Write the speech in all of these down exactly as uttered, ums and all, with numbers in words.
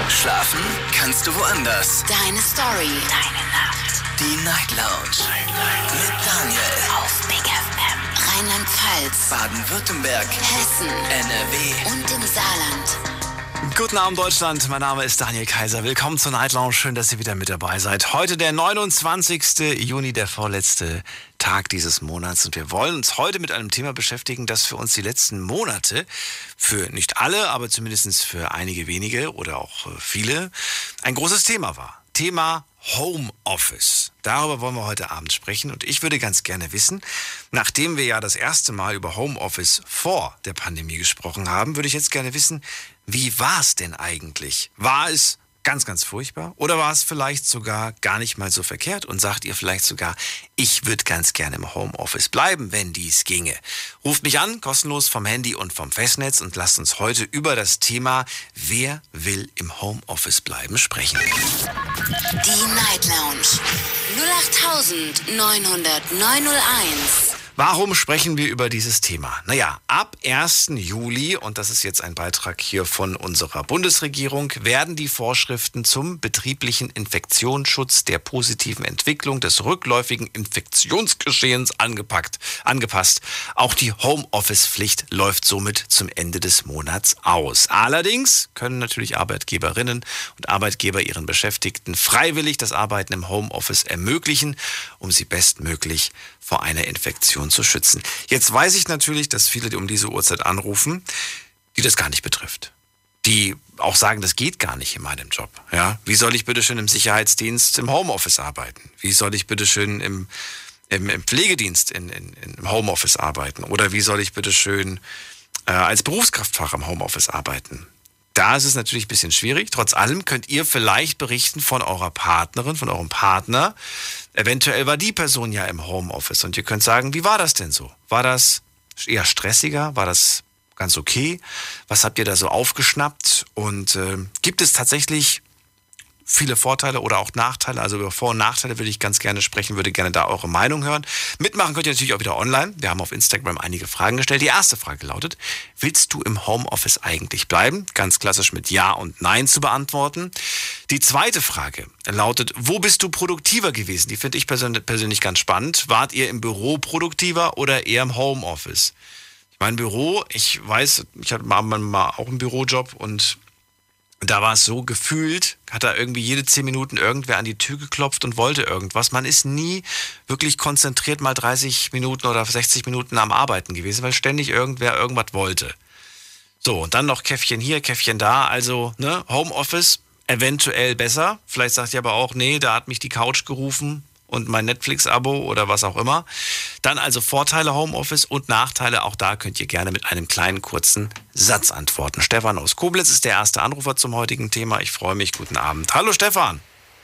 Schlafen kannst du woanders. Deine Story. Deine Nacht. Die Night Lounge. Night, Night. Mit Daniel. Auf Big F M. Rheinland-Pfalz. Baden-Württemberg. Hessen. N R W. Und im Saarland. Guten Abend, Deutschland. Mein Name ist Daniel Kaiser. Willkommen zur Night Lounge. Schön, dass ihr wieder mit dabei seid. Heute der neunundzwanzigste Juni, der vorletzte Tag dieses Monats. Und wir wollen uns heute mit einem Thema beschäftigen, das für uns die letzten Monate, für nicht alle, aber zumindest für einige wenige oder auch viele, ein großes Thema war. Thema Homeoffice. Darüber wollen wir heute Abend sprechen. Und ich würde ganz gerne wissen, nachdem wir ja das erste Mal über Homeoffice vor der Pandemie gesprochen haben, würde ich jetzt gerne wissen, wie war es denn eigentlich? War es ganz, ganz furchtbar? Oder war es vielleicht sogar gar nicht mal so verkehrt? Und sagt ihr vielleicht sogar, ich würde ganz gerne im Homeoffice bleiben, wenn dies ginge? Ruft mich an, kostenlos vom Handy und vom Festnetz und lasst uns heute über das Thema, wer will im Homeoffice bleiben, sprechen. Die Night Lounge. null acht neun null null neun null eins. Warum sprechen wir über dieses Thema? Naja, ab ersten Juli, und das ist jetzt ein Beitrag hier von unserer Bundesregierung, werden die Vorschriften zum betrieblichen Infektionsschutz der positiven Entwicklung des rückläufigen Infektionsgeschehens angepackt, angepasst. Auch die Homeoffice-Pflicht läuft somit zum Ende des Monats aus. Allerdings können natürlich Arbeitgeberinnen und Arbeitgeber ihren Beschäftigten freiwillig das Arbeiten im Homeoffice ermöglichen, um sie bestmöglich vor einer Infektion zu schützen. Jetzt weiß ich natürlich, dass viele, die um diese Uhrzeit anrufen, die das gar nicht betrifft. Die auch sagen, das geht gar nicht in meinem Job. Ja? Wie soll ich bitte schön im Sicherheitsdienst im Homeoffice arbeiten? Wie soll ich bitte schön im, im, im Pflegedienst in, in, im Homeoffice arbeiten? Oder wie soll ich bitte schön äh, als Berufskraftfahrer im Homeoffice arbeiten? Da ist es natürlich ein bisschen schwierig. Trotz allem könnt ihr vielleicht berichten von eurer Partnerin, von eurem Partner. Eventuell war die Person ja im Homeoffice und ihr könnt sagen, wie war das denn so? War das eher stressiger? War das ganz okay? Was habt ihr da so aufgeschnappt? Und äh, gibt es tatsächlich viele Vorteile oder auch Nachteile? Also über Vor- und Nachteile würde ich ganz gerne sprechen, würde gerne da eure Meinung hören. Mitmachen könnt ihr natürlich auch wieder online. Wir haben auf Instagram einige Fragen gestellt. Die erste Frage lautet, willst du im Homeoffice eigentlich bleiben? Ganz klassisch mit Ja und Nein zu beantworten. Die zweite Frage lautet, wo bist du produktiver gewesen? Die finde ich persönlich ganz spannend. Wart ihr im Büro produktiver oder eher im Homeoffice? Mein Büro, ich weiß, ich hatte mal, mal auch einen Bürojob und da war es so, gefühlt hat da irgendwie jede zehn Minuten irgendwer an die Tür geklopft und wollte irgendwas. Man ist nie wirklich konzentriert mal dreißig Minuten oder sechzig Minuten am Arbeiten gewesen, weil ständig irgendwer irgendwas wollte. So, und dann noch Käffchen hier, Käffchen da. Also, ne, Homeoffice eventuell besser. Vielleicht sagt ihr aber auch, nee, da hat mich die Couch gerufen und mein Netflix-Abo oder was auch immer. Dann also Vorteile Homeoffice und Nachteile. Auch da könnt ihr gerne mit einem kleinen, kurzen Satz antworten. Stefan aus Koblenz ist der erste Anrufer zum heutigen Thema. Ich freue mich. Guten Abend. Hallo Stefan.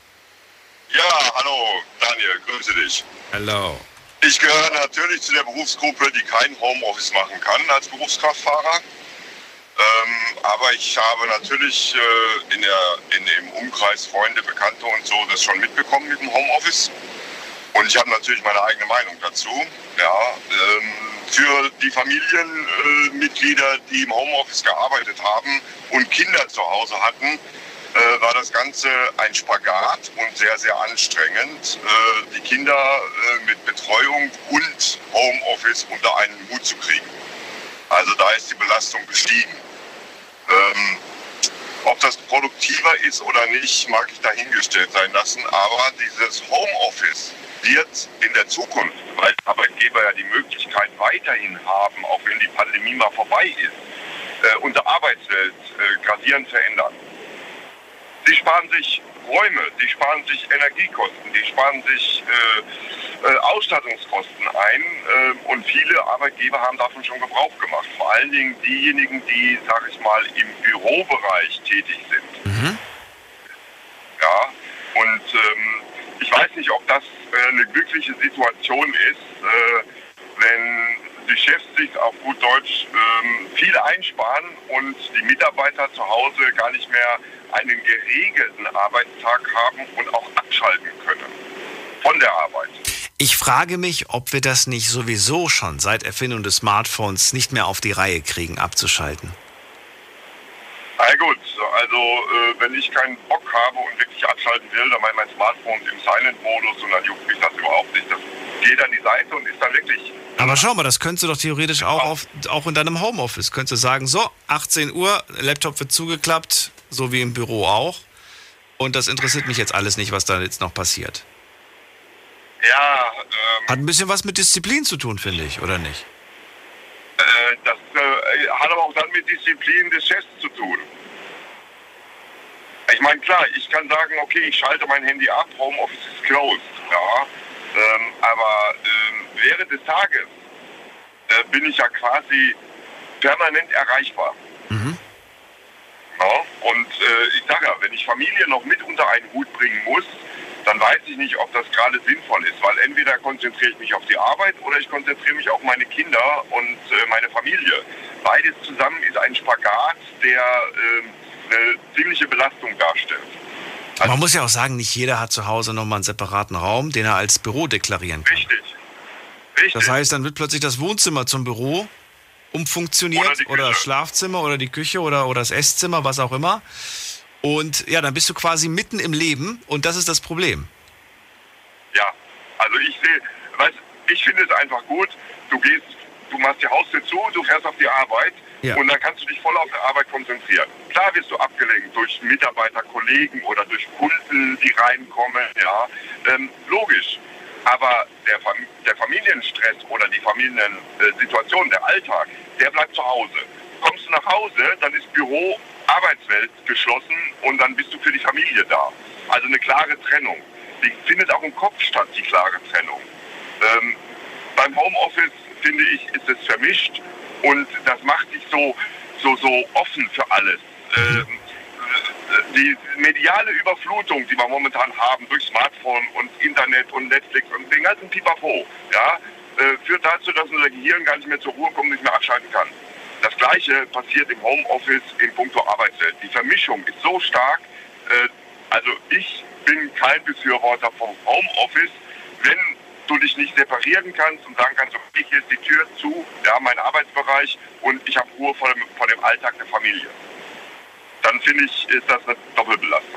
Ja, hallo Daniel, grüße dich. Hallo. Ich gehöre natürlich zu der Berufsgruppe, die kein Homeoffice machen kann als Berufskraftfahrer. Ähm, aber ich habe natürlich äh, in, der, in dem Umkreis Freunde, Bekannte und so das schon mitbekommen mit dem Homeoffice. Und ich habe natürlich meine eigene Meinung dazu. Ja, ähm, für die Familienmitglieder, äh, die im Homeoffice gearbeitet haben und Kinder zu Hause hatten, äh, war das Ganze ein Spagat und sehr, sehr anstrengend, äh, die Kinder äh, mit Betreuung und Homeoffice unter einen Hut zu kriegen. Also da ist die Belastung gestiegen. Ähm, ob das produktiver ist oder nicht, mag ich dahingestellt sein lassen. Aber dieses Homeoffice wird in der Zukunft, weil Arbeitgeber ja die Möglichkeit weiterhin haben, auch wenn die Pandemie mal vorbei ist, äh, unsere Arbeitswelt äh, gravierend verändern. Sie sparen sich Räume, die sparen sich Energiekosten, die sparen sich äh, äh, Ausstattungskosten ein äh, und viele Arbeitgeber haben davon schon Gebrauch gemacht. Vor allen Dingen diejenigen, die, sag ich mal, im Bürobereich tätig sind. Mhm. Ja, und ähm, ich weiß nicht, ob das äh, eine glückliche Situation ist, äh, wenn die Chefs sich auf gut Deutsch ähm, viel einsparen und die Mitarbeiter zu Hause gar nicht mehr einen geregelten Arbeitstag haben und auch abschalten können von der Arbeit. Ich frage mich, ob wir das nicht sowieso schon seit Erfindung des Smartphones nicht mehr auf die Reihe kriegen, abzuschalten. Na gut, also äh, wenn ich keinen Bock habe und wirklich abschalten will, dann mache ich mein Smartphone im Silent-Modus und dann juckt mich das überhaupt nicht. Das geht an die Seite und ist dann wirklich... Aber schau mal, das könntest du doch theoretisch auch, auf, auch in deinem Homeoffice. Könntest du sagen, so, achtzehn Uhr, Laptop wird zugeklappt, so wie im Büro auch. Und das interessiert mich jetzt alles nicht, was da jetzt noch passiert. Ja, ähm... Hat ein bisschen was mit Disziplin zu tun, finde ich, oder nicht? Äh, das äh, hat aber auch dann mit Disziplin des Chefs zu tun. Ich meine, klar, ich kann sagen, okay, ich schalte mein Handy ab, Homeoffice ist closed, ja. Ähm, aber ähm, während des Tages äh, bin ich ja quasi permanent erreichbar. Mhm. Ja, und äh, ich sage ja, wenn ich Familie noch mit unter einen Hut bringen muss, dann weiß ich nicht, ob das gerade sinnvoll ist, weil entweder konzentriere ich mich auf die Arbeit oder ich konzentriere mich auf meine Kinder und äh, meine Familie. Beides zusammen ist ein Spagat, der äh, eine ziemliche Belastung darstellt. Also, man muss ja auch sagen, nicht jeder hat zu Hause nochmal einen separaten Raum, den er als Büro deklarieren kann. Richtig. Richtig. Das heißt, dann wird plötzlich das Wohnzimmer zum Büro umfunktioniert Oder die oder das Küche. Schlafzimmer oder die Küche oder, oder das Esszimmer, was auch immer. Und ja, dann bist du quasi mitten im Leben und das ist das Problem. Ja, also ich sehe, weißt, ich finde es einfach gut, du gehst, du machst die Haustür zu, du fährst auf die Arbeit Ja. und dann kannst du dich voll auf die Arbeit konzentrieren. Klar wirst du abgelenkt durch Mitarbeiter, Kollegen oder durch Kunden, die reinkommen, ja, ähm, logisch. Aber der, Fam- der Familienstress oder die Familiensituation, der Alltag, der bleibt zu Hause. Kommst du nach Hause, dann ist Büro, Arbeitswelt geschlossen und dann bist du für die Familie da. Also eine klare Trennung. Die findet auch im Kopf statt, die klare Trennung. Ähm, beim Homeoffice, finde ich, ist es vermischt und das macht dich so, so, so offen für alles. Ähm, die mediale Überflutung, die wir momentan haben durch Smartphone und Internet und Netflix und den ganzen Pipapo, ja, äh, führt dazu, dass unser Gehirn gar nicht mehr zur Ruhe kommt und nicht mehr abschalten kann. Das Gleiche passiert im Homeoffice in puncto Arbeitswelt. Die Vermischung ist so stark, äh, also ich bin kein Befürworter vom Homeoffice, wenn du dich nicht separieren kannst und sagen kannst, okay, hier ist die Tür zu, ja, mein Arbeitsbereich und ich habe Ruhe vor dem, vor dem Alltag der Familie. Dann finde ich, ist das eine Doppelbelastung.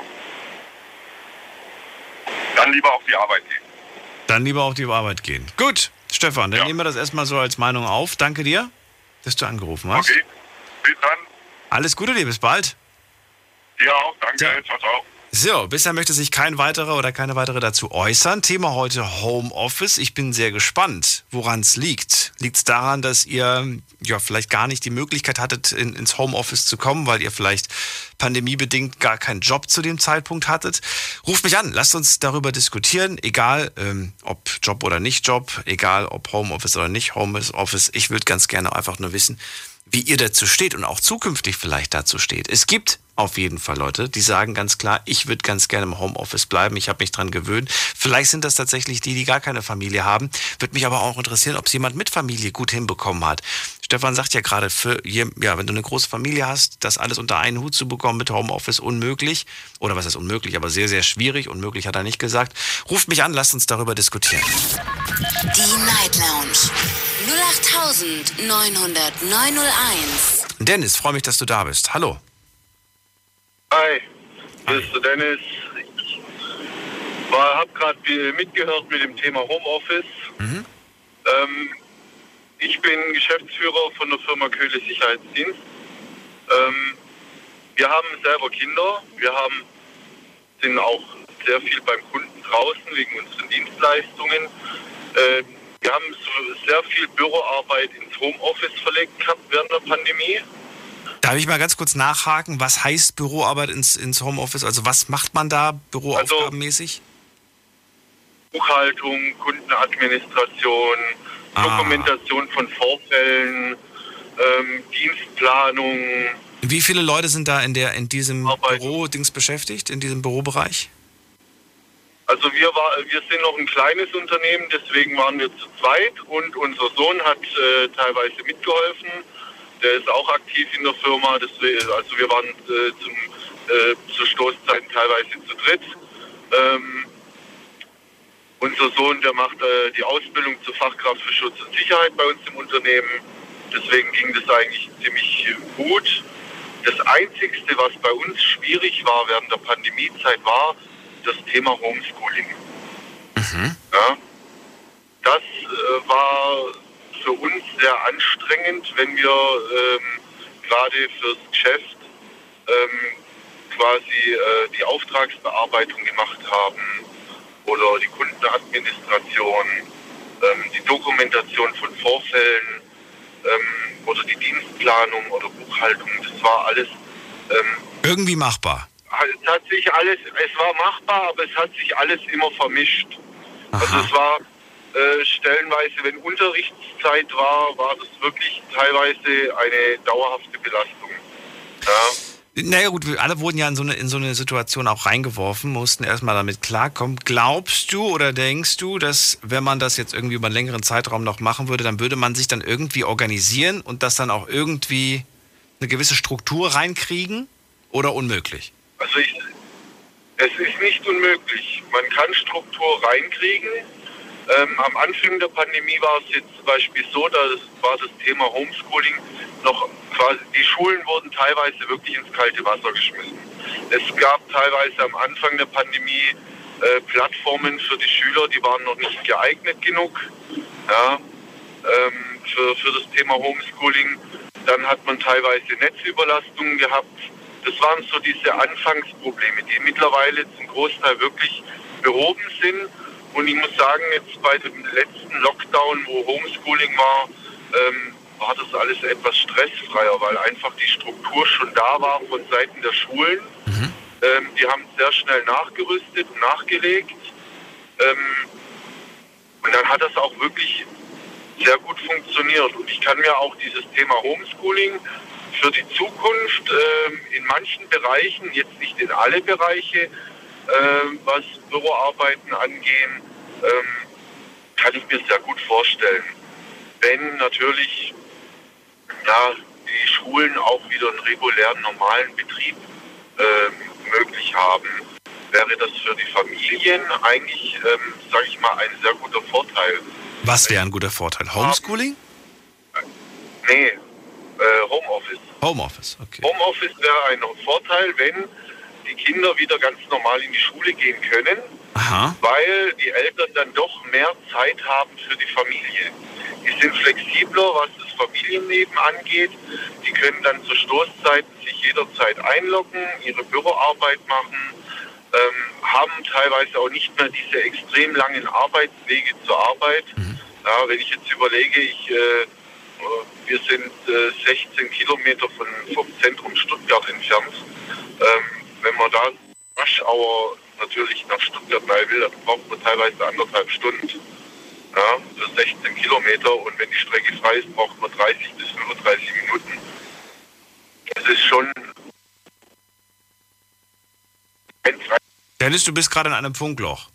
Dann lieber auf die Arbeit gehen. Dann lieber auf die Arbeit gehen. Gut, Stefan, dann Ja. nehmen wir das erstmal so als Meinung auf. Danke dir, dass du angerufen hast. Okay, bis dann. Alles Gute dir, bis bald. Dir auch, danke. Ja. Ciao, ciao. So, bisher möchte sich kein weiterer oder keine weitere dazu äußern. Thema heute Homeoffice. Ich bin sehr gespannt, woran es liegt. Liegt es daran, dass ihr ja vielleicht gar nicht die Möglichkeit hattet, in, ins Homeoffice zu kommen, weil ihr vielleicht pandemiebedingt gar keinen Job zu dem Zeitpunkt hattet? Ruft mich an, lasst uns darüber diskutieren, egal ähm, ob Job oder nicht Job, egal ob Homeoffice oder nicht Homeoffice. Ich würde ganz gerne einfach nur wissen, wie ihr dazu steht und auch zukünftig vielleicht dazu steht. Es gibt auf jeden Fall Leute, die sagen ganz klar, ich würde ganz gerne im Homeoffice bleiben, ich habe mich dran gewöhnt. Vielleicht sind das tatsächlich die, die gar keine Familie haben. Würde mich aber auch interessieren, ob es jemand mit Familie gut hinbekommen hat. Stefan sagt ja gerade, für, ja, wenn du eine große Familie hast, das alles unter einen Hut zu bekommen mit Homeoffice, unmöglich. Oder was heißt unmöglich, aber sehr, sehr schwierig. Unmöglich hat er nicht gesagt. Ruft mich an, lasst uns darüber diskutieren. Die Night Lounge null acht neun null null neun null eins. Dennis, freue mich, dass du da bist. Hallo. Hi, hier ist der Dennis. Ich habe gerade mitgehört mit dem Thema Homeoffice. Mhm. Ähm, ich bin Geschäftsführer von der Firma Köhle Sicherheitsdienst. Ähm, wir haben selber Kinder. Wir haben, sind auch sehr viel beim Kunden draußen wegen unseren Dienstleistungen. Äh, wir haben so sehr viel Büroarbeit ins Homeoffice verlegt gehabt während der Pandemie. Darf ich mal ganz kurz nachhaken, was heißt Büroarbeit ins, ins Homeoffice? Also was macht man da büroaufgabenmäßig? Buchhaltung, Kundenadministration, Ah. Dokumentation von Vorfällen, ähm, Dienstplanung. Wie viele Leute sind da in, der, in diesem Arbeiten. Büro-Dings beschäftigt, in diesem Bürobereich? Also wir, war, wir sind noch ein kleines Unternehmen, deswegen waren wir zu zweit und unser Sohn hat äh, teilweise mitgeholfen. Der ist auch aktiv in der Firma, deswegen, also wir waren äh, zum, äh, zur Stoßzeiten teilweise zu dritt. Ähm, unser Sohn, der macht äh, die Ausbildung zur Fachkraft für Schutz und Sicherheit bei uns im Unternehmen. Deswegen ging das eigentlich ziemlich gut. Das Einzigste, was bei uns schwierig war während der Pandemiezeit, war das Thema Homeschooling. Mhm. Ja, das äh, war für uns sehr anstrengend, wenn wir ähm, gerade fürs Geschäft ähm, quasi äh, die Auftragsbearbeitung gemacht haben oder die Kundenadministration, ähm, die Dokumentation von Vorfällen ähm, oder die Dienstplanung oder Buchhaltung. Das war alles ähm, irgendwie machbar. es hat sich alles, es war machbar, aber es hat sich alles immer vermischt. Aha. Also es war äh, stellenweise, wenn Unterrichtszeit war, war das wirklich teilweise eine dauerhafte Belastung. Ja. Naja gut, wir alle wurden ja in so, eine, in so eine Situation auch reingeworfen, mussten erstmal damit klarkommen. Glaubst du oder denkst du, dass wenn man das jetzt irgendwie über einen längeren Zeitraum noch machen würde, dann würde man sich dann irgendwie organisieren und das dann auch irgendwie eine gewisse Struktur reinkriegen oder unmöglich? Also ich, es ist nicht unmöglich. Man kann Struktur reinkriegen. Ähm, am Anfang der Pandemie war es jetzt zum Beispiel so, da war das Thema Homeschooling noch quasi, die Schulen wurden teilweise wirklich ins kalte Wasser geschmissen. Es gab teilweise am Anfang der Pandemie äh, Plattformen für die Schüler, die waren noch nicht geeignet genug, ja, ähm, für, für das Thema Homeschooling. Dann hat man teilweise Netzüberlastungen gehabt. Das waren so diese Anfangsprobleme, die mittlerweile zum Großteil wirklich behoben sind. Und ich muss sagen, jetzt bei dem letzten Lockdown, wo Homeschooling war, ähm, war das alles etwas stressfreier, weil einfach die Struktur schon da war von Seiten der Schulen. Mhm. Ähm, die haben sehr schnell nachgerüstet und nachgelegt. Ähm, und dann hat das auch wirklich sehr gut funktioniert. Und ich kann mir auch dieses Thema Homeschooling für die Zukunft ähm, in manchen Bereichen, jetzt nicht in alle Bereiche, ähm, was Büroarbeiten angehen, ähm, kann ich mir sehr gut vorstellen. Wenn natürlich ja, die Schulen auch wieder einen regulären, normalen Betrieb ähm, möglich haben, wäre das für die Familien eigentlich, ähm, sage ich mal, ein sehr guter Vorteil. Was wäre ein guter Vorteil? Homeschooling? Nee, äh, Homeoffice. Homeoffice, okay. Homeoffice wäre ein Vorteil, wenn die Kinder wieder ganz normal in die Schule gehen können, Aha. weil die Eltern dann doch mehr Zeit haben für die Familie. Die sind flexibler, was das Familienleben angeht. Die können dann zur Stoßzeit sich jederzeit einloggen, ihre Büroarbeit machen, ähm, haben teilweise auch nicht mehr diese extrem langen Arbeitswege zur Arbeit. Mhm. Ja, wenn ich jetzt überlege, ich, äh, wir sind äh, sechzehn Kilometer von, vom Zentrum Stuttgart entfernt. Ähm, wenn man da Rush Hour natürlich nach Stuttgart rein will, dann braucht man teilweise anderthalb Stunden. Ja, für sechzehn Kilometer, und wenn die Strecke frei ist, braucht man dreißig bis fünfunddreißig Minuten. Das ist schon ein Fre- Dennis, du bist gerade in einem Funkloch.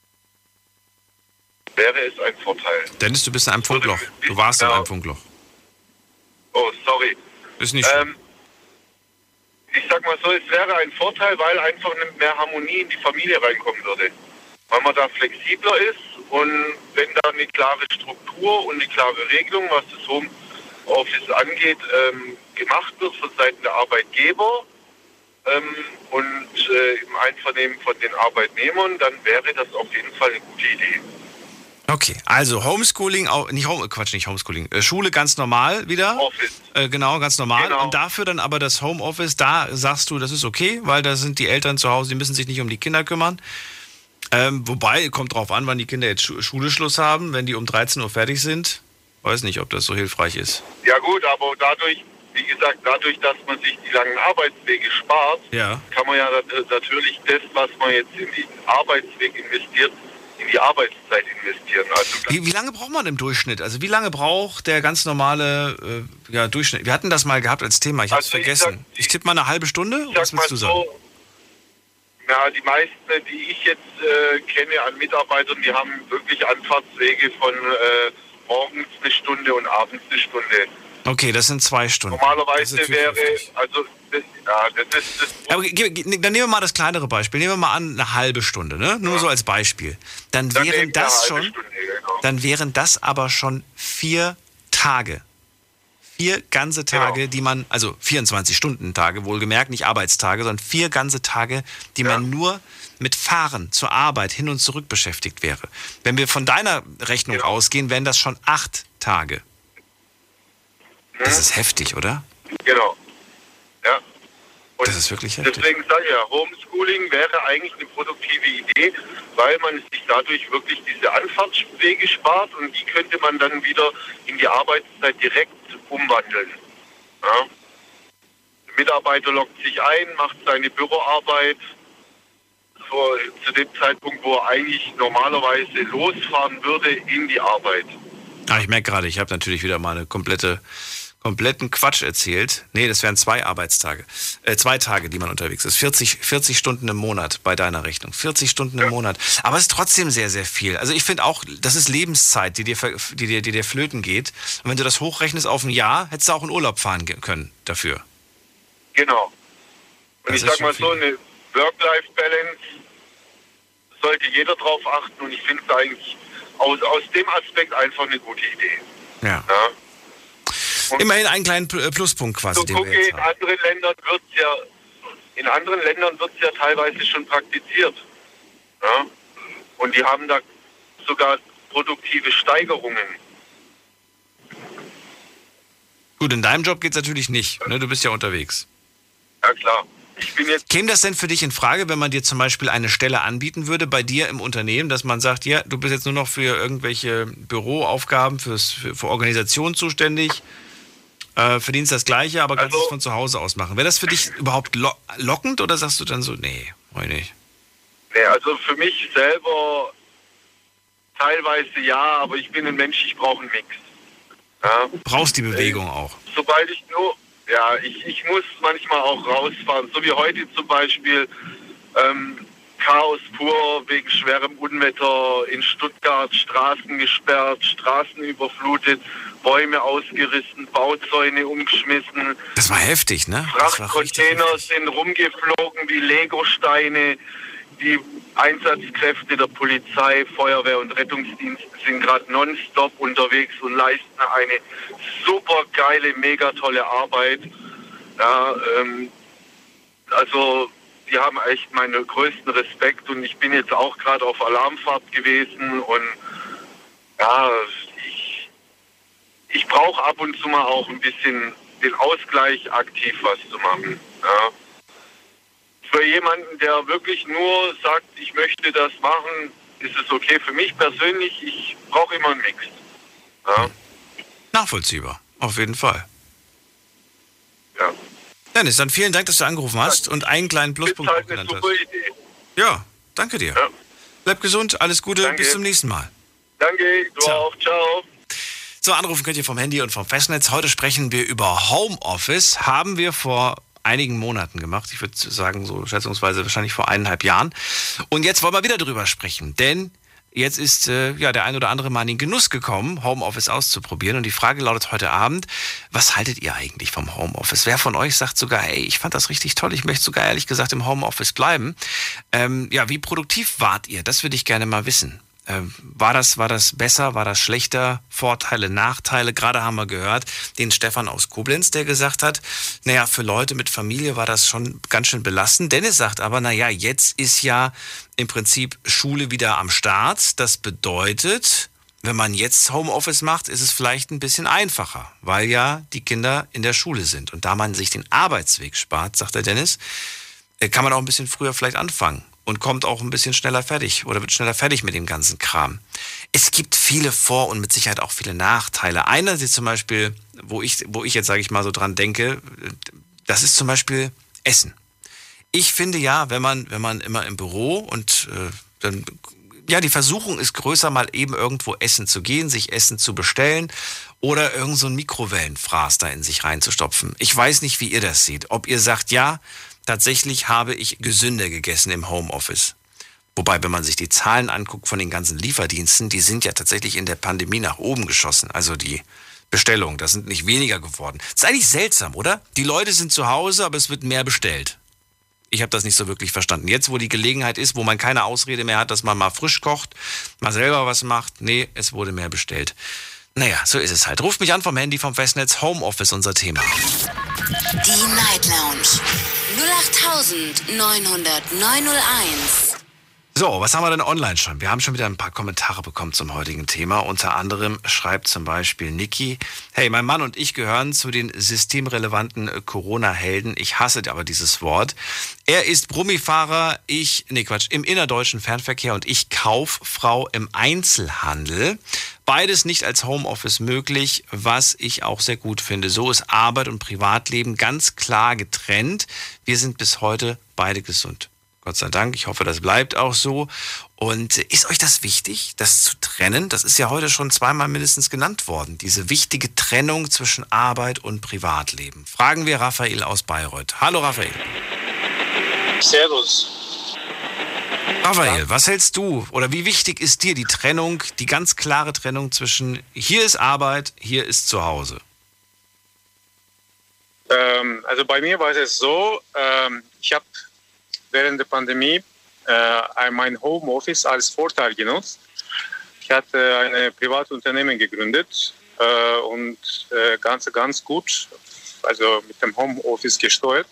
wäre es ein Vorteil. Dennis, du bist in einem Funkloch. Du warst in Ja. einem Funkloch. Oh, sorry. Ist nicht schlimm. Ähm, ich sag mal so, es wäre ein Vorteil, weil einfach mehr Harmonie in die Familie reinkommen würde. Weil man da flexibler ist und wenn da eine klare Struktur und eine klare Regelung, was das Homeoffice angeht, ähm, gemacht wird von Seiten der Arbeitgeber ähm, und äh, im Einvernehmen von den Arbeitnehmern, dann wäre das auf jeden Fall eine gute Idee. Okay, also Homeschooling, auch, nicht Home, Quatsch, nicht Homeschooling, äh, Schule ganz normal wieder. Office. Äh, genau, ganz normal. Genau. Und dafür dann aber das Homeoffice, da sagst du, das ist okay, weil da sind die Eltern zu Hause, die müssen sich nicht um die Kinder kümmern. Ähm, wobei, kommt drauf an, wann die Kinder jetzt Schu- Schule Schluss haben. Wenn die um dreizehn Uhr fertig sind, weiß nicht, ob das so hilfreich ist. Ja gut, aber dadurch, wie gesagt, dadurch, dass man sich die langen Arbeitswege spart, Ja. kann man ja nat- natürlich das, was man jetzt in den Arbeitsweg investiert, in die Arbeitszeit investieren. Also Wie, wie lange braucht man im Durchschnitt? Also wie lange braucht der ganz normale äh, ja, Durchschnitt? Wir hatten das mal gehabt als Thema, ich habe es Also ich vergessen. sag- Ich tippe mal eine halbe Stunde. ich Was sag mal willst du sagen? so, ja, die meisten, die ich jetzt äh, kenne an Mitarbeitern, die haben wirklich Anfahrtswege von äh, morgens eine Stunde und abends eine Stunde. Okay, das sind zwei Stunden. Normalerweise Das ist wäre, vernünftig. also das, ja, das ist das. Aber ge- ge- dann nehmen wir mal das kleinere Beispiel. Nehmen wir mal an, eine halbe Stunde, ne? Nur so als Beispiel. Dann Dann wären eben das eine halbe schon, Stunde, genau. dann wären das aber schon vier Tage. vier ganze Tage, genau. die man, also vierundzwanzig-Stunden-Tage wohlgemerkt, nicht Arbeitstage, sondern vier ganze Tage, die ja. man nur mit Fahren zur Arbeit hin und zurück beschäftigt wäre. Wenn wir von deiner Rechnung genau. ausgehen, wären das schon acht Tage. Hm. Das ist heftig, oder? Genau. Ja. Und das ist wirklich heftig. Deswegen sage ich ja, Homeschooling wäre eigentlich eine produktive Idee, weil man sich dadurch wirklich diese Anfahrtswege spart und die könnte man dann wieder in die Arbeitszeit direkt umwandeln. Ja. Der Mitarbeiter loggt sich ein, macht seine Büroarbeit so, zu dem Zeitpunkt, wo er eigentlich normalerweise losfahren würde in die Arbeit. Ah, ich merke gerade, ich habe natürlich wieder mal eine komplette kompletten Quatsch erzählt. Nee, das wären zwei Arbeitstage. Äh, zwei Tage, die man unterwegs ist. vierzig, vierzig Stunden im Monat bei deiner Rechnung. vierzig Stunden im ja. Monat. Aber es ist trotzdem sehr, sehr viel. Also ich finde auch, das ist Lebenszeit, die dir, die, dir, die dir flöten geht. Und wenn du das hochrechnest auf ein Jahr, hättest du auch in Urlaub fahren können dafür. Genau. Und das ich sag mal viel. so, eine Work-Life-Balance sollte jeder drauf achten. Und ich finde es eigentlich aus, aus dem Aspekt einfach eine gute Idee. Ja. ja? Immerhin einen kleinen Pluspunkt quasi. So gucke, in anderen Ländern wird's ja, in anderen Ländern wird es ja teilweise schon praktiziert. Ja? Und die haben da sogar produktive Steigerungen. Gut, in deinem Job geht es natürlich nicht. Ne? Du bist ja unterwegs. Ja, klar. Ich bin jetzt Käme das denn für dich in Frage, wenn man dir zum Beispiel eine Stelle anbieten würde bei dir im Unternehmen, dass man sagt, ja, du bist jetzt nur noch für irgendwelche Büroaufgaben, fürs, für, für Organisation zuständig, äh, verdienst das Gleiche, aber kannst also, es von zu Hause aus machen. Wäre das für dich überhaupt lo- lockend oder sagst du dann so, nee, heute nicht? Nee, also für mich selber teilweise ja, aber ich bin ein Mensch, ich brauche einen Mix. Ja? Brauchst die Bewegung äh, auch? Sobald ich nur... Ja, ich, ich muss manchmal auch rausfahren, so wie heute zum Beispiel ähm, Chaos pur wegen schwerem Unwetter in Stuttgart, Straßen gesperrt, Straßen überflutet, Bäume ausgerissen, Bauzäune umgeschmissen. Das war heftig, ne? Frachtcontainer sind rumgeflogen wie Legosteine. Die Einsatzkräfte der Polizei, Feuerwehr und Rettungsdienst sind gerade nonstop unterwegs und leisten eine super geile, mega tolle Arbeit. Ja, ähm, also die haben echt meinen größten Respekt und ich bin jetzt auch gerade auf Alarmfahrt gewesen und ja, ich, ich brauche ab und zu mal auch ein bisschen den Ausgleich, aktiv was zu machen. Ja. Für jemanden, der wirklich nur sagt, ich möchte das machen, ist es okay. Für mich persönlich, ich brauche immer einen Mix. Ja. Nachvollziehbar, auf jeden Fall. Ja. Dennis, dann vielen Dank, dass du angerufen hast und einen kleinen Pluspunkt halt genannt hast. Idee. Ja, danke dir. Ja. Bleib gesund, alles Gute, danke. Bis zum nächsten Mal. Danke, du ciao. Auch, ciao. So, anrufen könnt ihr vom Handy und vom Festnetz. Heute sprechen wir über Homeoffice. Haben wir vor einigen Monaten gemacht. Ich würde sagen, so schätzungsweise wahrscheinlich vor eineinhalb Jahren. Und jetzt wollen wir wieder drüber sprechen, denn jetzt ist äh, ja der ein oder andere mal in den Genuss gekommen, Homeoffice auszuprobieren. Und die Frage lautet heute Abend, was haltet ihr eigentlich vom Homeoffice? Wer von euch sagt sogar, hey, ich fand das richtig toll, ich möchte sogar ehrlich gesagt im Homeoffice bleiben. Ähm, ja, wie produktiv wart ihr? Das würde ich gerne mal wissen. War das, war das besser, war das schlechter? Vorteile, Nachteile? Gerade haben wir gehört, den Stefan aus Koblenz, der gesagt hat, naja, für Leute mit Familie war das schon ganz schön belastend. Dennis sagt aber, naja, jetzt ist ja im Prinzip Schule wieder am Start. Das bedeutet, wenn man jetzt Homeoffice macht, ist es vielleicht ein bisschen einfacher, weil ja die Kinder in der Schule sind. Und da man sich den Arbeitsweg spart, sagt der Dennis, kann man auch ein bisschen früher vielleicht anfangen. Und kommt auch ein bisschen schneller fertig oder wird schneller fertig mit dem ganzen Kram. Es gibt viele Vor- und mit Sicherheit auch viele Nachteile. Einer ist zum Beispiel, wo ich, wo ich jetzt, sage ich mal, so dran denke, das ist zum Beispiel Essen. Ich finde ja, wenn man, wenn man immer im Büro und äh, dann, ja, die Versuchung ist größer, mal eben irgendwo essen zu gehen, sich Essen zu bestellen oder irgend so ein Mikrowellenfraß da in sich reinzustopfen. Ich weiß nicht, wie ihr das seht. Ob ihr sagt, ja, tatsächlich habe ich gesünder gegessen im Homeoffice. Wobei, wenn man sich die Zahlen anguckt von den ganzen Lieferdiensten, die sind ja tatsächlich in der Pandemie nach oben geschossen. Also die Bestellungen, das sind nicht weniger geworden. Das ist eigentlich seltsam, oder? Die Leute sind zu Hause, aber es wird mehr bestellt. Ich habe das nicht so wirklich verstanden. Jetzt, wo die Gelegenheit ist, wo man keine Ausrede mehr hat, dass man mal frisch kocht, mal selber was macht. Nee, es wurde mehr bestellt. Naja, so ist es halt. Ruft mich an vom Handy, vom Festnetz. Homeoffice, unser Thema. Die Night Lounge null acht neun null null neun null eins. So, was haben wir denn online schon? Wir haben schon wieder ein paar Kommentare bekommen zum heutigen Thema. Unter anderem schreibt zum Beispiel Niki: Hey, mein Mann und ich gehören zu den systemrelevanten Corona-Helden. Ich hasse aber dieses Wort. Er ist Brummifahrer, ich, nee Quatsch, im innerdeutschen Fernverkehr und ich Kauffrau im Einzelhandel. Beides nicht als Homeoffice möglich, was ich auch sehr gut finde. So ist Arbeit und Privatleben ganz klar getrennt. Wir sind bis heute beide gesund. Gott sei Dank, ich hoffe, das bleibt auch so. Und ist euch das wichtig, das zu trennen? Das ist ja heute schon zweimal mindestens genannt worden, diese wichtige Trennung zwischen Arbeit und Privatleben. Fragen wir Raphael aus Bayreuth. Hallo Raphael. Servus. Raphael, was hältst du oder wie wichtig ist dir die Trennung, die ganz klare Trennung zwischen hier ist Arbeit, hier ist Zuhause? Ähm, also bei mir war es so, ähm, ich habe während der Pandemie äh, mein Homeoffice als Vorteil genutzt. Ich hatte ein Privatunternehmen gegründet äh, und äh, ganz, ganz gut, also mit dem Homeoffice gesteuert.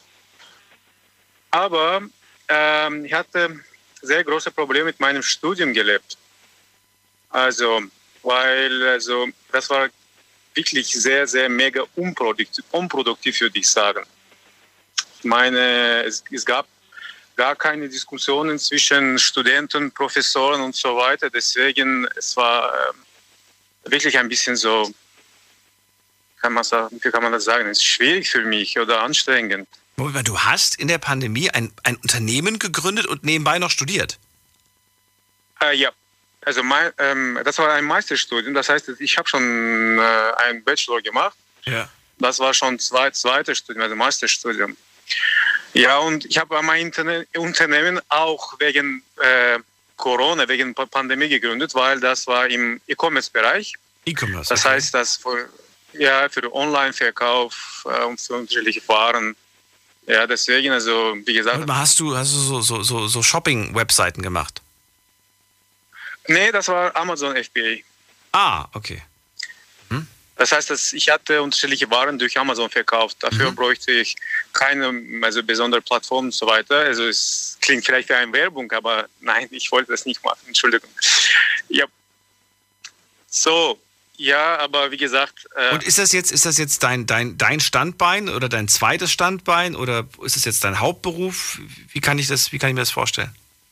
Aber äh, ich hatte sehr große Probleme mit meinem Studium gelebt. Also, weil also, das war wirklich sehr, sehr mega unproduktiv, unproduktiv würde ich sagen. Ich meine, es, es gab gar keine Diskussionen zwischen Studenten, Professoren und so weiter. Deswegen, es war äh, wirklich ein bisschen so, kann man sagen, wie kann man das sagen, es ist schwierig für mich oder anstrengend. Du hast in der Pandemie ein, ein Unternehmen gegründet und nebenbei noch studiert? Äh, ja, also mein, ähm, das war ein Meisterstudium. Das heißt, ich habe schon äh, einen Bachelor gemacht. Ja. Das war schon zweit, zweites Studium, also Meisterstudium. Ja, und ich habe mein Unternehmen auch wegen äh, Corona, wegen Pandemie gegründet, weil das war im E-Commerce-Bereich. E-Commerce. Das okay. heißt, dass für, ja, für den Online-Verkauf äh, und für unterschiedliche Waren. Ja, deswegen, also wie gesagt. Und hast du, hast du so, so, so, so Shopping-Webseiten gemacht? Nee, das war Amazon F B A. Ah, okay. Das heißt, dass ich hatte unterschiedliche Waren durch Amazon verkauft. Dafür mhm. bräuchte ich keine also besondere Plattform und so weiter. Also es klingt vielleicht wie eine Werbung, aber nein, ich wollte das nicht machen. Entschuldigung. Ja. So, ja, aber wie gesagt. Äh und ist das jetzt, ist das jetzt dein, dein, dein Standbein oder dein zweites Standbein oder ist es jetzt dein Hauptberuf? Wie kann ich das, wie kann ich mir das vorstellen?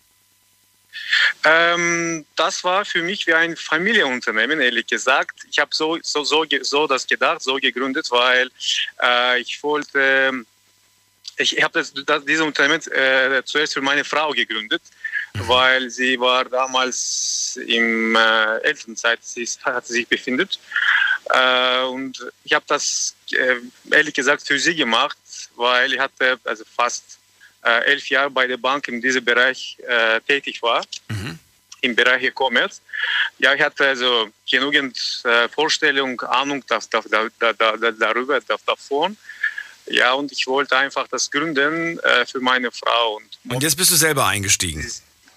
Ähm, das war für mich wie ein Familienunternehmen, ehrlich gesagt. Ich habe so, so, so, so das gedacht, so gegründet, weil äh, ich wollte, ich habe das, das, dieses Unternehmen äh, zuerst für meine Frau gegründet, mhm. weil sie war damals im äh, Elternzeit, sie hat sie sich befindet. Äh, und ich habe das äh, ehrlich gesagt für sie gemacht, weil ich hatte also fast elf Jahre bei der Bank in diesem Bereich äh, tätig war, mhm. im Bereich E-Commerce. Ja, ich hatte also genügend äh, Vorstellung, Ahnung da, da, da, da, darüber, da, davon. Ja, und ich wollte einfach das gründen äh, für meine Frau. Und, und jetzt bist du selber eingestiegen?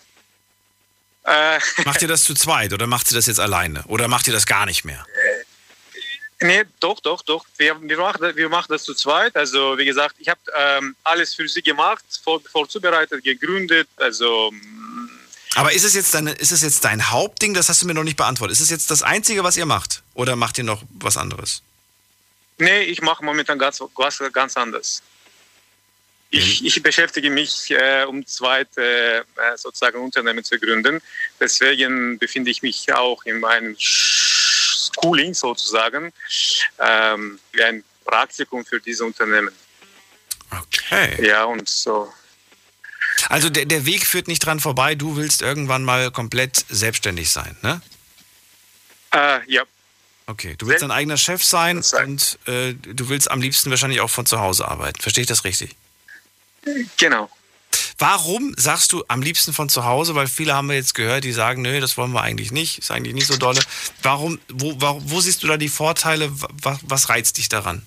Äh, macht ihr das zu zweit oder macht sie das jetzt alleine? Oder macht ihr das gar nicht mehr? Nee, doch, doch, doch. Wir, wir, machen, wir machen das zu zweit. Also wie gesagt, ich habe ähm, alles für sie gemacht, vor, vorzubereitet, gegründet. Also. Aber ist es jetzt deine, ist es jetzt dein Hauptding? Das hast du mir noch nicht beantwortet. Ist es jetzt das Einzige, was ihr macht? Oder macht ihr noch was anderes? Nee, ich mache momentan ganz, was ganz anderes. Ich, ich beschäftige mich, äh, um zweite äh, sozusagen Unternehmen zu gründen. Deswegen befinde ich mich auch in meinem Schooling sozusagen, ähm, wie ein Praktikum für diese Unternehmen. Okay. Ja, und so. Also der, der Weg führt nicht dran vorbei, du willst irgendwann mal komplett selbstständig sein, ne? Äh, ja. Okay, du willst dein eigener Chef sein und äh, du willst am liebsten wahrscheinlich auch von zu Hause arbeiten. Verstehe ich das richtig? Genau. Warum sagst du am liebsten von zu Hause? Weil viele haben wir jetzt gehört, die sagen, nö, das wollen wir eigentlich nicht, ist eigentlich nicht so dolle. Warum, wo, wo, wo siehst du da die Vorteile? Was, was reizt dich daran?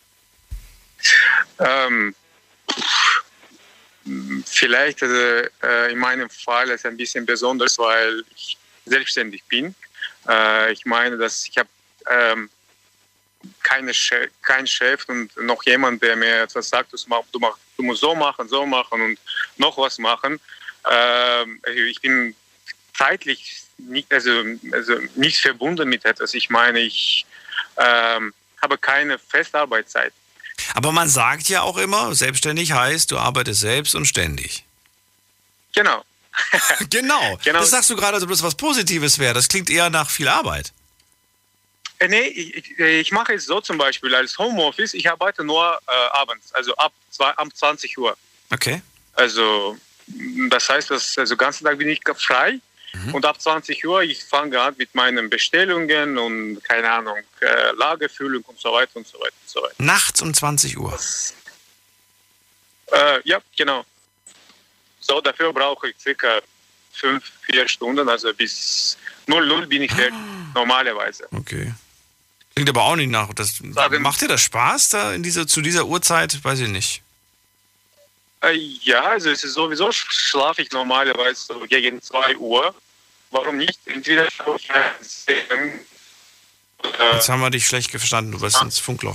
Ähm, vielleicht also, äh, in meinem Fall ist es ein bisschen besonders, weil ich selbstständig bin. Äh, ich meine, dass ich habe ähm, keine Chef, kein Chef und noch jemand, der mir etwas sagt, du, mach, du, mach, du musst so machen, so machen und noch was machen. Ähm, ich bin zeitlich nicht, also, also nicht verbunden mit etwas. Ich meine, ich ähm, habe keine Festarbeitszeit. Aber man sagt ja auch immer, selbstständig heißt, du arbeitest selbst und ständig. Genau. genau. genau. Das sagst du gerade, als ob das was Positives wäre. Das klingt eher nach viel Arbeit. Äh, nee, ich, ich, ich mache es so zum Beispiel als Homeoffice. Ich arbeite nur äh, abends, also ab, zwei, ab zwanzig Uhr. Okay. Also das heißt, dass also den ganzen Tag bin ich frei. Mhm. Und ab zwanzig Uhr, ich fange an mit meinen Bestellungen und, keine Ahnung, äh, Lagerfüllung und so weiter und so weiter und so weiter. Nachts um zwanzig Uhr? Das, äh, ja, genau. So, dafür brauche ich circa fünf, vier Stunden, also bis null Uhr bin ich fertig, ah. normalerweise. Okay. Klingt aber auch nicht nach. Das, Sagen, macht dir das Spaß da in dieser, zu dieser Uhrzeit? Weiß ich nicht. Äh, ja, also es ist sowieso, schlafe ich normalerweise so gegen zwei Uhr. Warum nicht? Entweder schaue ich Fernsehen. Äh, Jetzt haben wir dich schlecht verstanden, du bist ah. ins Funkloch.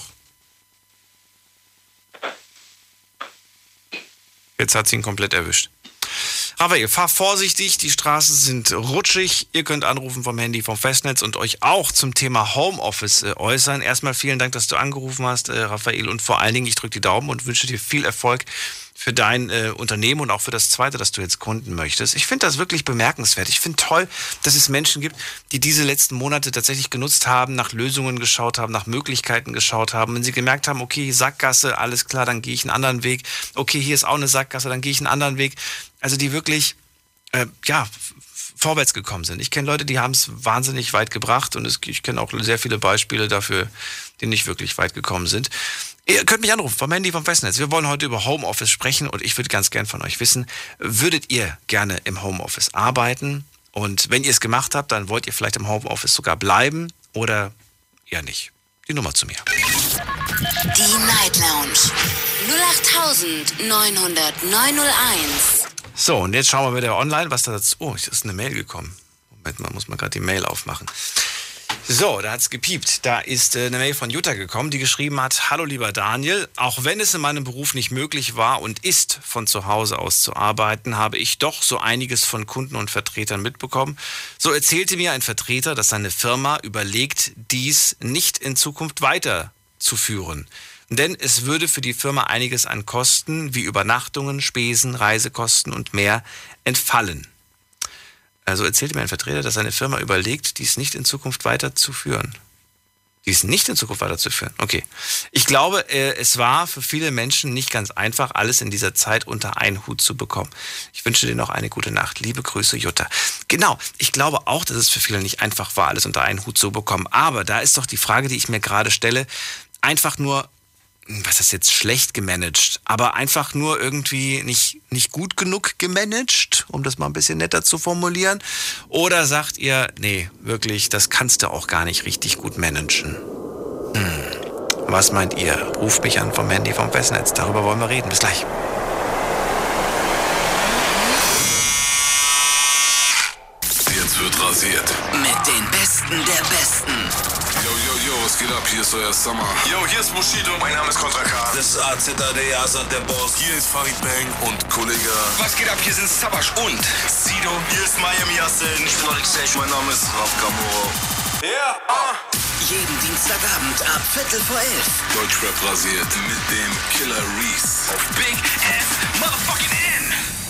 Jetzt hat sie ihn komplett erwischt. Raphael, fahr vorsichtig, die Straßen sind rutschig. Ihr könnt anrufen vom Handy, vom Festnetz und euch auch zum Thema Homeoffice äh, äußern. Erstmal vielen Dank, dass du angerufen hast, äh, Raphael. Und vor allen Dingen, ich drücke die Daumen und wünsche dir viel Erfolg für dein äh, Unternehmen und auch für das zweite, das du jetzt gründen möchtest. Ich finde das wirklich bemerkenswert. Ich finde toll, dass es Menschen gibt, die diese letzten Monate tatsächlich genutzt haben, nach Lösungen geschaut haben, nach Möglichkeiten geschaut haben. Wenn sie gemerkt haben, okay, Sackgasse, alles klar, dann gehe ich einen anderen Weg. Okay, hier ist auch eine Sackgasse, dann gehe ich einen anderen Weg. Also die wirklich, äh, ja, f- vorwärts gekommen sind. Ich kenne Leute, die haben es wahnsinnig weit gebracht und es, ich kenne auch sehr viele Beispiele dafür, die nicht wirklich weit gekommen sind. Ihr könnt mich anrufen vom Handy, vom Festnetz. Wir wollen heute über Homeoffice sprechen und ich würde ganz gern von euch wissen, würdet ihr gerne im Homeoffice arbeiten? Und wenn ihr es gemacht habt, dann wollt ihr vielleicht im Homeoffice sogar bleiben oder eher nicht? Die Nummer zu mir. Die Night Lounge null acht neun null null neun null eins. So, und jetzt schauen wir wieder online, was da dazu... Oh, es ist eine Mail gekommen. Moment mal, muss man gerade die Mail aufmachen. So, da hat's gepiept. Da ist äh, eine Mail von Jutta gekommen, die geschrieben hat: Hallo lieber Daniel, auch wenn es in meinem Beruf nicht möglich war und ist, von zu Hause aus zu arbeiten, habe ich doch so einiges von Kunden und Vertretern mitbekommen. So erzählte mir ein Vertreter, dass seine Firma überlegt, dies nicht in Zukunft weiterzuführen. Denn es würde für die Firma einiges an Kosten wie Übernachtungen, Spesen, Reisekosten und mehr entfallen. Also erzählte mir ein Vertreter, dass seine Firma überlegt, dies nicht in Zukunft weiterzuführen. Dies nicht in Zukunft weiterzuführen. Okay. Ich glaube, es war für viele Menschen nicht ganz einfach, alles in dieser Zeit unter einen Hut zu bekommen. Ich wünsche dir noch eine gute Nacht. Liebe Grüße, Jutta. Genau, ich glaube auch, dass es für viele nicht einfach war, alles unter einen Hut zu bekommen. Aber da ist doch die Frage, die ich mir gerade stelle, einfach nur, was ist jetzt schlecht gemanagt, aber einfach nur irgendwie nicht, nicht gut genug gemanagt, um das mal ein bisschen netter zu formulieren? Oder sagt ihr, nee, wirklich, das kannst du auch gar nicht richtig gut managen? Hm. Was meint ihr? Ruft mich an vom Handy, vom Festnetz. Darüber wollen wir reden. Bis gleich. Jetzt wird rasiert. Mit den Besten der Besten. Yo, yo, yo, was geht ab? Hier ist euer Summer. Yo, hier ist Bushido. Mein Name ist Contra K. Das ist A Z A D, Asad der Boss. Hier ist Farid Bang und Kollege. Was geht ab? Hier sind Sabash und Sido. Hier ist Miami Yassin. Ich bin Alexei. Mein Name ist Raf Kamoro. Ja, yeah. ah. Jeden Dienstagabend ab Viertel vor elf. Deutschrap rasiert mit dem Killer Reese. Auf Big F Motherfucking N.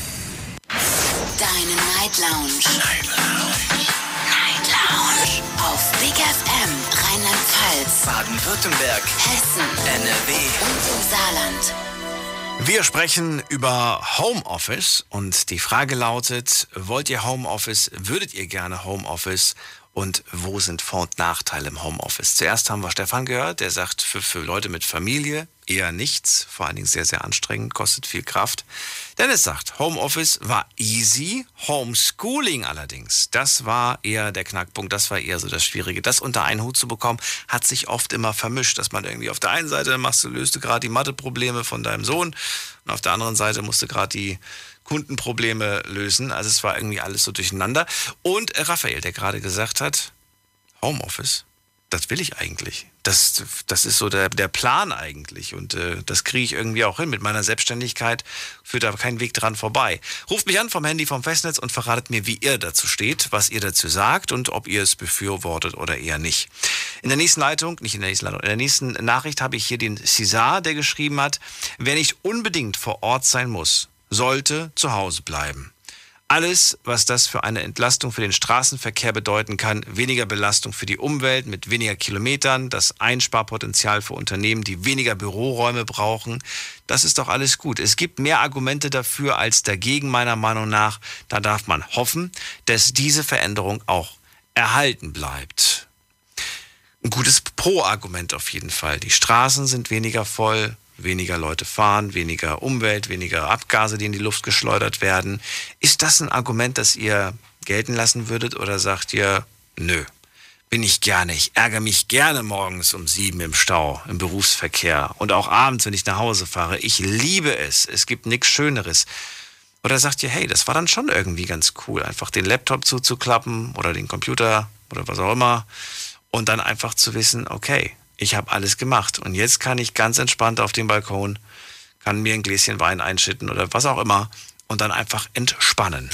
Deine Night Lounge. Night Lounge. Night Lounge. Auf Big F M Rheinland-Pfalz, Baden-Württemberg. Hessen N R W. und im Saarland. Wir sprechen über Homeoffice und die Frage lautet, wollt ihr Homeoffice, würdet ihr gerne Homeoffice und wo sind Vor- und Nachteile im Homeoffice? Zuerst haben wir Stefan gehört, der sagt, für, für Leute mit Familie eher nichts, vor allen Dingen sehr, sehr anstrengend, kostet viel Kraft. Dennis sagt, Homeoffice war easy, Homeschooling allerdings, das war eher der Knackpunkt, das war eher so das Schwierige. Das unter einen Hut zu bekommen, hat sich oft immer vermischt, dass man irgendwie auf der einen Seite machst du, löst du gerade die Matheprobleme von deinem Sohn und auf der anderen Seite musst du gerade die Kundenprobleme lösen. Also es war irgendwie alles so durcheinander. Und Raphael, der gerade gesagt hat, Homeoffice, das will ich eigentlich. Das, das ist so der, der Plan eigentlich. Und äh, das kriege ich irgendwie auch hin. Mit meiner Selbstständigkeit führt da kein Weg dran vorbei. Ruft mich an vom Handy, vom Festnetz und verratet mir, wie ihr dazu steht, was ihr dazu sagt und ob ihr es befürwortet oder eher nicht. In der nächsten Leitung, nicht in der nächsten Leitung, in der nächsten Nachricht habe ich hier den Cesar, der geschrieben hat, wer nicht unbedingt vor Ort sein muss, sollte zu Hause bleiben. Alles, was das für eine Entlastung für den Straßenverkehr bedeuten kann, weniger Belastung für die Umwelt mit weniger Kilometern, das Einsparpotenzial für Unternehmen, die weniger Büroräume brauchen, das ist doch alles gut. Es gibt mehr Argumente dafür als dagegen, meiner Meinung nach. Da darf man hoffen, dass diese Veränderung auch erhalten bleibt. Ein gutes Pro-Argument auf jeden Fall. Die Straßen sind weniger voll. Weniger Leute fahren, weniger Umwelt, weniger Abgase, die in die Luft geschleudert werden. Ist das ein Argument, das ihr gelten lassen würdet oder sagt ihr, nö, bin ich gerne, ich ärgere mich gerne morgens um sieben im Stau, im Berufsverkehr und auch abends, wenn ich nach Hause fahre. Ich liebe es, es gibt nichts Schöneres. Oder sagt ihr, hey, das war dann schon irgendwie ganz cool, einfach den Laptop zuzuklappen oder den Computer oder was auch immer und dann einfach zu wissen, okay, ich habe alles gemacht und jetzt kann ich ganz entspannt auf dem Balkon, kann mir ein Gläschen Wein einschütten oder was auch immer und dann einfach entspannen.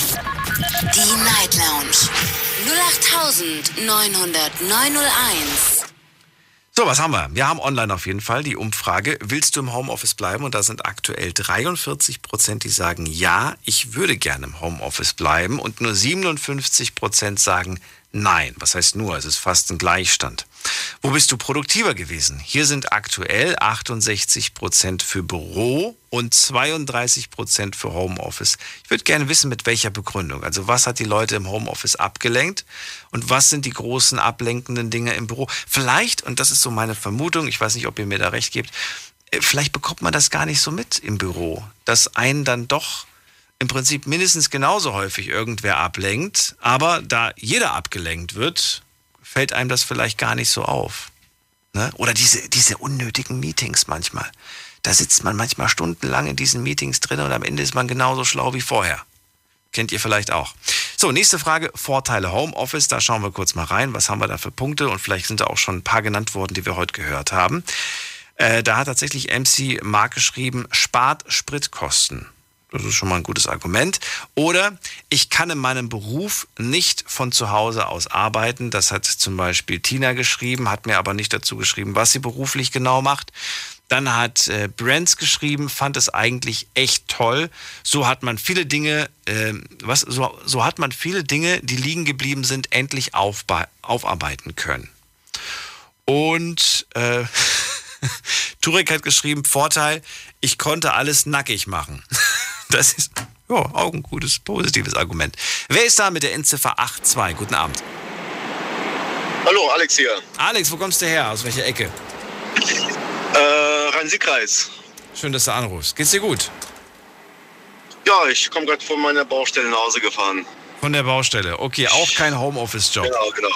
Die Night Lounge null acht neun null null neun null eins. So, was haben wir? Wir haben online auf jeden Fall die Umfrage, willst du im Homeoffice bleiben? Und da sind aktuell dreiundvierzig Prozent, die sagen, ja, ich würde gerne im Homeoffice bleiben und nur siebenundfünfzig Prozent sagen, nein. Was heißt nur? Es ist fast ein Gleichstand. Wo bist du produktiver gewesen? Hier sind aktuell achtundsechzig Prozent für Büro und zweiunddreißig Prozent für Homeoffice. Ich würde gerne wissen, mit welcher Begründung. Also was hat die Leute im Homeoffice abgelenkt und was sind die großen ablenkenden Dinge im Büro? Vielleicht, und das ist so meine Vermutung, ich weiß nicht, ob ihr mir da recht gebt, vielleicht bekommt man das gar nicht so mit im Büro, dass einen dann doch im Prinzip mindestens genauso häufig irgendwer ablenkt, aber da jeder abgelenkt wird, fällt einem das vielleicht gar nicht so auf. Ne? Oder diese, diese unnötigen Meetings manchmal. Da sitzt man manchmal stundenlang in diesen Meetings drin und am Ende ist man genauso schlau wie vorher. Kennt ihr vielleicht auch. So, nächste Frage, Vorteile Homeoffice. Da schauen wir kurz mal rein. Was haben wir da für Punkte? Und vielleicht sind da auch schon ein paar genannt worden, die wir heute gehört haben. Äh, da hat tatsächlich M C Mark geschrieben, spart Spritkosten. Das ist schon mal ein gutes Argument. Oder ich kann in meinem Beruf nicht von zu Hause aus arbeiten. Das hat zum Beispiel Tina geschrieben, hat mir aber nicht dazu geschrieben, was sie beruflich genau macht. Dann hat äh, Brands geschrieben, fand es eigentlich echt toll. So hat man viele Dinge, äh, was, so, so hat man viele Dinge, die liegen geblieben sind, endlich aufba- aufarbeiten können. Und äh, Turek hat geschrieben, Vorteil, ich konnte alles nackig machen. Das ist ja, auch ein gutes, positives Argument. Wer ist da mit der Endziffer acht zwei? Guten Abend. Hallo, Alex hier. Alex, wo kommst du her? Aus welcher Ecke? Äh, Rhein-Sieg-Kreis. Schön, dass du anrufst. Geht's dir gut? Ja, ich komme gerade von meiner Baustelle nach Hause gefahren. Von der Baustelle. Okay, auch kein Homeoffice-Job. Genau, genau.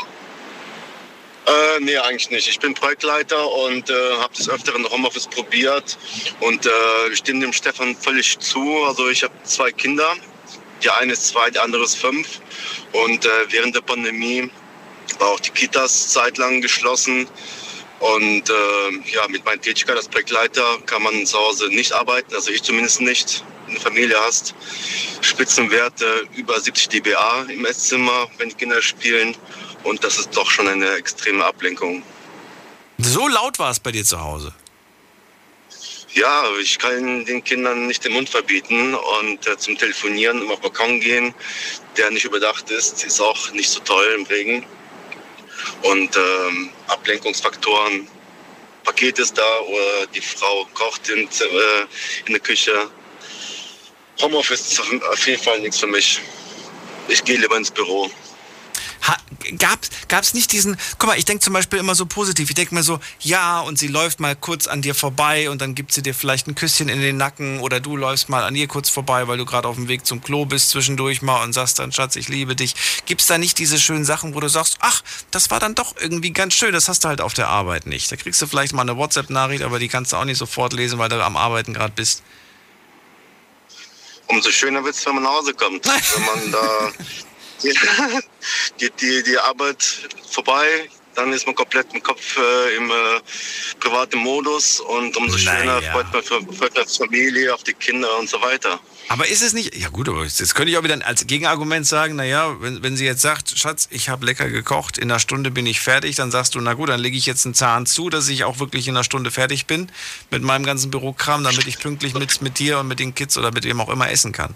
Äh, nee, eigentlich nicht. Ich bin Projektleiter und äh, habe des Öfteren Homeoffice probiert und äh, ich stimme dem Stefan völlig zu. Also ich habe zwei Kinder. Die eine ist zwei, die andere ist fünf. Und äh, während der Pandemie war auch die Kitas zeitlang geschlossen. Und äh, ja, mit meiner Tätigkeit als Projektleiter kann man zu Hause nicht arbeiten, also ich zumindest nicht. Wenn du eine Familie hast, Spitzenwerte über siebzig dBA im Esszimmer, wenn die Kinder spielen. Und das ist doch schon eine extreme Ablenkung. So laut war es bei dir zu Hause? Ja, ich kann den Kindern nicht den Mund verbieten und äh, zum Telefonieren immer auf den Balkon gehen, der nicht überdacht ist, ist auch nicht so toll im Regen. Und ähm, Ablenkungsfaktoren, Paket ist da oder die Frau kocht in, äh, in der Küche. Homeoffice ist auf jeden Fall nichts für mich. Ich gehe lieber ins Büro. Ha, gab gab's nicht diesen, guck mal, ich denke zum Beispiel immer so positiv, ich denke mir so, ja, und sie läuft mal kurz an dir vorbei und dann gibt sie dir vielleicht ein Küsschen in den Nacken oder du läufst mal an ihr kurz vorbei, weil du gerade auf dem Weg zum Klo bist zwischendurch mal und sagst dann, Schatz, ich liebe dich. Gibt's da nicht diese schönen Sachen, wo du sagst, ach, das war dann doch irgendwie ganz schön, das hast du halt auf der Arbeit nicht. Da kriegst du vielleicht mal eine WhatsApp-Nachricht, aber die kannst du auch nicht sofort lesen, weil du am Arbeiten gerade bist. Umso schöner wird es, wenn man nach Hause kommt, wenn man da... Die, die, die Arbeit vorbei, dann ist man komplett im Kopf äh, im äh, privaten Modus und umso schöner Naja. freut man für, freut man auf die Familie, auf die Kinder und so weiter. Aber ist es nicht, ja gut, aber jetzt könnte ich auch wieder als Gegenargument sagen, naja, wenn, wenn sie jetzt sagt, Schatz, ich habe lecker gekocht, in einer Stunde bin ich fertig, dann sagst du, na gut, dann lege ich jetzt einen Zahn zu, dass ich auch wirklich in einer Stunde fertig bin mit meinem ganzen Bürokram, damit ich pünktlich mit, mit dir und mit den Kids oder mit wem auch immer essen kann.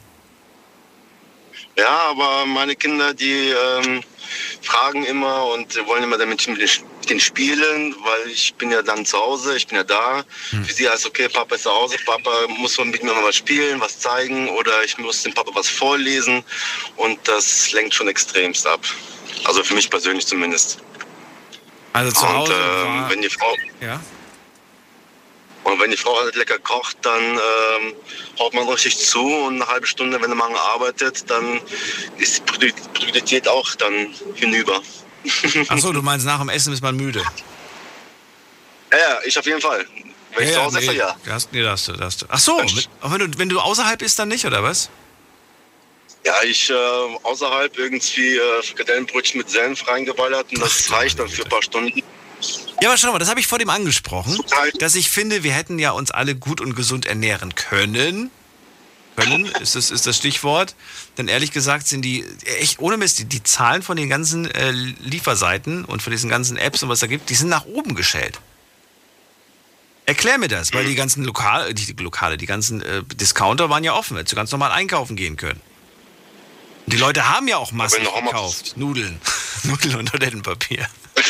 Ja, aber meine Kinder, die ähm, fragen immer und wollen immer damit mit den spielen, weil ich bin ja dann zu Hause, ich bin ja da. Hm. Für sie heißt okay, Papa ist zu Hause, Papa muss mit mir mal was spielen, was zeigen oder ich muss dem Papa was vorlesen und das lenkt schon extremst ab. Also für mich persönlich zumindest. Also zu Hause und, äh, war, wenn die Frau ja? Und wenn die Frau halt lecker kocht, dann ähm, haut man richtig zu und eine halbe Stunde, wenn der Mann arbeitet, dann ist die Produktivität auch dann hinüber. Achso, du meinst, nach dem Essen ist man müde? Ja, ja, ich auf jeden Fall. Wenn ja, ich zu Hause nee, esse, ja. Da hast, nee, da hast du, da hast du. Achso, mit, wenn du, wenn du außerhalb isst, dann nicht, oder was? Ja, ich äh, außerhalb irgendwie äh, Frikadellenbrötchen mit Senf reingeballert und das Ach, reicht dann für ein paar Stunden. Ja, aber schau mal, das habe ich vor dem angesprochen, dass ich finde, wir hätten ja uns alle gut und gesund ernähren können. Können ist das, ist das Stichwort. Denn ehrlich gesagt sind die, echt ohne Mist, die, die Zahlen von den ganzen äh, Lieferseiten und von diesen ganzen Apps und was da gibt, die sind nach oben geschält. Erklär mir das, weil die ganzen Lokale, die, die Lokale, die ganzen äh, Discounter waren ja offen, hättest du ganz normal einkaufen gehen können. Und die Leute haben ja auch massig gekauft. Nudeln. Nudeln und Toilettenpapier.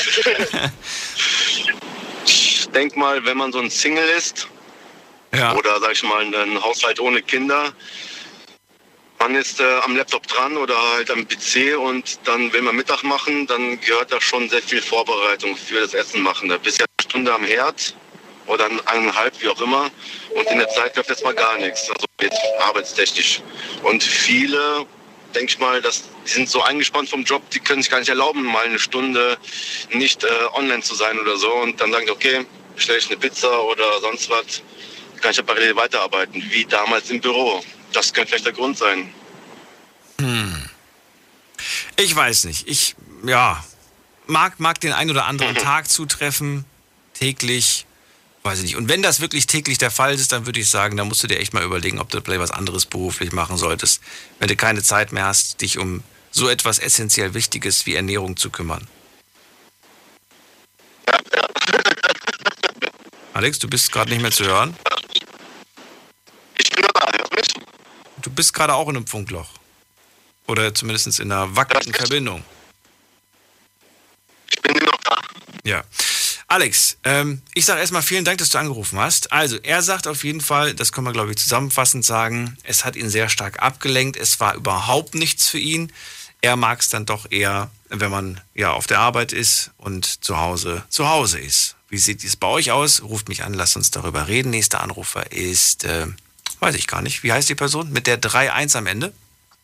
Ich denke mal, wenn man so ein Single ist, ja. oder sag ich mal ein Haushalt ohne Kinder, man ist äh, am Laptop dran oder halt am P C und dann will man Mittag machen, dann gehört da schon sehr viel Vorbereitung für das Essen machen. Da bist du ja eine Stunde am Herd oder eineinhalb, wie auch immer, und in der Zeit läuft jetzt mal gar nichts, also jetzt arbeitstechnisch. Und viele, denke ich mal, dass die sind so eingespannt vom Job, die können sich gar nicht erlauben, mal eine Stunde nicht äh, online zu sein oder so. Und dann sagen die, okay, bestelle ich eine Pizza oder sonst was, kann ich ja parallel weiterarbeiten, wie damals im Büro. Das könnte vielleicht der Grund sein. Hm. Ich weiß nicht. Ich, ja, mag, mag den einen oder anderen mhm. Tag zutreffen, täglich. Weiß ich nicht. Und wenn das wirklich täglich der Fall ist, dann würde ich sagen, dann musst du dir echt mal überlegen, ob du vielleicht was anderes beruflich machen solltest, wenn du keine Zeit mehr hast, dich um so etwas essentiell Wichtiges wie Ernährung zu kümmern. Ja, ja. Alex, du bist gerade nicht mehr zu hören. Ich bin da, hörst du mich? Du bist gerade auch in einem Funkloch. Oder zumindest in einer wackelnden Verbindung. Ich bin noch da. Ja. Alex, ähm, ich sage erstmal vielen Dank, dass du angerufen hast. Also, er sagt auf jeden Fall, das können wir, glaube ich, zusammenfassend sagen, es hat ihn sehr stark abgelenkt, es war überhaupt nichts für ihn. Er mag es dann doch eher, wenn man ja auf der Arbeit ist und zu Hause zu Hause ist. Wie sieht es bei euch aus? Ruft mich an, lasst uns darüber reden. Nächster Anrufer ist, äh, weiß ich gar nicht, wie heißt die Person? Mit der drei eins am Ende?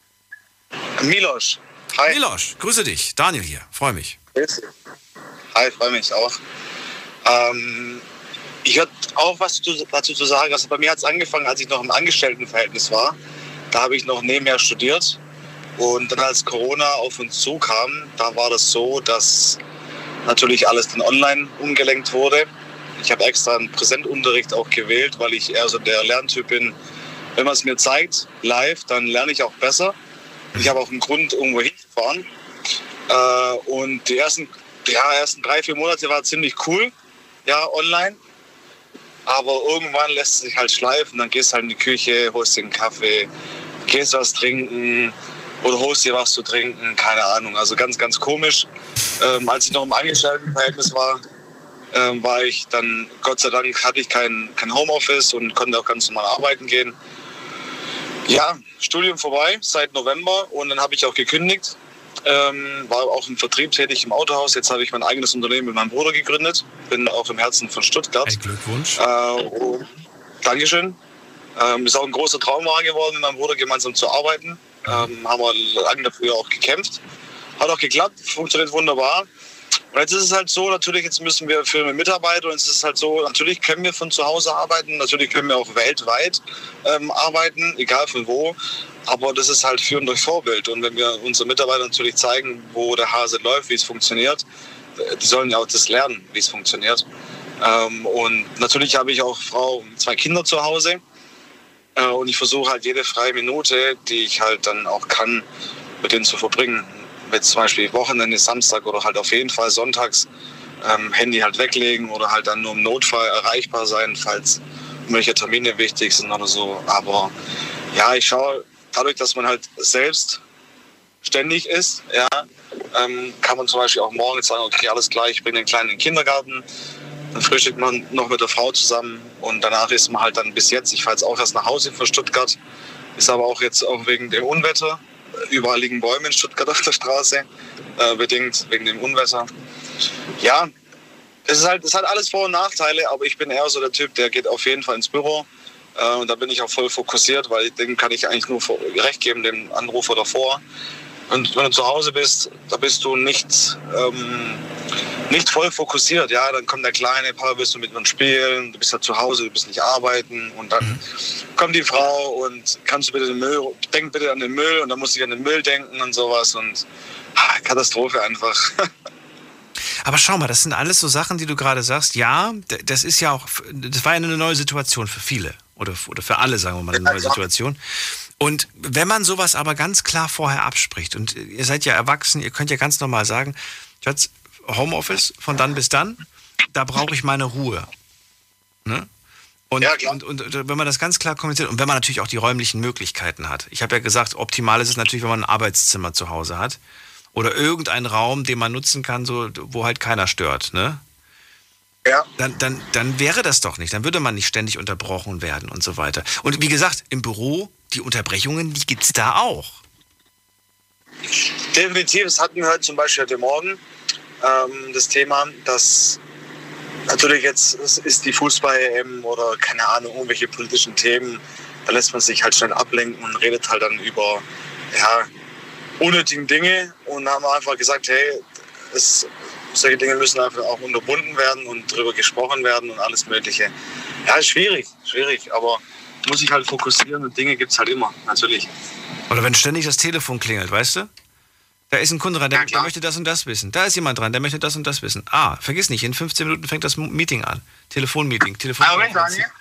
Milosch. Hi. Milosch, grüße dich. Daniel hier, freue mich. Hi, freue mich auch. Ähm, ich würde auch was dazu zu sagen. Also bei mir hat es angefangen, als ich noch im Angestelltenverhältnis war. Da habe ich noch nebenher studiert. Und dann als Corona auf uns zukam, da war das so, dass natürlich alles dann online umgelenkt wurde. Ich habe extra einen Präsentunterricht auch gewählt, weil ich eher so der Lerntyp bin. Wenn man es mir zeigt, live, dann lerne ich auch besser. Ich habe auch einen Grund, irgendwo hinzufahren. Äh, und die ersten, ja, ersten drei, vier Monate war ziemlich cool. Ja, online. Aber irgendwann lässt es sich halt schleifen. Dann gehst du halt in die Küche, holst dir einen Kaffee, gehst was trinken oder holst dir was zu trinken. Keine Ahnung. Also ganz, ganz komisch. Ähm, als ich noch im Angestelltenverhältnis war, ähm, war ich dann, Gott sei Dank, hatte ich kein, kein Homeoffice und konnte auch ganz normal arbeiten gehen. Ja, Studium vorbei seit November und dann habe ich auch gekündigt. Ähm, war auch im Vertrieb tätig im Autohaus. Jetzt habe ich mein eigenes Unternehmen mit meinem Bruder gegründet. Bin auch im Herzen von Stuttgart. Hey, Glückwunsch. Äh, oh, Dankeschön. Ähm, ist auch ein großer Traum wahr geworden, mit meinem Bruder gemeinsam zu arbeiten. Ähm, haben wir lange dafür auch gekämpft. Hat auch geklappt, funktioniert wunderbar. Und jetzt ist es halt so, natürlich, jetzt müssen wir für Mitarbeiter, und jetzt ist es halt so, natürlich können wir von zu Hause arbeiten, natürlich können wir auch weltweit ähm, arbeiten, egal von wo. Aber das ist halt Führen durch Vorbild. Und wenn wir unseren Mitarbeitern natürlich zeigen, wo der Hase läuft, wie es funktioniert, die sollen ja auch das lernen, wie es funktioniert. Ähm, und natürlich habe ich auch Frau und zwei Kinder zu Hause. Äh, und ich versuche halt jede freie Minute, die ich halt dann auch kann, mit denen zu verbringen. Mit zum Beispiel Wochenende, Samstag oder halt auf jeden Fall sonntags ähm, Handy halt weglegen oder halt dann nur im Notfall erreichbar sein, falls irgendwelche Termine wichtig sind oder so. Aber ja, ich schaue, dadurch, dass man halt selbst ständig ist, ja, ähm, kann man zum Beispiel auch morgens sagen, okay, alles klar, ich bringe den Kleinen in den Kindergarten, dann frühstückt man noch mit der Frau zusammen und danach ist man halt dann bis jetzt, ich fahre jetzt auch erst nach Hause von Stuttgart, ist aber auch jetzt auch wegen dem Unwetter, überall liegen Bäume in Stuttgart auf der Straße, äh, bedingt wegen dem Unwetter. Ja, es ist halt, es hat alles Vor- und Nachteile, aber ich bin eher so der Typ, der geht auf jeden Fall ins Büro äh, und da bin ich auch voll fokussiert, weil dem kann ich eigentlich nur recht geben, dem Anrufer davor. Und wenn du zu Hause bist, da bist du nicht, ähm, nicht voll fokussiert. Ja, dann kommt der Kleine, Papa, willst du mit mir spielen? Du bist ja zu Hause, du bist nicht arbeiten. Und dann kommt die Frau und kannst du bitte den Müll, denk bitte an den Müll. Und dann muss ich an den Müll denken und sowas. Und ah, Katastrophe einfach. Aber schau mal, das sind alles so Sachen, die du gerade sagst. Ja, das ist ja auch, das war ja eine neue Situation für viele. Oder, oder für alle, sagen wir mal, eine neue Situation. Und wenn man sowas aber ganz klar vorher abspricht und ihr seid ja erwachsen, ihr könnt ja ganz normal sagen, Schatz, Homeoffice von dann bis dann, da brauche ich meine Ruhe. Ne? Und, ja, klar. Und, und, und wenn man das ganz klar kommuniziert und wenn man natürlich auch die räumlichen Möglichkeiten hat. Ich habe ja gesagt, optimal ist es natürlich, wenn man ein Arbeitszimmer zu Hause hat oder irgendeinen Raum, den man nutzen kann, so, wo halt keiner stört. Ne? Ja. Dann, dann, dann wäre das doch nicht. Dann würde man nicht ständig unterbrochen werden und so weiter. Und wie gesagt, im Büro, die Unterbrechungen, die gibt es da auch. Definitiv, das hatten wir heute zum Beispiel heute Morgen, ähm, das Thema, dass natürlich jetzt ist die Fußball-E M oder keine Ahnung, irgendwelche politischen Themen, da lässt man sich halt schnell ablenken und redet halt dann über ja, unnötige Dinge und haben einfach gesagt, hey, es, solche Dinge müssen einfach auch unterbunden werden und darüber gesprochen werden und alles Mögliche. Ja, ist schwierig, schwierig, aber muss ich halt fokussieren und Dinge gibt es halt immer, natürlich. Oder wenn ständig das Telefon klingelt, weißt du? Da ist ein Kunde dran, der, Ja, der möchte das und das wissen. Da ist jemand dran, der möchte das und das wissen. Ah, vergiss nicht, in fünfzehn Minuten fängt das Meeting an. Telefonmeeting, Telefonkonferenz. Aber Daniel,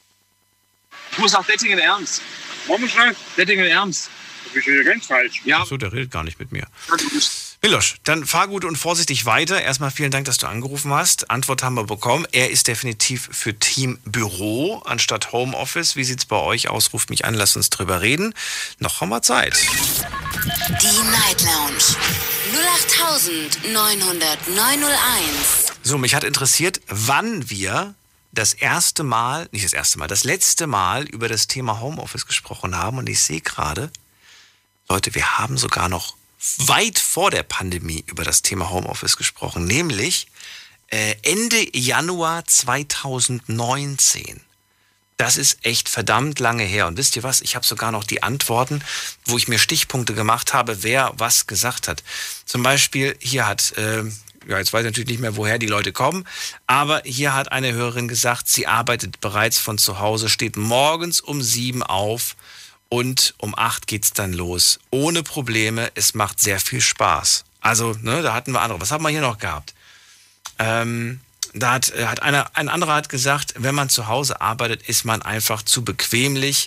ich muss nach Dettingen Ernst. Warum schnell? Dettingen Ernst. Das ist wieder ganz falsch. Ja. Achso, der redet gar nicht mit mir. Milosch, dann fahr gut und vorsichtig weiter. Erstmal vielen Dank, dass du angerufen hast. Antwort haben wir bekommen. Er ist definitiv für Team Büro anstatt Homeoffice. Wie sieht's bei euch aus? Ruft mich an, lasst uns drüber reden. Noch haben wir Zeit. Die Night Lounge null acht neun null null neun null eins. So, mich hat interessiert, wann wir das erste Mal, nicht das erste Mal, das letzte Mal über das Thema Homeoffice gesprochen haben. Und ich sehe gerade, Leute, wir haben sogar noch weit vor der Pandemie über das Thema Homeoffice gesprochen, nämlich äh, Ende Januar zweitausendneunzehn. Das ist echt verdammt lange her. Und wisst ihr was? Ich habe sogar noch die Antworten, wo ich mir Stichpunkte gemacht habe, wer was gesagt hat. Zum Beispiel, hier hat, äh, ja, jetzt weiß ich natürlich nicht mehr, woher die Leute kommen, aber hier hat eine Hörerin gesagt, sie arbeitet bereits von zu Hause, steht morgens um sieben auf und um acht geht's dann los. Ohne Probleme, es macht sehr viel Spaß. Also, ne, da hatten wir andere. Was haben wir hier noch gehabt? Ähm, da hat, hat einer, ein anderer hat gesagt, wenn man zu Hause arbeitet, ist man einfach zu bequemlich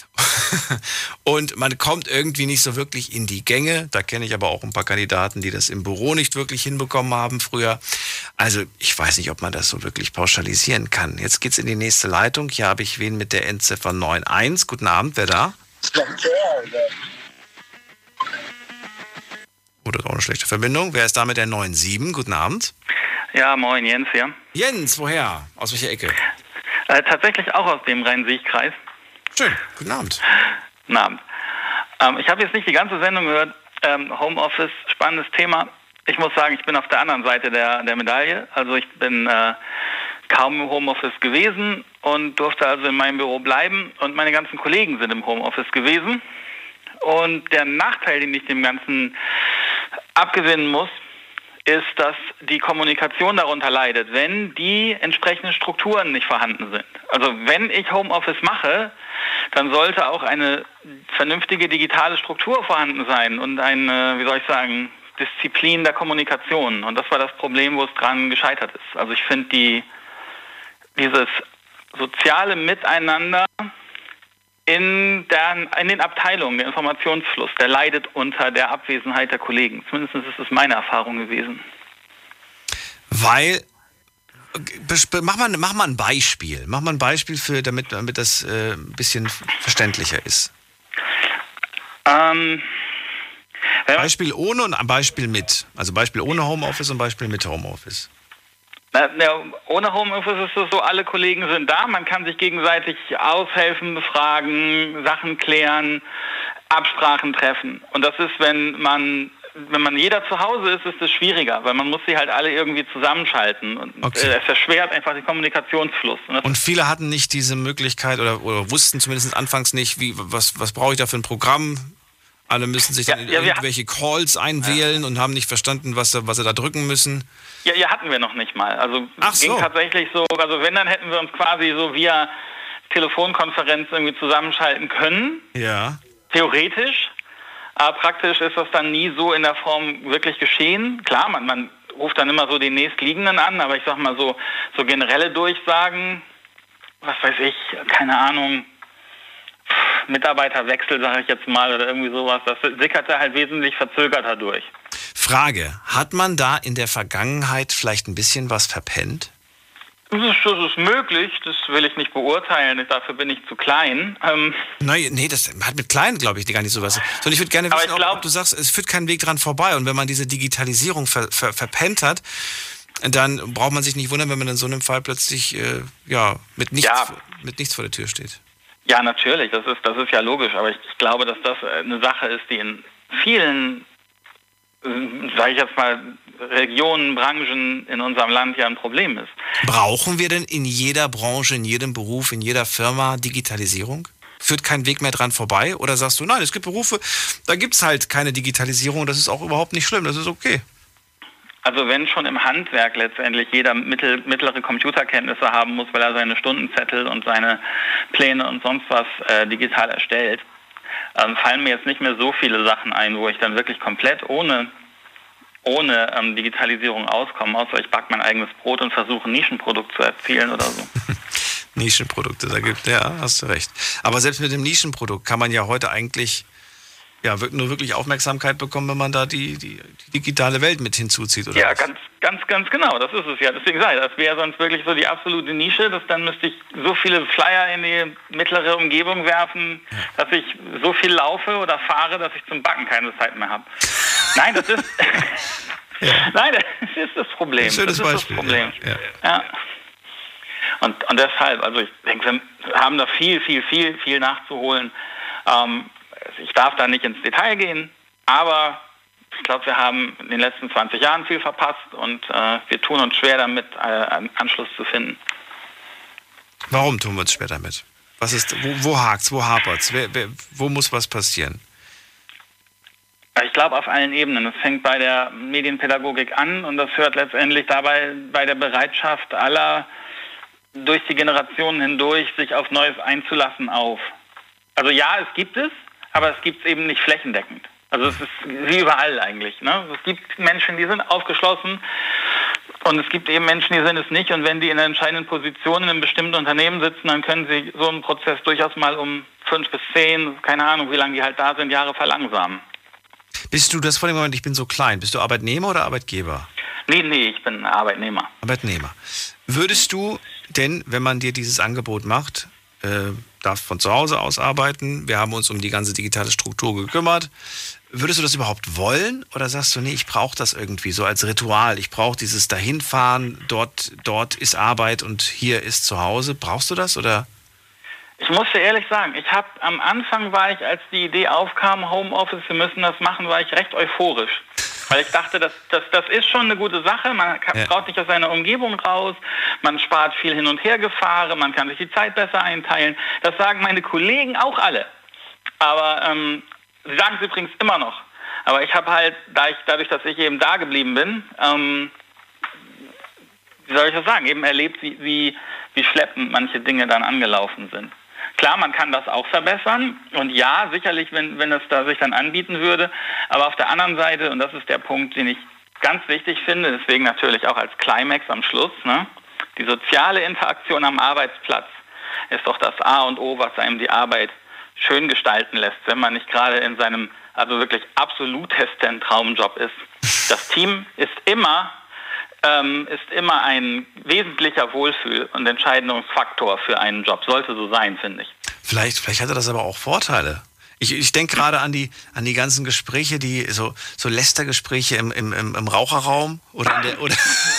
und man kommt irgendwie nicht so wirklich in die Gänge. Da kenne ich aber auch ein paar Kandidaten, die das im Büro nicht wirklich hinbekommen haben früher. Also ich weiß nicht, ob man das so wirklich pauschalisieren kann. Jetzt geht's in die nächste Leitung. Hier habe ich wen mit der Endziffer neun eins. Guten Abend, wer da? Oh, das ist auch eine schlechte Verbindung. Wer ist da mit der neun sieben? Guten Abend. Ja, moin, Jens hier. Jens, woher? Aus welcher Ecke? Äh, tatsächlich auch aus dem Rhein-Sieg-Kreis. Schön, guten Abend. Guten Abend. Ähm, ich habe jetzt nicht die ganze Sendung gehört. Ähm, Homeoffice, spannendes Thema. Ich muss sagen, ich bin auf der anderen Seite der, der Medaille. Also ich bin äh, kaum im Homeoffice gewesen und durfte also in meinem Büro bleiben. Und meine ganzen Kollegen sind im Homeoffice gewesen. Und der Nachteil, den ich dem Ganzen abgewinnen muss, ist, dass die Kommunikation darunter leidet, wenn die entsprechenden Strukturen nicht vorhanden sind. Also wenn ich Homeoffice mache, dann sollte auch eine vernünftige digitale Struktur vorhanden sein und eine, wie soll ich sagen, Disziplin der Kommunikation. Und das war das Problem, wo es dran gescheitert ist. Also ich finde, die, dieses soziale Miteinander in, der, in den Abteilungen, der Informationsfluss, der leidet unter der Abwesenheit der Kollegen. Zumindest ist es meine Erfahrung gewesen. Weil, mach mal, mach mal ein Beispiel. Mach mal ein Beispiel, für, damit, damit das äh, ein bisschen verständlicher ist. Ähm, Beispiel ohne und ein Beispiel mit. Also Beispiel ohne Homeoffice und Beispiel mit Homeoffice. Na, na, ohne Homeoffice ist es so, alle Kollegen sind da, man kann sich gegenseitig aushelfen, befragen, Sachen klären, Absprachen treffen. Und das ist, wenn man, wenn man jeder zu Hause ist, ist es schwieriger, weil man muss sie halt alle irgendwie zusammenschalten. Und okay. äh, es erschwert einfach den Kommunikationsfluss. Und, und viele hatten nicht diese Möglichkeit oder, oder wussten zumindest anfangs nicht, wie, was, was brauche ich da für ein Programm? Alle müssen sich dann ja, in ja, irgendwelche Calls einwählen ja. und haben nicht verstanden, was, was sie da drücken müssen. Ja, ja, hatten wir noch nicht mal. Also Ach ging so. tatsächlich so, also wenn, dann hätten wir uns quasi so via Telefonkonferenz irgendwie zusammenschalten können. Ja. Theoretisch. Aber praktisch ist das dann nie so in der Form wirklich geschehen. Klar, man, man ruft dann immer so den Nächstliegenden an, aber ich sag mal so, so generelle Durchsagen, was weiß ich, keine Ahnung, Mitarbeiterwechsel, sage ich jetzt mal, oder irgendwie sowas, das sickerte halt wesentlich verzögerter durch. Frage, hat man da in der Vergangenheit vielleicht ein bisschen was verpennt? Das ist, das ist möglich, das will ich nicht beurteilen, dafür bin ich zu klein. Ähm Nein, nee, das hat mit klein, glaube ich, gar nicht so was. Sondern ich würde gerne wissen, ich glaub, ob du sagst, es führt kein Weg dran vorbei. Und wenn man diese Digitalisierung ver, ver, verpennt hat, dann braucht man sich nicht wundern, wenn man in so einem Fall plötzlich äh, ja, mit, nichts, ja. mit nichts vor der Tür steht. Ja, natürlich, das ist, das ist ja logisch, aber ich, ich glaube, dass das eine Sache ist, die in vielen, sage ich jetzt mal, Regionen, Branchen in unserem Land ja ein Problem ist. Brauchen wir denn in jeder Branche, in jedem Beruf, in jeder Firma Digitalisierung? Führt kein Weg mehr dran vorbei? Oder sagst du, nein, es gibt Berufe, da gibt es halt keine Digitalisierung und das ist auch überhaupt nicht schlimm, das ist okay? Also wenn schon im Handwerk letztendlich jeder mittel, mittlere Computerkenntnisse haben muss, weil er seine Stundenzettel und seine Pläne und sonst was äh, digital erstellt, ähm, fallen mir jetzt nicht mehr so viele Sachen ein, wo ich dann wirklich komplett ohne, ohne ähm, Digitalisierung auskomme, außer ich backe mein eigenes Brot und versuche ein Nischenprodukt zu erzielen oder so. Nischenprodukte, da gibt ja, hast du recht. Aber selbst mit dem Nischenprodukt kann man ja heute eigentlich ja, nur wirklich Aufmerksamkeit bekommen, wenn man da die, die, die digitale Welt mit hinzuzieht, oder? Ja, was? ganz, ganz, ganz genau, das ist es ja. Deswegen sage ich, das wäre sonst wirklich so die absolute Nische, dass dann müsste ich so viele Flyer in die mittlere Umgebung werfen, ja. dass ich so viel laufe oder fahre, dass ich zum Backen keine Zeit mehr habe. Nein, das ist ja. Nein, das ist das Problem. Ein schönes das ist Beispiel. Das Problem. Ja. Ja. Und, und deshalb, also ich denke, wir haben da viel, viel, viel, viel nachzuholen. Ähm, Ich darf da nicht ins Detail gehen, aber ich glaube, wir haben in den letzten zwanzig Jahren viel verpasst und äh, wir tun uns schwer damit, äh, einen Anschluss zu finden. Warum tun wir uns schwer damit? Was ist, wo, wo hakt's, wo hapert's? Wer, wer, wo muss was passieren? Ich glaube, auf allen Ebenen. Es fängt bei der Medienpädagogik an und das hört letztendlich dabei bei der Bereitschaft aller durch die Generationen hindurch, sich auf Neues einzulassen, auf. Also ja, es gibt es, aber es gibt es eben nicht flächendeckend. Also es ist wie überall eigentlich. Ne? Es gibt Menschen, die sind aufgeschlossen und es gibt eben Menschen, die sind es nicht. Und wenn die in einer entscheidenden Position in einem bestimmten Unternehmen sitzen, dann können sie so einen Prozess durchaus mal um fünf bis zehn, keine Ahnung, wie lange die halt da sind, Jahre verlangsamen. Bist du das vor dem Moment, ich bin so klein, bist du Arbeitnehmer oder Arbeitgeber? Nee, nee, ich bin Arbeitnehmer. Arbeitnehmer. Würdest du denn, wenn man dir dieses Angebot macht, äh, darfst von zu Hause aus arbeiten, wir haben uns um die ganze digitale Struktur gekümmert, würdest du das überhaupt wollen oder sagst du, nee, ich brauche das irgendwie so als Ritual, ich brauche dieses Dahinfahren, dort, dort ist Arbeit und hier ist zu Hause, brauchst du das oder? Ich muss dir ehrlich sagen, ich habe am Anfang war ich, als die Idee aufkam, Homeoffice, wir müssen das machen, war ich recht euphorisch. Weil ich dachte, das, das, das ist schon eine gute Sache, man kann, ja. braucht nicht aus seiner Umgebung raus, man spart viel Hin- und Hergefahre, man kann sich die Zeit besser einteilen. Das sagen meine Kollegen auch alle. Aber ähm, sie sagen es übrigens immer noch. Aber ich habe halt, da ich, dadurch, dass ich eben da geblieben bin, ähm, wie soll ich das sagen, eben erlebt, wie, wie, wie schleppend manche Dinge dann angelaufen sind. Klar, man kann das auch verbessern und ja, sicherlich, wenn, wenn es da sich dann anbieten würde, aber auf der anderen Seite, und das ist der Punkt, den ich ganz wichtig finde, deswegen natürlich auch als Climax am Schluss, ne? Die soziale Interaktion am Arbeitsplatz ist doch das A und O, was einem die Arbeit schön gestalten lässt, wenn man nicht gerade in seinem, also wirklich absolutesten Traumjob ist. Das Team ist immer, ähm, ist immer ein wesentlicher Wohlfühl- und Entscheidungsfaktor für einen Job. Sollte so sein, finde ich. Vielleicht, vielleicht hatte das aber auch Vorteile. Ich, ich denke gerade an die, an die ganzen Gespräche, die so, so Lästergespräche im, im, im, im Raucherraum oder in der, oder,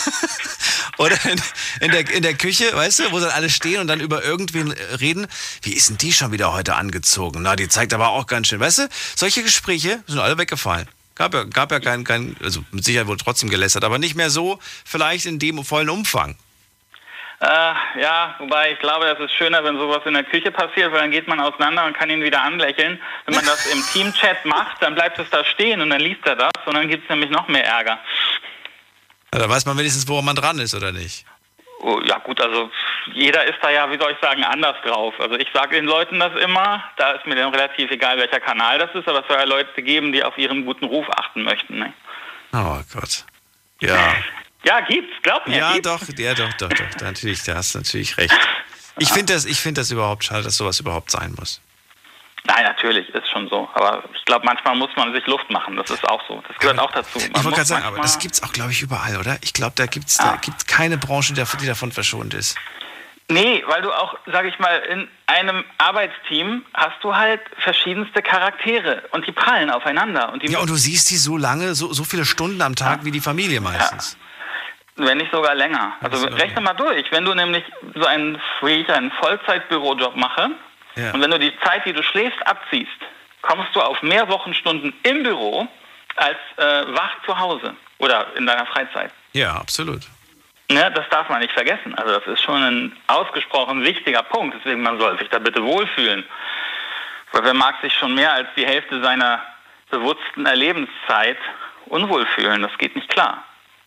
oder in, in, der, in der Küche, weißt du, wo dann alle stehen und dann über irgendwen reden. Wie ist denn die schon wieder heute angezogen? Na, die zeigt aber auch ganz schön, weißt du? Solche Gespräche sind alle weggefallen. Gab ja, gab ja kein, kein, also mit Sicherheit wurde trotzdem gelästert, aber nicht mehr so, vielleicht in dem vollen Umfang. Äh, ja, wobei ich glaube, es ist schöner, wenn sowas in der Küche passiert, weil dann geht man auseinander und kann ihn wieder anlächeln. Wenn man das im Teamchat macht, dann bleibt es da stehen und dann liest er das und dann gibt es nämlich noch mehr Ärger. Ja, da weiß man wenigstens, woran man dran ist, oder nicht? Oh, ja gut, also jeder ist da ja, wie soll ich sagen, anders drauf. Also ich sage den Leuten das immer, da ist mir dann relativ egal, welcher Kanal das ist, aber es soll ja Leute geben, die auf ihren guten Ruf achten möchten. Ne? Oh Gott. Ja. Ja, gibt's, glaub mir. Ja, gibt's. doch, ja, doch, doch, doch. Natürlich, da hast du natürlich recht. Ich finde das, ich finde das überhaupt schade, dass sowas überhaupt sein muss. Nein, natürlich, ist schon so. Aber ich glaube, manchmal muss man sich Luft machen. Das ist auch so. Das gehört aber, auch dazu. Man ich wollte gerade sagen, manchmal, aber das gibt's auch, glaube ich, überall, oder? Ich glaube, da gibt's, ja. da gibt's keine Branche, die davon verschont ist. Nee, weil du auch, sag ich mal, in einem Arbeitsteam hast du halt verschiedenste Charaktere und die prallen aufeinander. Und die ja, und du siehst die so lange, so, so viele Stunden am Tag ja. wie die Familie meistens. Ja. Wenn nicht sogar länger. Also rechne mal durch. Wenn du nämlich so einen, wie ich einen Vollzeitbürojob mache ja. und wenn du die Zeit, die du schläfst, abziehst, kommst du auf mehr Wochenstunden im Büro als äh, wach zu Hause oder in deiner Freizeit. Ja, absolut. Ja, das darf man nicht vergessen. Also das ist schon ein ausgesprochen wichtiger Punkt. Deswegen, man soll sich da bitte wohlfühlen. Weil wer mag sich schon mehr als die Hälfte seiner bewussten Erlebenszeit unwohl fühlen? Das geht nicht klar.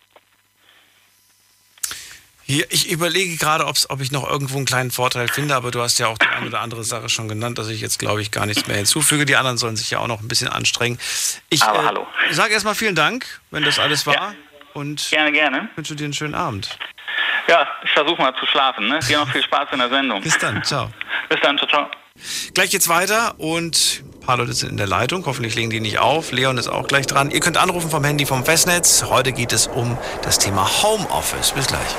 Hier, ich überlege gerade, ob's, ob ich noch irgendwo einen kleinen Vorteil finde, aber du hast ja auch die eine oder andere Sache schon genannt, dass ich jetzt, glaube ich, gar nichts mehr hinzufüge. Die anderen sollen sich ja auch noch ein bisschen anstrengen. Ich aber äh, hallo. sage erstmal vielen Dank, wenn das alles war. Ja. Und gerne, gerne. wünsche dir einen schönen Abend. Ja, ich versuche mal zu schlafen. Ne? Dir noch viel Spaß in der Sendung. Bis dann, ciao. Bis dann, ciao, ciao. Gleich geht's weiter und ein paar Leute sind in der Leitung. Hoffentlich legen die nicht auf. Leon ist auch gleich dran. Ihr könnt anrufen vom Handy vom Festnetz. Heute geht es um das Thema Homeoffice. Bis gleich.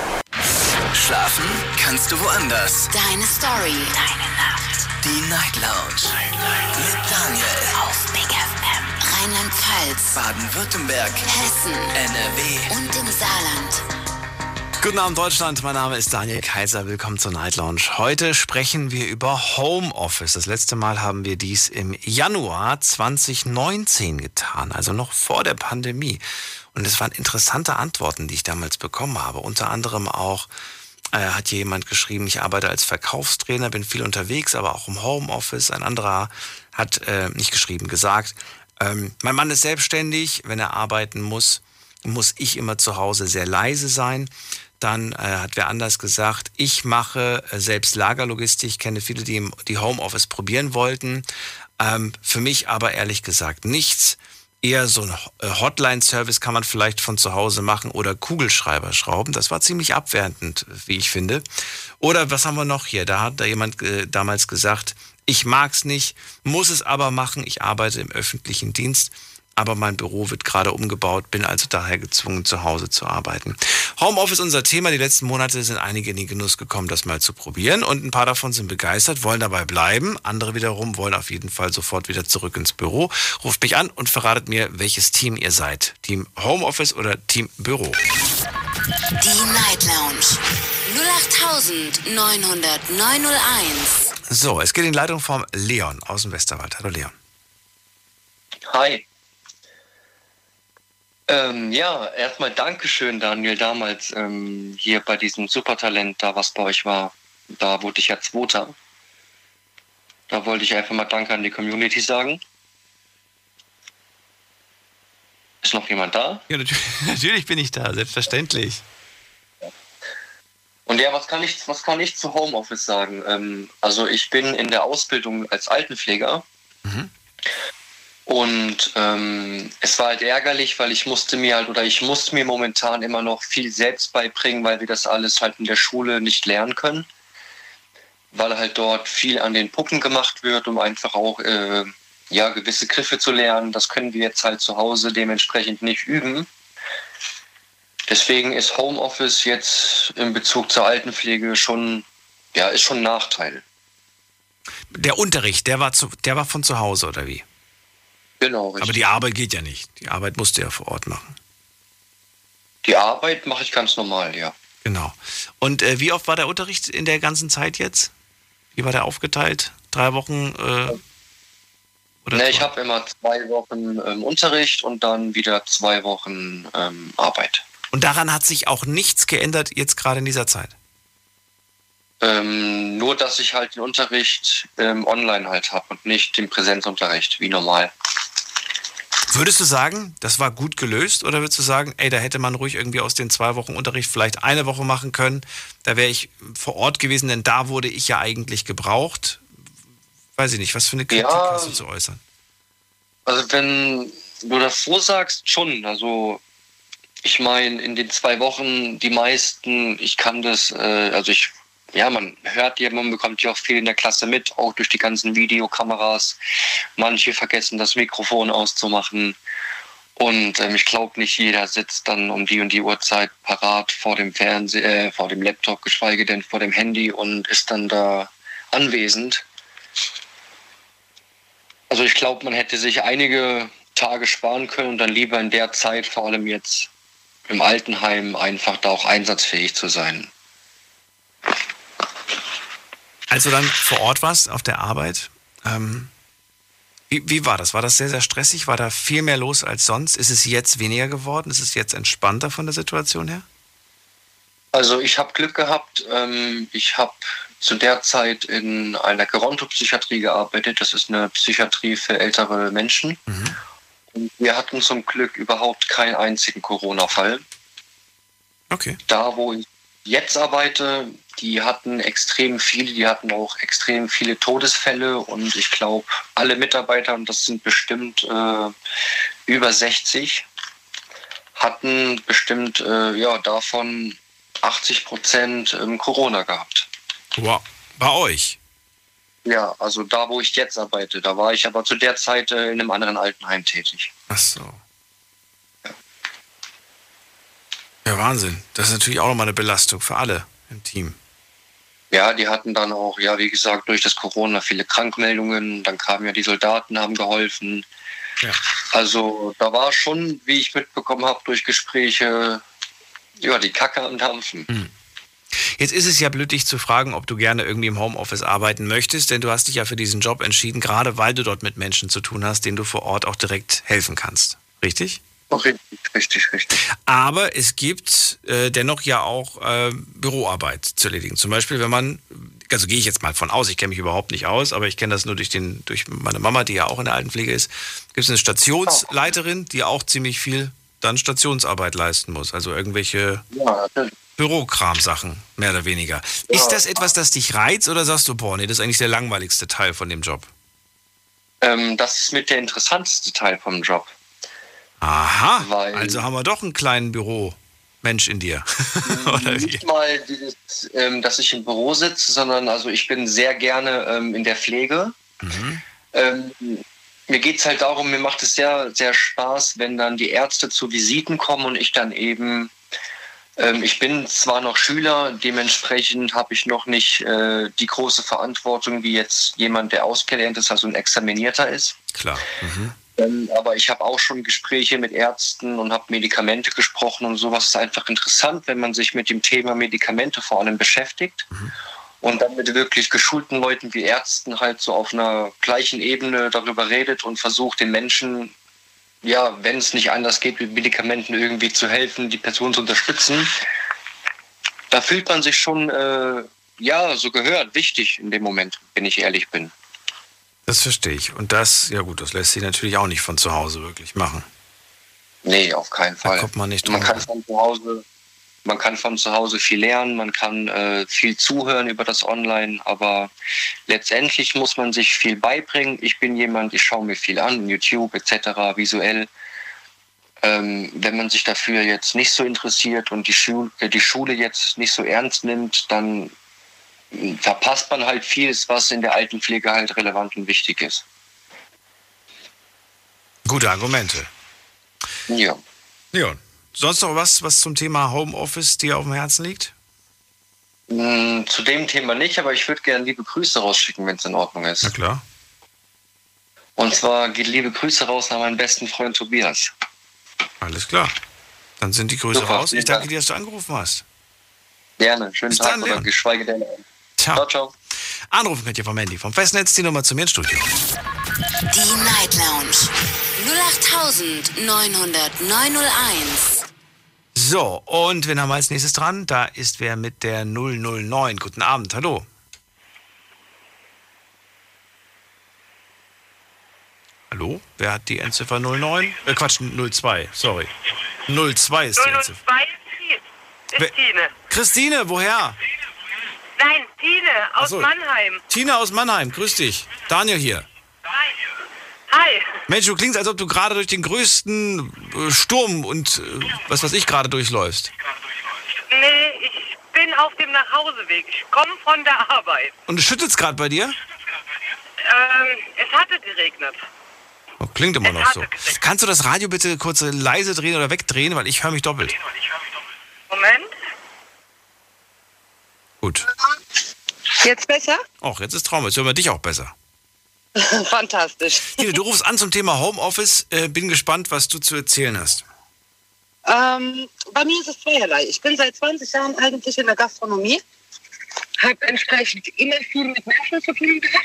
Schlafen kannst du woanders. Deine Story. Deine Nacht. Die Night Lounge. Night, Night. Mit Daniel. Auf Big F M. Rheinland-Pfalz. Baden-Württemberg. Hessen. N R W. Und im Saarland. Guten Abend Deutschland, mein Name ist Daniel Kaiser, willkommen zur Night Lounge. Heute sprechen wir über Homeoffice. Das letzte Mal haben wir dies im Januar zwanzig neunzehn getan, also noch vor der Pandemie. Und es waren interessante Antworten, die ich damals bekommen habe. Unter anderem auch äh, hat hier jemand geschrieben, ich arbeite als Verkaufstrainer, bin viel unterwegs, aber auch im Homeoffice. Ein anderer hat äh, nicht geschrieben, gesagt, ähm, mein Mann ist selbstständig, wenn er arbeiten muss, muss ich immer zu Hause sehr leise sein. Dann äh, hat wer anders gesagt, ich mache äh, selbst Lagerlogistik, ich kenne viele, die im, die Homeoffice probieren wollten. Ähm, für mich aber ehrlich gesagt nichts. Eher so ein Hotline-Service kann man vielleicht von zu Hause machen oder Kugelschreiber schrauben. Das war ziemlich abwertend, wie ich finde. Oder was haben wir noch hier? Da hat da jemand äh, damals gesagt, ich mag's nicht, muss es aber machen. Ich arbeite im öffentlichen Dienst. Aber mein Büro wird gerade umgebaut, bin also daher gezwungen, zu Hause zu arbeiten. Homeoffice, unser Thema. Die letzten Monate sind einige in den Genuss gekommen, das mal zu probieren. Und ein paar davon sind begeistert, wollen dabei bleiben. Andere wiederum wollen auf jeden Fall sofort wieder zurück ins Büro. Ruft mich an und verratet mir, welches Team ihr seid. Team Homeoffice oder Team Büro? Die Night Lounge. null acht neun null null neun null eins. So, es geht in die Leitung vom Leon aus dem Westerwald. Hallo Leon. Hi. Ähm, ja, erstmal Dankeschön, Daniel, damals ähm, hier bei diesem Supertalent, da was bei euch war. Da wurde ich ja Zweiter. Da wollte ich einfach mal Danke an die Community sagen. Ist noch jemand da? Ja, natürlich, natürlich bin ich da, selbstverständlich. Und Ja, was kann ich, was kann ich zu Homeoffice sagen? Ähm, also ich bin in der Ausbildung als Altenpfleger. Mhm. Und ähm, es war halt ärgerlich, weil ich musste mir halt oder ich muss mir momentan immer noch viel selbst beibringen, weil wir das alles halt in der Schule nicht lernen können. Weil halt dort viel an den Puppen gemacht wird, um einfach auch äh, ja, gewisse Griffe zu lernen. Das können wir jetzt halt zu Hause dementsprechend nicht üben. Deswegen ist Homeoffice jetzt in Bezug zur Altenpflege schon, ja, ist schon ein Nachteil. Der Unterricht, der war, zu, der war von zu Hause, oder wie? Genau, richtig. Aber die Arbeit geht ja nicht. Die Arbeit musst du ja vor Ort machen. Die Arbeit mache ich ganz normal, ja. Genau. Und äh, wie oft war der Unterricht in der ganzen Zeit jetzt? Wie war der aufgeteilt? Drei Wochen? Äh, oder ne, ich habe immer zwei Wochen ähm, Unterricht und dann wieder zwei Wochen ähm, Arbeit. Und daran hat sich auch nichts geändert jetzt gerade in dieser Zeit? Ähm, nur, dass ich halt den Unterricht ähm, online halt habe und nicht den Präsenzunterricht, wie normal. Würdest du sagen, das war gut gelöst? Oder würdest du sagen, ey, da hätte man ruhig irgendwie aus den zwei Wochen Unterricht vielleicht eine Woche machen können? Da wäre ich vor Ort gewesen, denn da wurde ich ja eigentlich gebraucht. Weiß ich nicht, was für eine Kritik ja, hast du zu äußern? Also wenn du das so sagst, schon. Also ich meine, in den zwei Wochen, die meisten, ich kann das, äh, also ich ja, man hört ja, man bekommt ja auch viel in der Klasse mit, auch durch die ganzen Videokameras. Manche vergessen, das Mikrofon auszumachen. Und ähm, ich glaube, nicht jeder sitzt dann um die und die Uhrzeit parat vor dem Fernseher, äh, vor dem Laptop, geschweige denn vor dem Handy und ist dann da anwesend. Also ich glaube, man hätte sich einige Tage sparen können und dann lieber in der Zeit, vor allem jetzt im Altenheim, einfach da auch einsatzfähig zu sein. Als du dann vor Ort warst, auf der Arbeit, ähm, wie, wie war das? War das sehr, sehr stressig? War da viel mehr los als sonst? Ist es jetzt weniger geworden? Ist es jetzt entspannter von der Situation her? Also ich habe Glück gehabt. Ähm, ich habe zu der Zeit in einer Gerontopsychiatrie gearbeitet. Das ist eine Psychiatrie für ältere Menschen. Mhm. Und wir hatten zum Glück überhaupt keinen einzigen Corona-Fall. Okay. Da, wo ich jetzt arbeite, die hatten extrem viele, die hatten auch extrem viele Todesfälle und ich glaube, alle Mitarbeiter, und das sind bestimmt äh, über sechzig, hatten bestimmt äh, ja, davon achtzig Prozent ähm, Corona gehabt. Wow, bei euch? Ja, also da, wo ich jetzt arbeite, da war ich aber zu der Zeit äh, in einem anderen Altenheim tätig. Ach so. Ja. Ja, Wahnsinn. Das ist natürlich auch nochmal eine Belastung für alle im Team. Ja, die hatten dann auch, ja, wie gesagt, durch das Corona viele Krankmeldungen. Dann kamen ja die Soldaten, haben geholfen. Ja. Also da war schon, wie ich mitbekommen habe, durch Gespräche, ja, die Kacke am Dampfen. Mhm. Jetzt ist es ja blöd, dich zu fragen, ob du gerne irgendwie im Homeoffice arbeiten möchtest, denn du hast dich ja für diesen Job entschieden, gerade weil du dort mit Menschen zu tun hast, denen du vor Ort auch direkt helfen kannst. Richtig? Richtig, richtig, richtig. Aber es gibt äh, dennoch ja auch äh, Büroarbeit zu erledigen. Zum Beispiel, wenn man, also gehe ich jetzt mal von aus, ich kenne mich überhaupt nicht aus, aber ich kenne das nur durch, den, durch meine Mama, die ja auch in der Altenpflege ist, gibt es eine Stationsleiterin, die auch ziemlich viel dann Stationsarbeit leisten muss. Also irgendwelche ja, Bürokram-Sachen, mehr oder weniger. Ja. Ist das etwas, das dich reizt oder sagst du, boah, nee, das ist eigentlich der langweiligste Teil von dem Job? Ähm, das ist mit der interessanteste Teil vom Job. Aha, Weil also haben wir doch einen kleinen Büro-Mensch in dir. Oder wie? Nicht mal, dieses, ähm, dass ich im Büro sitze, sondern also ich bin sehr gerne ähm, in der Pflege. Mhm. Ähm, mir geht es halt darum, mir macht es sehr, sehr Spaß, wenn dann die Ärzte zu Visiten kommen und ich dann eben, ähm, ich bin zwar noch Schüler, dementsprechend habe ich noch nicht äh, die große Verantwortung, wie jetzt jemand, der ausgelernt ist, also ein Examinierter ist. Klar. Mhm. Ähm, aber ich habe auch schon Gespräche mit Ärzten und habe Medikamente gesprochen und sowas. Ist einfach interessant, wenn man sich mit dem Thema Medikamente vor allem beschäftigt. Mhm. Und dann mit wirklich geschulten Leuten wie Ärzten halt so auf einer gleichen Ebene darüber redet und versucht den Menschen, ja, wenn es nicht anders geht, mit Medikamenten irgendwie zu helfen, die Person zu unterstützen. Da fühlt man sich schon, äh, ja, so gehört, wichtig in dem Moment, wenn ich ehrlich bin. Das verstehe ich. Und das, ja gut, das lässt sich natürlich auch nicht von zu Hause wirklich machen. Nee, auf keinen Fall. Da kommt man nicht drum. Man kann von zu Hause... man kann von zu Hause viel lernen, man kann äh, viel zuhören über das Online, aber letztendlich muss man sich viel beibringen. Ich bin jemand, ich schaue mir viel an, YouTube et cetera, visuell. Ähm, wenn man sich dafür jetzt nicht so interessiert und die, Schu- äh, die Schule jetzt nicht so ernst nimmt, dann äh, verpasst man halt vieles, was in der Altenpflege halt relevant und wichtig ist. Gute Argumente. Ja. Ja. Sonst noch was, was zum Thema Homeoffice dir auf dem Herzen liegt? Mm, zu dem Thema nicht, aber ich würde gerne liebe Grüße rausschicken, wenn es in Ordnung ist. Na klar. Und zwar geht liebe Grüße raus nach meinem besten Freund Tobias. Alles klar. Dann sind die Grüße Super, raus. Ich vielen danke Dank. dir, dass du angerufen hast. Gerne. Schönen Bis Tag dann, oder Leon. geschweige denn. Ciao. Ciao, ciao. Anrufen könnt ihr vom Handy. Vom Festnetz die Nummer zu mir ins Studio. Die Night Lounge null acht neun null null neun null eins. So, und wen haben wir als nächstes dran? Da ist wer mit der null null neun. Guten Abend, hallo. Hallo? Wer hat die Endziffer null neun? Äh, Quatsch, null zwei, sorry. null zwei ist die Endziffer. null null zwei ist, ist Tine. Christine, woher? Nein, Tine aus Ach so. Mannheim. Tina aus Mannheim, grüß dich. Daniel hier. Hi. Hi. Mensch, du klingst, als ob du gerade durch den größten äh, Sturm und äh, was weiß ich gerade durchläufst. Nee, ich bin auf dem Nachhauseweg. Ich komme von der Arbeit. Und es schüttet gerade bei dir? Ähm, es hatte geregnet. Oh, klingt immer noch so. Kannst du das Radio bitte kurz leise drehen oder wegdrehen, weil ich höre mich doppelt. Moment. Gut. Jetzt besser? Och, jetzt ist Traum. Jetzt hören wir dich auch besser. Fantastisch. Tina, du rufst an zum Thema Homeoffice. Äh, bin gespannt, was du zu erzählen hast. Ähm, bei mir ist es zweierlei. Ich bin seit zwanzig Jahren eigentlich in der Gastronomie. Habe entsprechend immer viel mit Menschen zu tun gehabt.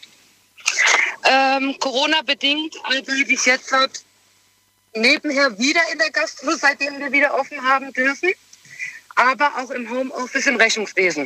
Ähm, Corona-bedingt arbeite ich jetzt halt nebenher wieder in der Gastro, seitdem wir wieder offen haben dürfen. Aber auch im Homeoffice im Rechnungswesen.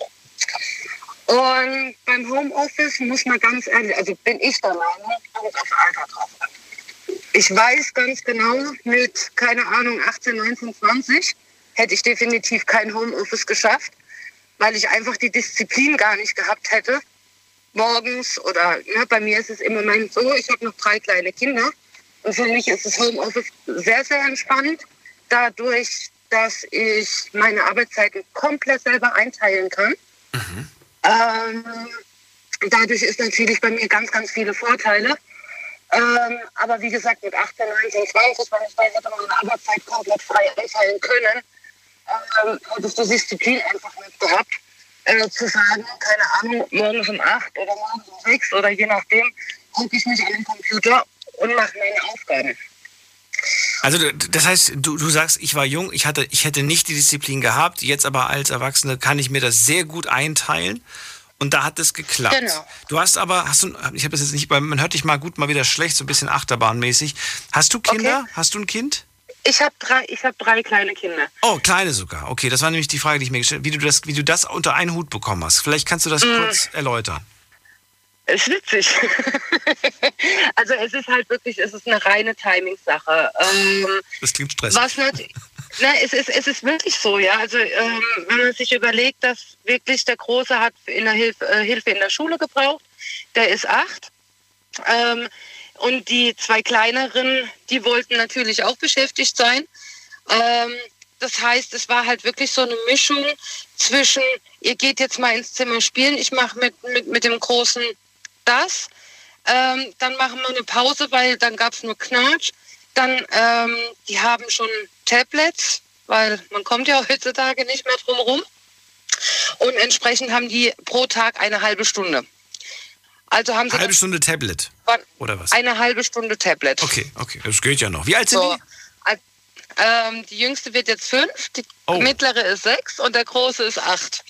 Und beim Homeoffice muss man ganz ehrlich, also bin ich der Meinung, kommt auf Alter drauf an. Ich weiß ganz genau, mit, keine Ahnung, achtzehn, neunzehn, zwanzig hätte ich definitiv kein Homeoffice geschafft, weil ich einfach die Disziplin gar nicht gehabt hätte. Morgens oder, ne, bei mir ist es im Moment so, ich habe noch drei kleine Kinder. Und für mich ist das Homeoffice sehr, sehr entspannt. Dadurch, dass ich meine Arbeitszeiten komplett selber einteilen kann. Mhm. Ähm, dadurch ist natürlich bei mir ganz, ganz viele Vorteile. Ähm, aber wie gesagt, mit achtzehn, neunzehn, zwanzig, wenn ich da hätte meine Arbeitszeit komplett frei einteilen können, ähm, hättest du Disziplin einfach nicht gehabt, äh, zu sagen, keine Ahnung, morgens um acht oder morgens um sechs oder je nachdem, gucke ich mich an den Computer und mache meine Aufgaben. Also das heißt, du, du sagst, ich war jung, ich hatte, ich hätte nicht die Disziplin gehabt, jetzt aber als Erwachsene kann ich mir das sehr gut einteilen und da hat es geklappt. Genau. Du hast aber, hast du, ich habe das jetzt nicht, man hört dich mal gut, mal wieder schlecht, so ein bisschen achterbahnmäßig. Hast du Kinder? Okay. Hast du ein Kind? Ich habe drei, ich habe drei kleine Kinder. Oh, kleine sogar. Okay, das war nämlich die Frage, die ich mir gestellt habe, wie du das, wie du das unter einen Hut bekommen hast. Vielleicht kannst du das mm. kurz erläutern. Ist witzig. Also es ist halt wirklich, es ist eine reine Timing-Sache. Ähm, das klingt stressig. Was nicht, na, es, ist, es ist wirklich so, ja. Also ähm, wenn man sich überlegt, dass wirklich der Große hat in der Hilfe, äh, Hilfe in der Schule gebraucht, der ist acht. Ähm, und die zwei Kleineren, die wollten natürlich auch beschäftigt sein. Ähm, das heißt, es war halt wirklich so eine Mischung zwischen, ihr geht jetzt mal ins Zimmer spielen, ich mache mit, mit, mit dem Großen das, ähm, dann machen wir eine Pause, weil dann gab es nur Knatsch. Dann, ähm, die haben schon Tablets, weil man kommt ja heutzutage nicht mehr drum rum. Und entsprechend haben die pro Tag eine halbe Stunde. Also haben sie halbe Stunde Tablet, oder was? Eine halbe Stunde Tablet. Okay, okay, das geht ja noch. Wie alt sind so, die? Ähm, die jüngste wird jetzt fünf, die oh. mittlere ist sechs und der große ist acht.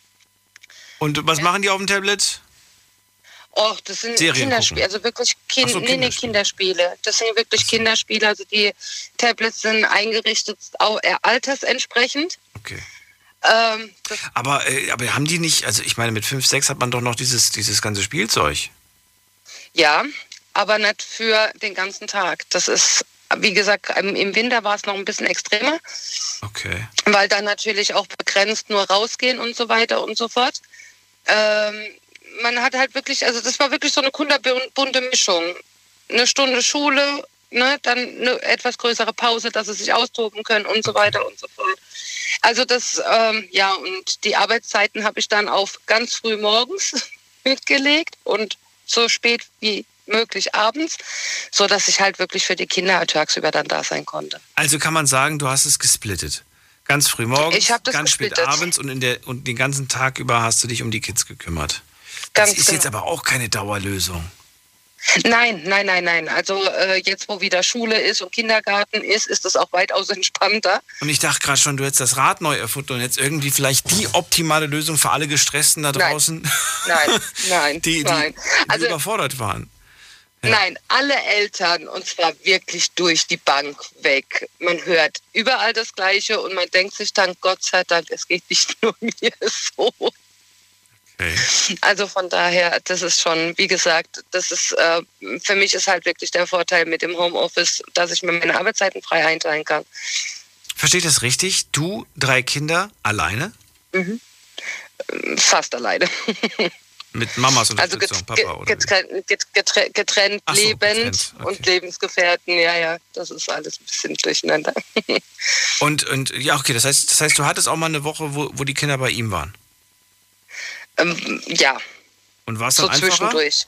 Und was ja. machen die auf dem Tablet? Och, das sind Kinderspiele, also wirklich kind, so, nee, nee, Kinderspiele. Das sind wirklich so. Kinderspiele, also die Tablets sind eingerichtet auch altersentsprechend. Okay. Ähm, aber, äh, aber haben die nicht, also ich meine, mit fünf, sechs hat man doch noch dieses, dieses ganze Spielzeug. Ja, aber nicht für den ganzen Tag. Das ist Wie gesagt, im, im Winter war es noch ein bisschen extremer. Okay. Weil dann natürlich auch begrenzt nur rausgehen und so weiter und so fort. Ähm, man hat halt wirklich, also das war wirklich so eine kunterbunte Mischung. Eine Stunde Schule, ne, dann eine etwas größere Pause, dass sie sich austoben können und so weiter und so fort. Also das, ähm, ja, und die Arbeitszeiten habe ich dann auf ganz früh morgens mitgelegt und so spät wie möglich abends, so dass ich halt wirklich für die Kinder tagsüber dann da sein konnte. Also kann man sagen, du hast es gesplittet. Ganz früh morgens, ich hab das ganz gesplittet. spät abends und, in der, und den ganzen Tag über hast du dich um die Kids gekümmert. Das Ganz ist genau. jetzt aber auch keine Dauerlösung. Nein, nein, nein, nein. Also äh, jetzt, wo wieder Schule ist und Kindergarten ist, ist es auch weitaus entspannter. Und ich dachte gerade schon, du hättest das Rad neu erfunden und jetzt irgendwie vielleicht die optimale Lösung für alle Gestressten da draußen. Nein, nein, nein. die, die, nein. die Also, überfordert waren. Ja. Nein, alle Eltern, und zwar wirklich durch die Bank weg. Man hört überall das Gleiche und man denkt sich dann, Gott sei Dank, es geht nicht nur mir so. Okay. Also von daher, das ist schon, wie gesagt, das ist, äh, für mich ist halt wirklich der Vorteil mit dem Homeoffice, dass ich mir meine Arbeitszeiten frei einteilen kann. Verstehe ich das richtig? Du, drei Kinder, alleine? Mhm. Fast alleine. Mit Mamas Also Unterstützung, get, Papa, oder? getrennt, getrennt, getrennt Ach so, lebend getrennt, okay. und Lebensgefährten, ja, ja, das ist alles ein bisschen durcheinander. Und, und ja, okay, das heißt, das heißt, du hattest auch mal eine Woche, wo, wo die Kinder bei ihm waren? Ähm, ja. Und war es So dann einfacher? zwischendurch.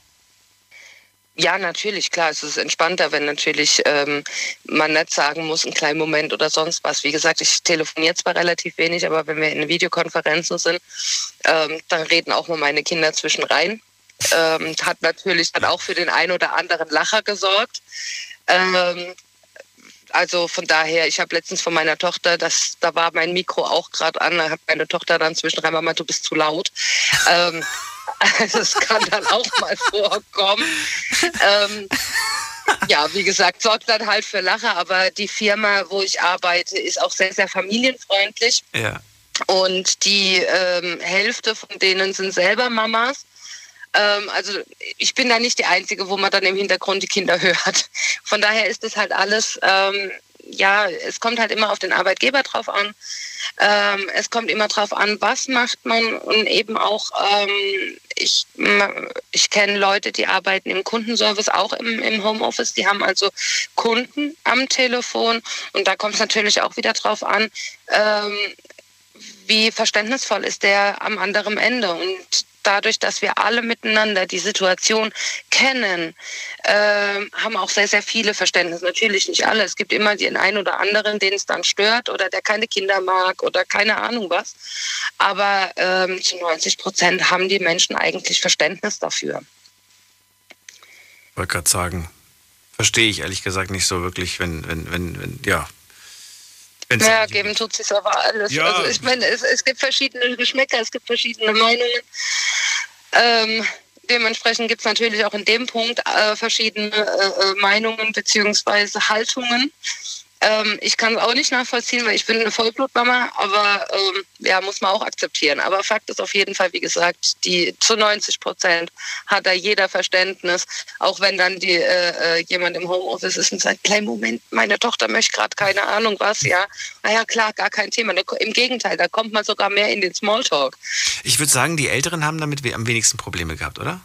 Ja, natürlich, klar, es ist entspannter, wenn natürlich ähm, man nicht sagen muss, einen kleinen Moment oder sonst was. Wie gesagt, ich telefoniere zwar relativ wenig, aber wenn wir in Videokonferenzen sind, ähm, dann reden auch mal meine Kinder zwischen rein. Ähm, hat natürlich dann auch für den einen oder anderen Lacher gesorgt. Ähm, Also von daher, ich habe letztens von meiner Tochter, das, da war mein Mikro auch gerade an, da hat meine Tochter dann zwischendrin, Mama, du bist zu laut. ähm, also es kann dann auch mal vorkommen. Ähm, ja, wie gesagt, sorgt dann halt für Lacher, aber die Firma, wo ich arbeite, ist auch sehr, sehr familienfreundlich. Ja. Und die ähm, Hälfte von denen sind selber Mamas. Also ich bin da nicht die Einzige, wo man dann im Hintergrund die Kinder hört. Von daher ist das halt alles, ähm, ja, es kommt halt immer auf den Arbeitgeber drauf an. Ähm, es kommt immer drauf an, was macht man und eben auch, ähm, ich, ich kenne Leute, die arbeiten im Kundenservice, auch im, im Homeoffice, die haben also Kunden am Telefon und da kommt es natürlich auch wieder drauf an, ähm, wie verständnisvoll ist der am anderen Ende. Und dadurch, dass wir alle miteinander die Situation kennen, äh, haben auch sehr, sehr viele Verständnis. Natürlich nicht alle. Es gibt immer den einen oder anderen, den es dann stört oder der keine Kinder mag oder keine Ahnung was. Aber ähm, zu neunzig Prozent haben die Menschen eigentlich Verständnis dafür. Ich wollte gerade sagen, verstehe ich ehrlich gesagt nicht so wirklich, wenn, wenn, wenn, wenn ja. Wenn's ja, geben tut sich aber alles. Ja. Also ich meine, es, es gibt verschiedene Geschmäcker, es gibt verschiedene Meinungen. Ähm, dementsprechend gibt es natürlich auch in dem Punkt äh, verschiedene äh, Meinungen bzw. Haltungen. Ähm, ich kann es auch nicht nachvollziehen, weil ich bin eine Vollblutmama, aber ähm, ja, muss man auch akzeptieren. Aber Fakt ist auf jeden Fall, wie gesagt, die zu neunzig Prozent hat da jeder Verständnis, auch wenn dann die, äh, jemand im Homeoffice ist und sagt, kleinen Moment, meine Tochter möchte gerade keine Ahnung was, ja. Naja, klar, gar kein Thema. Im Gegenteil, da kommt man sogar mehr in den Smalltalk. Ich würde sagen, die Älteren haben damit am wenigsten Probleme gehabt, oder?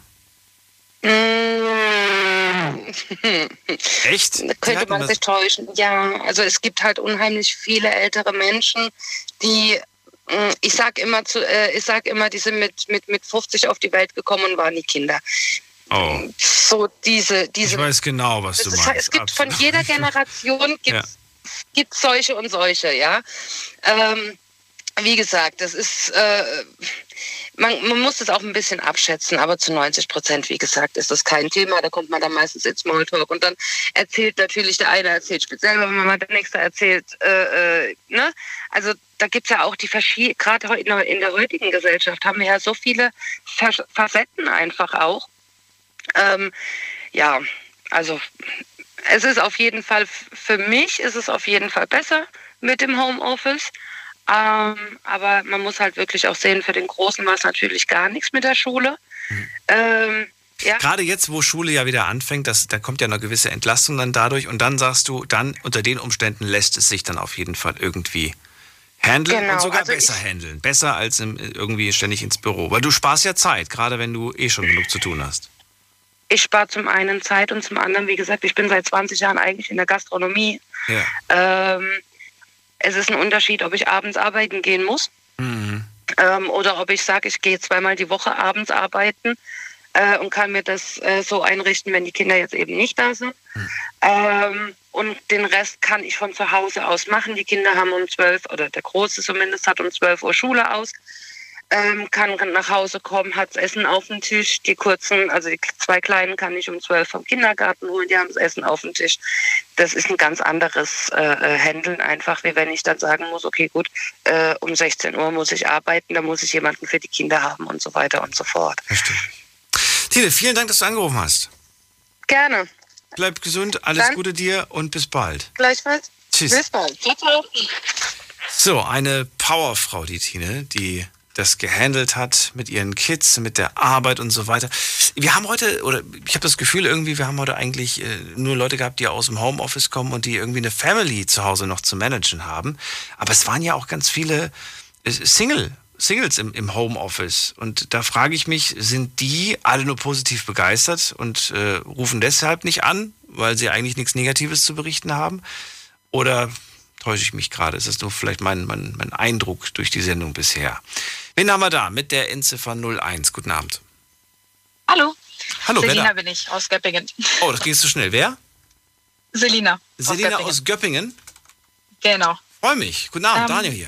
Echt? Da könnte man sich täuschen. Ja, also es gibt halt unheimlich viele ältere Menschen, die, ich sag immer, zu, ich sag immer, die sind mit, mit, mit fünfzig auf die Welt gekommen und waren die Kinder. Oh. So diese, diese. Ich weiß genau, was du meinst. Es gibt Absolut. von jeder Generation gibt's, ja. gibt's solche und solche, ja. Ähm, wie gesagt, das ist, äh, man, man muss es auch ein bisschen abschätzen, aber zu neunzig Prozent, wie gesagt, ist das kein Thema. Da kommt man dann meistens ins Smalltalk und dann erzählt natürlich der eine erzählt speziell, wenn man der nächste erzählt, äh, äh, ne? Also da gibt es ja auch die verschiedenen, gerade in der, in der heutigen Gesellschaft haben wir ja so viele Facetten einfach auch. Ähm, ja, also es ist auf jeden Fall, für mich ist es auf jeden Fall besser mit dem Homeoffice. Ähm, aber man muss halt wirklich auch sehen, für den Großen war es natürlich gar nichts mit der Schule. Mhm. Ähm, Ja? Gerade jetzt, wo Schule ja wieder anfängt, das, da kommt ja eine gewisse Entlastung dann dadurch und dann sagst du, dann unter den Umständen lässt es sich dann auf jeden Fall irgendwie handeln Genau, und sogar also besser ich- handeln. Besser als im, irgendwie ständig ins Büro. Weil du sparst ja Zeit, gerade wenn du eh schon genug zu tun hast. Ich spare zum einen Zeit und zum anderen, wie gesagt, ich bin seit zwanzig Jahren eigentlich in der Gastronomie. Ja. Ähm, es ist ein Unterschied, ob ich abends arbeiten gehen muss Mhm. ähm, oder ob ich sage, ich gehe zweimal die Woche abends arbeiten äh, und kann mir das äh, so einrichten, wenn die Kinder jetzt eben nicht da sind. Mhm. Ähm, und den Rest kann ich von zu Hause aus machen. Die Kinder haben um zwölf, oder der Große zumindest, hat um zwölf Uhr Schule aus. Ähm, kann nach Hause kommen, hat das Essen auf dem Tisch. Die kurzen, also die zwei Kleinen kann ich um zwölf vom Kindergarten holen, die haben das Essen auf dem Tisch. Das ist ein ganz anderes äh, Handeln einfach, wie wenn ich dann sagen muss, okay gut, äh, um sechzehn Uhr muss ich arbeiten, dann muss ich jemanden für die Kinder haben und so weiter und so fort. Tine, vielen Dank, dass du angerufen hast. Gerne. Bleib gesund, alles Dann- Gute dir und bis bald. Gleichfalls. Tschüss. Bis bald. Ciao, ciao. So, eine Powerfrau, die Tine, die das gehandelt hat mit ihren Kids, mit der Arbeit und so weiter. Wir haben heute, oder ich habe das Gefühl irgendwie, wir haben heute eigentlich äh, nur Leute gehabt, die aus dem Homeoffice kommen und die irgendwie eine Family zu Hause noch zu managen haben. Aber es waren ja auch ganz viele äh, Single, Singles im, im Homeoffice. Und da frage ich mich, sind die alle nur positiv begeistert und äh, rufen deshalb nicht an, weil sie eigentlich nichts Negatives zu berichten haben? Oder täusche ich mich gerade? Ist das nur vielleicht mein, mein, mein Eindruck durch die Sendung bisher? Wen haben wir da mit der Endziffer null eins? Guten Abend. Hallo. Hallo, wer Selina da? bin ich aus Göppingen. Oh, das ging zu schnell. Wer? Selina. Selina aus aus Göppingen. Genau. Freue mich. Guten Abend, Ähm, Daniel hier.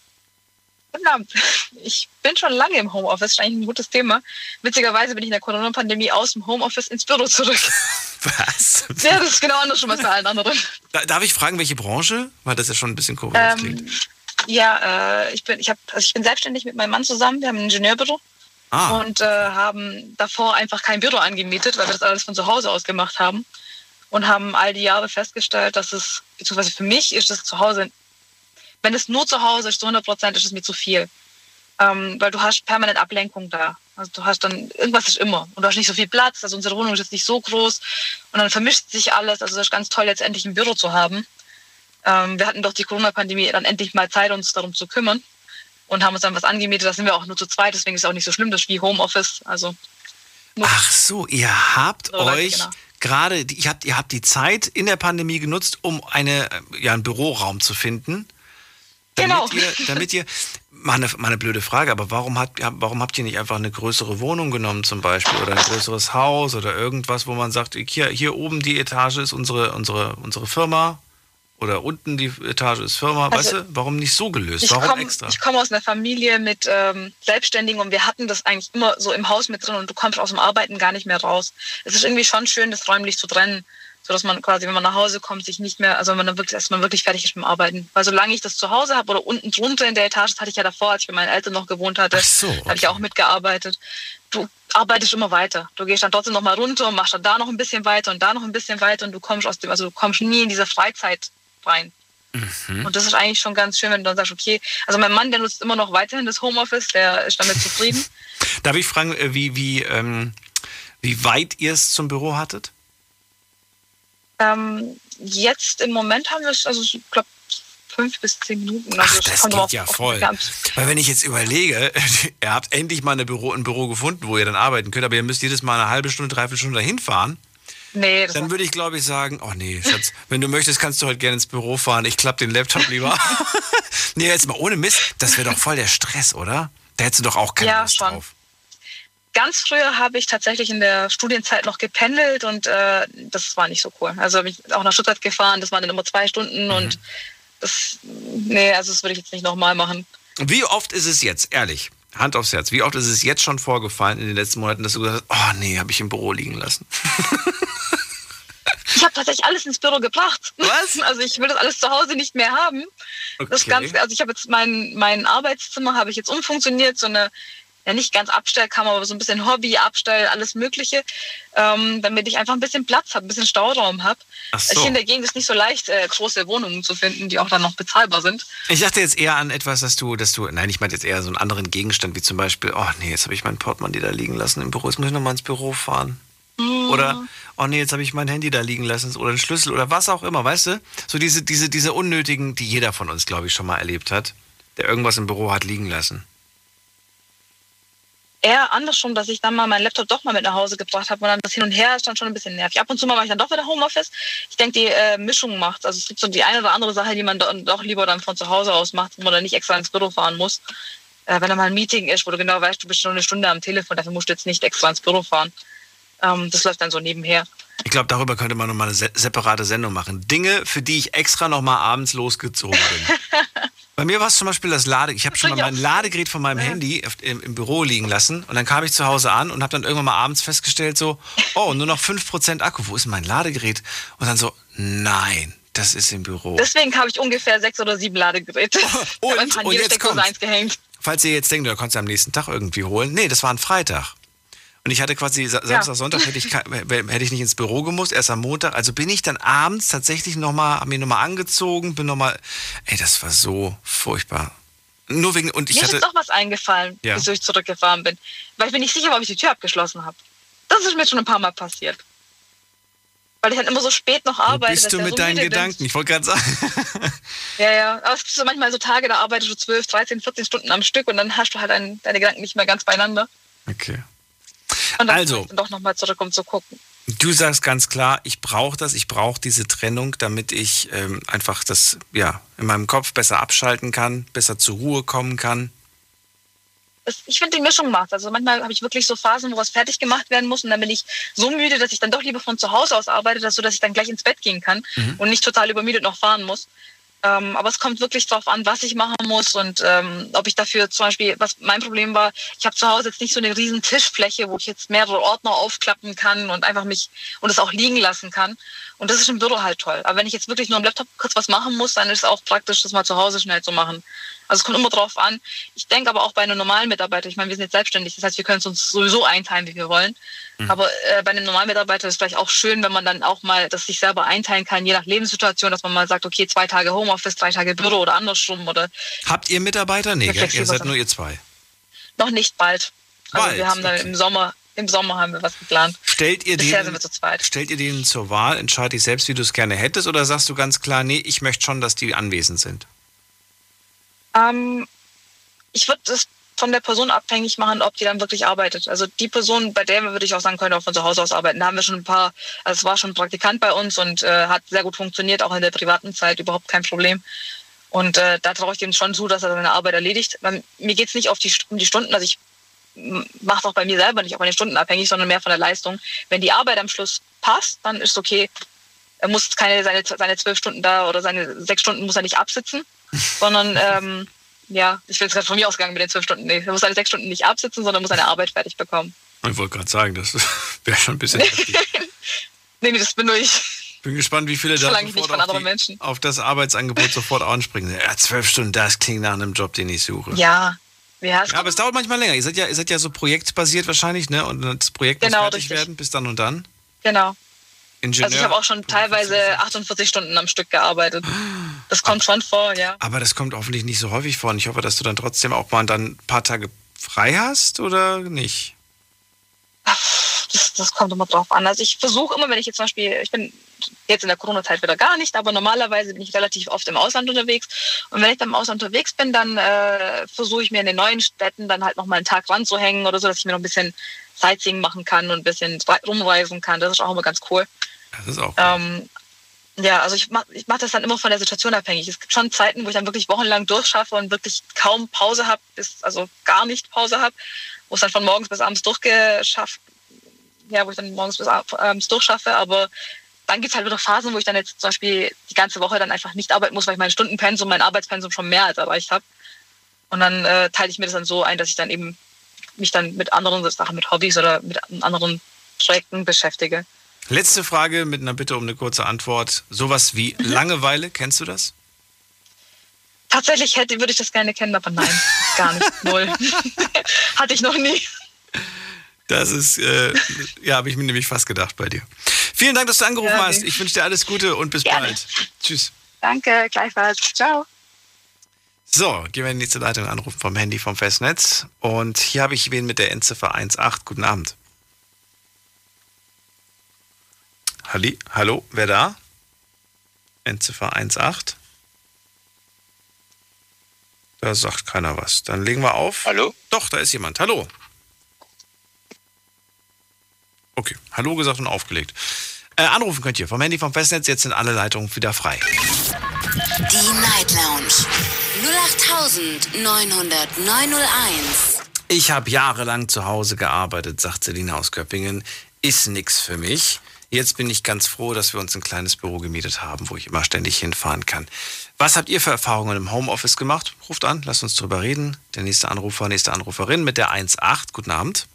Guten Abend. Ich bin schon lange im Homeoffice, ist eigentlich ein gutes Thema. Witzigerweise bin ich in der Corona-Pandemie aus dem Homeoffice ins Büro zurück. Was? Ja, das ist genau andersrum als bei allen anderen. Da, darf ich fragen, welche Branche? Weil das ja schon ein bisschen kurios klingt. Ähm, ja, äh, ich bin, ich hab, also ich bin selbstständig mit meinem Mann zusammen. Wir haben ein Ingenieurbüro Ah. und äh, haben davor einfach kein Büro angemietet, weil wir das alles von zu Hause aus gemacht haben. Und haben all die Jahre festgestellt, dass es, beziehungsweise für mich ist es zu Hause, wenn es nur zu Hause ist, zu hundert Prozent ist es mir zu viel. Ähm, weil du hast permanent Ablenkung da. Also du hast dann, irgendwas ist immer. Und du hast nicht so viel Platz, also unsere Wohnung ist jetzt nicht so groß. Und dann vermischt sich alles. Also das ist ganz toll, jetzt endlich ein Büro zu haben. Ähm, wir hatten durch die Corona-Pandemie dann endlich mal Zeit, uns darum zu kümmern. Und haben uns dann was angemietet. Da sind wir auch nur zu zweit, deswegen ist es auch nicht so schlimm. Das ist wie Homeoffice. Also Ach so, ihr habt So, weiß ich euch genau. gerade, die- ihr habt, ihr habt die Zeit in der Pandemie genutzt, um eine, äh, ja, einen Büroraum zu finden. Damit Genau. Ihr, damit ihr, mal eine, mal eine blöde Frage, aber warum habt, ja, warum habt ihr nicht einfach eine größere Wohnung genommen zum Beispiel oder ein größeres Haus oder irgendwas, wo man sagt, hier, hier oben die Etage ist unsere, unsere, unsere Firma oder unten die Etage ist Firma, Also, weißt du? Warum nicht so gelöst? Ich Warum komm- extra? Ich komme aus einer Familie mit ähm, Selbstständigen und wir hatten das eigentlich immer so im Haus mit drin und du kommst aus dem Arbeiten gar nicht mehr raus. Es ist irgendwie schon schön, das räumlich zu trennen, sodass man quasi, wenn man nach Hause kommt, sich nicht mehr, also wenn man dann wirklich erstmal wirklich fertig ist mit dem Arbeiten. Weil solange ich das zu Hause habe oder unten drunter in der Etage, das hatte ich ja davor, als ich bei meinen Eltern noch gewohnt hatte, Ach so, da habe ich auch mitgearbeitet. Du arbeitest immer weiter. Du gehst dann trotzdem noch mal runter und machst dann da noch ein bisschen weiter und da noch ein bisschen weiter und du kommst aus dem, also du kommst nie in diese Freizeit rein. Mhm. Und das ist eigentlich schon ganz schön, wenn du dann sagst, okay, also mein Mann, der nutzt immer noch weiterhin das Homeoffice, der ist damit zufrieden. Darf ich fragen, äh, wie, wie, ähm, wie weit ihr es zum Büro hattet? Ähm, jetzt im Moment haben wir es, also ich glaube, fünf bis zehn Minuten. Also Ach, es das kommt geht auf- ja auf- voll. ja, Weil wenn ich jetzt überlege, ihr habt endlich mal eine Büro, ein Büro gefunden, wo ihr dann arbeiten könnt, aber ihr müsst jedes Mal eine halbe Stunde, dreiviertel Stunde dahin fahren. Nee, das Dann würde ich, glaube ich, sagen, oh nee, Schatz, wenn du möchtest, kannst du heute gerne ins Büro fahren. Ich klappe den Laptop lieber. Nee, jetzt mal ohne Mist, das wäre doch voll der Stress, oder? Da hättest du doch auch keine Ja, Lust schon. drauf. Ganz früher habe ich tatsächlich in der Studienzeit noch gependelt und äh, das war nicht so cool. Also habe ich auch nach Stuttgart gefahren, das waren dann immer zwei Stunden und das, nee, also das würde ich jetzt nicht nochmal machen. Und wie oft ist es jetzt, ehrlich, Hand aufs Herz, wie oft ist es jetzt schon vorgefallen in den letzten Monaten, dass du gesagt hast, oh nee, habe ich im Büro liegen lassen? Ich habe tatsächlich alles ins Büro gebracht. Was? Also ich will das alles zu Hause nicht mehr haben. Das Okay. Ganze, also ich habe jetzt mein, mein Arbeitszimmer habe ich jetzt umfunktioniert, so eine ja nicht ganz Abstellkammer, aber so ein bisschen Hobby, Abstell, alles Mögliche, ähm, damit ich einfach ein bisschen Platz habe, ein bisschen Stauraum habe. So. Hier in der Gegend ist nicht so leicht, äh, große Wohnungen zu finden, die auch dann noch bezahlbar sind. Ich dachte jetzt eher an etwas, dass du, dass du, nein, ich meinte jetzt eher so einen anderen Gegenstand, wie zum Beispiel, oh nee, jetzt habe ich mein Portemonnaie da liegen lassen im Büro, jetzt muss ich nochmal ins Büro fahren. Mhm. Oder, oh nee, jetzt habe ich mein Handy da liegen lassen oder einen Schlüssel oder was auch immer, weißt du? So diese, diese, diese unnötigen, die jeder von uns, glaube ich, schon mal erlebt hat, der irgendwas im Büro hat liegen lassen. Eher andersrum, dass ich dann mal meinen Laptop doch mal mit nach Hause gebracht habe und dann das Hin und Her ist dann schon ein bisschen nervig. Ab und zu mal mache ich dann doch wieder Homeoffice. Ich denke, die äh, Mischung macht. Also es gibt so die eine oder andere Sache, die man do- doch lieber dann von zu Hause aus macht, wo man dann nicht extra ins Büro fahren muss. Äh, wenn da mal ein Meeting ist, wo du genau weißt, du bist schon eine Stunde am Telefon, dafür musst du jetzt nicht extra ins Büro fahren. Ähm, das läuft dann so nebenher. Ich glaube, darüber könnte man nochmal eine se- separate Sendung machen. Dinge, für die ich extra nochmal abends losgezogen bin. Bei mir war es zum Beispiel das Lade. Ich habe schon mal mein Ladegerät von meinem ja. Handy im, im Büro liegen lassen und dann kam ich zu Hause an und habe dann irgendwann mal abends festgestellt so, oh, nur noch fünf Prozent Akku, wo ist denn mein Ladegerät? Und dann so, nein, das ist im Büro. Deswegen habe ich ungefähr sechs oder sieben Ladegeräte. Oh, und, und jetzt kommt, eins gehängt. Falls ihr jetzt denkt, du konntest am nächsten Tag irgendwie holen. Nee, das war ein Freitag. Und ich hatte quasi Samstag, ja. Sonntag hätte ich, hätte ich nicht ins Büro gemusst, erst am Montag. Also bin ich dann abends tatsächlich nochmal, hab mir nochmal angezogen, bin nochmal, ey, das war so furchtbar. Nur wegen, und ich Mir hatte, ist doch was eingefallen, ja. wieso ich zurückgefahren bin. Weil ich bin nicht sicher, ob ich die Tür abgeschlossen habe. Das ist mir schon ein paar Mal passiert. Weil ich dann immer so spät noch arbeite. Wo bist du mit so deinen Gedanken? Bin. Ich wollte gerade sagen. Ja, ja. Aber es gibt so manchmal so Tage, da arbeitest du zwölf, dreizehn, vierzehn Stunden am Stück und dann hast du halt ein, deine Gedanken nicht mehr ganz beieinander. Okay. Und dann also, doch nochmal zurück, um zu gucken. Du sagst ganz klar, ich brauche das, ich brauche diese Trennung, damit ich ähm, einfach das ja in meinem Kopf besser abschalten kann, besser zur Ruhe kommen kann. Das, ich finde, die Mischung macht. Also manchmal habe ich wirklich so Phasen, wo was fertig gemacht werden muss und dann bin ich so müde, dass ich dann doch lieber von zu Hause aus arbeite, dass, so, dass ich dann gleich ins Bett gehen kann mhm. und nicht total übermüdet noch fahren muss. Ähm, aber es kommt wirklich darauf an, was ich machen muss und ähm, ob ich dafür zum Beispiel, was mein Problem war, ich habe zu Hause jetzt nicht so eine riesen Tischfläche, wo ich jetzt mehrere Ordner aufklappen kann und einfach mich und es auch liegen lassen kann. Und das ist im Büro halt toll. Aber wenn ich jetzt wirklich nur am Laptop kurz was machen muss, dann ist es auch praktisch, das mal zu Hause schnell zu machen. Also es kommt immer drauf an. Ich denke aber auch bei einem normalen Mitarbeiter, ich meine, wir sind jetzt selbstständig, das heißt, wir können es uns sowieso einteilen, wie wir wollen. Mhm. Aber äh, bei einem normalen Mitarbeiter ist es vielleicht auch schön, wenn man dann auch mal das sich selber einteilen kann, je nach Lebenssituation, dass man mal sagt, okay, zwei Tage Homeoffice, drei Tage Büro oder andersrum. Oder habt ihr Mitarbeiter? Nee, gell? Ihr seid nur ihr zwei. Noch nicht bald. Also bald? wir haben dann okay. im Sommer, im Sommer haben wir was geplant. Stellt ihr Bisher denen, sind wir zu zweit. Stellt ihr denen zur Wahl, entscheide dich selbst, wie du es gerne hättest, oder sagst du ganz klar, nee, ich möchte schon, dass die anwesend sind? Ähm, ich würde das von der Person abhängig machen, ob die dann wirklich arbeitet. Also die Person, bei der würde ich auch sagen, könnte auch von zu Hause aus arbeiten. Da haben wir schon ein paar, also es war schon ein Praktikant bei uns und äh, hat sehr gut funktioniert, auch in der privaten Zeit, überhaupt kein Problem. Und äh, da traue ich dem schon zu, dass er seine Arbeit erledigt. Weil mir geht es nicht auf die, um die Stunden, also ich mache es auch bei mir selber nicht auf den Stunden abhängig, sondern mehr von der Leistung. Wenn die Arbeit am Schluss passt, dann ist es okay. Er muss keine seine, seine zwölf Stunden da oder seine sechs Stunden muss er nicht absitzen, sondern ähm, ja, ich bin jetzt gerade von mir ausgegangen mit den zwölf Stunden. Nee, er muss seine sechs Stunden nicht absitzen, sondern muss seine Arbeit fertig bekommen. Ich wollte gerade sagen, das wäre schon ein bisschen heftig. Nee, nee, das bin nur ich. Bin gespannt, wie viele da sofort auf, die, auf das Arbeitsangebot sofort anspringen. Ja, zwölf Stunden, das klingt nach einem Job, den ich suche. Ja, ja, ja aber es dauert manchmal länger. Ihr seid ja, ihr seid ja so projektbasiert wahrscheinlich, ne? Und das Projekt genau, muss fertig richtig. werden, bis dann und dann. Genau. Ingenieur. Also ich habe auch schon teilweise achtundvierzig Stunden am Stück gearbeitet. Das kommt schon vor, ja. Aber das kommt hoffentlich nicht so häufig vor. Und ich hoffe, dass du dann trotzdem auch mal dann ein paar Tage frei hast oder nicht? Das, das kommt immer drauf an. Also ich versuche immer, wenn ich jetzt zum Beispiel, ich bin jetzt in der Corona-Zeit wieder gar nicht, aber normalerweise bin ich relativ oft im Ausland unterwegs. Und wenn ich dann im Ausland unterwegs bin, dann äh, versuche ich mir in den neuen Städten dann halt noch mal einen Tag ranzuhängen oder so, dass ich mir noch ein bisschen Sightseeing machen kann und ein bisschen rumreisen kann. Das ist auch immer ganz cool. Das ist auch cool. Ähm, ja, also ich mache ich mach das dann immer von der Situation abhängig. Es gibt schon Zeiten, wo ich dann wirklich wochenlang durchschaffe und wirklich kaum Pause habe, also gar nicht Pause habe, wo es dann von morgens bis abends durchgeschafft, ja, wo ich dann morgens bis abends durchschaffe, aber dann gibt es halt wieder Phasen, wo ich dann jetzt zum Beispiel die ganze Woche dann einfach nicht arbeiten muss, weil ich mein Stundenpensum, mein Arbeitspensum schon mehr als erreicht habe. Und dann äh, teile ich mir das dann so ein, dass ich dann eben mich dann mit anderen Sachen, mit Hobbys oder mit anderen Projekten beschäftige. Letzte Frage mit einer Bitte um eine kurze Antwort. Sowas wie mhm. Langeweile, kennst du das? Tatsächlich hätte, würde ich das gerne kennen, aber nein. Gar nicht, null. Hatte ich noch nie. Das ist, äh, ja, habe ich mir nämlich fast gedacht bei dir. Vielen Dank, dass du angerufen ja, hast. Ich wünsche dir alles Gute und bis Gerne. bald. Tschüss. Danke, gleichfalls. Ciao. So, gehen wir in die nächste Leitung, anrufen vom Handy vom Festnetz. Und hier habe ich wen mit der Endziffer eins acht. Guten Abend. Halli, hallo, wer da? Endziffer eins acht. Da sagt keiner was. Dann legen wir auf. Hallo? Doch, da ist jemand. Hallo. Okay, hallo gesagt und aufgelegt. Äh, anrufen könnt ihr vom Handy vom Festnetz. Jetzt sind alle Leitungen wieder frei. Die Night Lounge null acht neun null null neun null eins. Ich habe jahrelang zu Hause gearbeitet, sagt Selina aus Köppingen. Ist nix für mich. Jetzt bin ich ganz froh, dass wir uns ein kleines Büro gemietet haben, wo ich immer ständig hinfahren kann. Was habt ihr für Erfahrungen im Homeoffice gemacht? Ruft an, lasst uns drüber reden. Der nächste Anrufer, nächste Anruferin mit der eins acht. Guten Abend.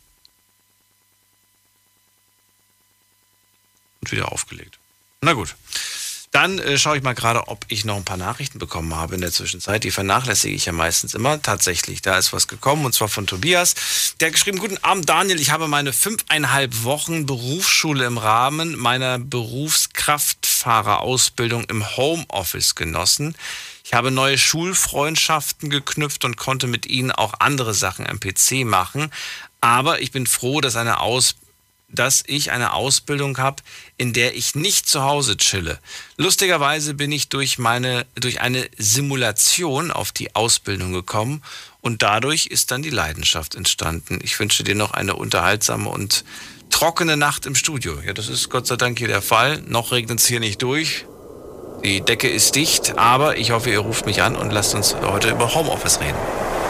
Und wieder aufgelegt. Na gut. Dann äh, schaue ich mal gerade, ob ich noch ein paar Nachrichten bekommen habe in der Zwischenzeit. Die vernachlässige ich ja meistens immer. Tatsächlich, da ist was gekommen und zwar von Tobias. Der hat geschrieben, guten Abend Daniel, ich habe meine fünfeinhalb Wochen Berufsschule im Rahmen meiner Berufskraftfahrerausbildung im Homeoffice genossen. Ich habe neue Schulfreundschaften geknüpft und konnte mit ihnen auch andere Sachen am P C machen. Aber ich bin froh, dass eine Ausbildung dass ich eine Ausbildung habe, in der ich nicht zu Hause chille. Lustigerweise bin ich durch meine, durch eine Simulation auf die Ausbildung gekommen und dadurch ist dann die Leidenschaft entstanden. Ich wünsche dir noch eine unterhaltsame und trockene Nacht im Studio. Ja, das ist Gott sei Dank hier der Fall. Noch regnet es hier nicht durch. Die Decke ist dicht, aber ich hoffe, ihr ruft mich an und lasst uns heute über Homeoffice reden.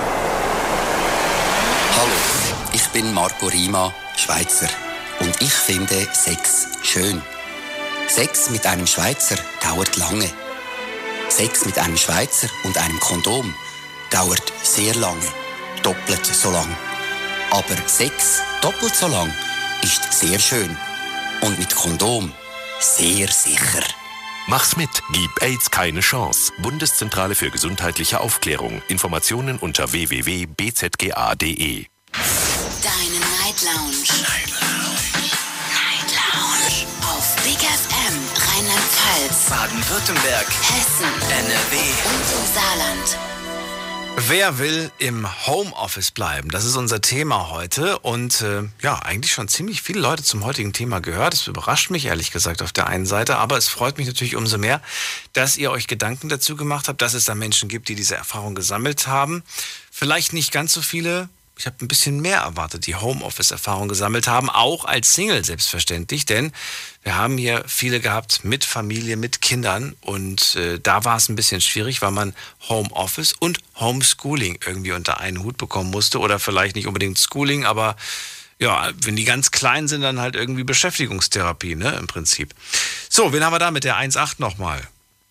Hallo, ich bin Marco Rima, Schweizer. Und ich finde Sex schön. Sex mit einem Schweizer dauert lange. Sex mit einem Schweizer und einem Kondom dauert sehr lange. Doppelt so lang. Aber Sex doppelt so lang ist sehr schön. Und mit Kondom sehr sicher. Mach's mit. Gib AIDS keine Chance. Bundeszentrale für gesundheitliche Aufklärung. Informationen unter w w w punkt b z g a punkt d e. Deine Night Lounge. Night Lounge. Night Lounge. Auf Big F M, Rheinland-Pfalz, Baden-Württemberg, Hessen, N R W und im Saarland. Wer will im Homeoffice bleiben? Das ist unser Thema heute und äh, ja, eigentlich schon ziemlich viele Leute zum heutigen Thema gehört. Das überrascht mich ehrlich gesagt auf der einen Seite, aber es freut mich natürlich umso mehr, dass ihr euch Gedanken dazu gemacht habt, dass es da Menschen gibt, die diese Erfahrung gesammelt haben. Vielleicht nicht ganz so viele. Ich habe ein bisschen mehr erwartet, die Homeoffice-Erfahrung gesammelt haben, auch als Single selbstverständlich, denn wir haben hier viele gehabt mit Familie, mit Kindern und äh, da war es ein bisschen schwierig, weil man Homeoffice und Homeschooling irgendwie unter einen Hut bekommen musste oder vielleicht nicht unbedingt Schooling, aber ja, wenn die ganz klein sind, dann halt irgendwie Beschäftigungstherapie, ne, im Prinzip. So, wen haben wir da mit der eins acht nochmal?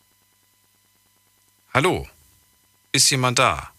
Hallo, ist jemand da?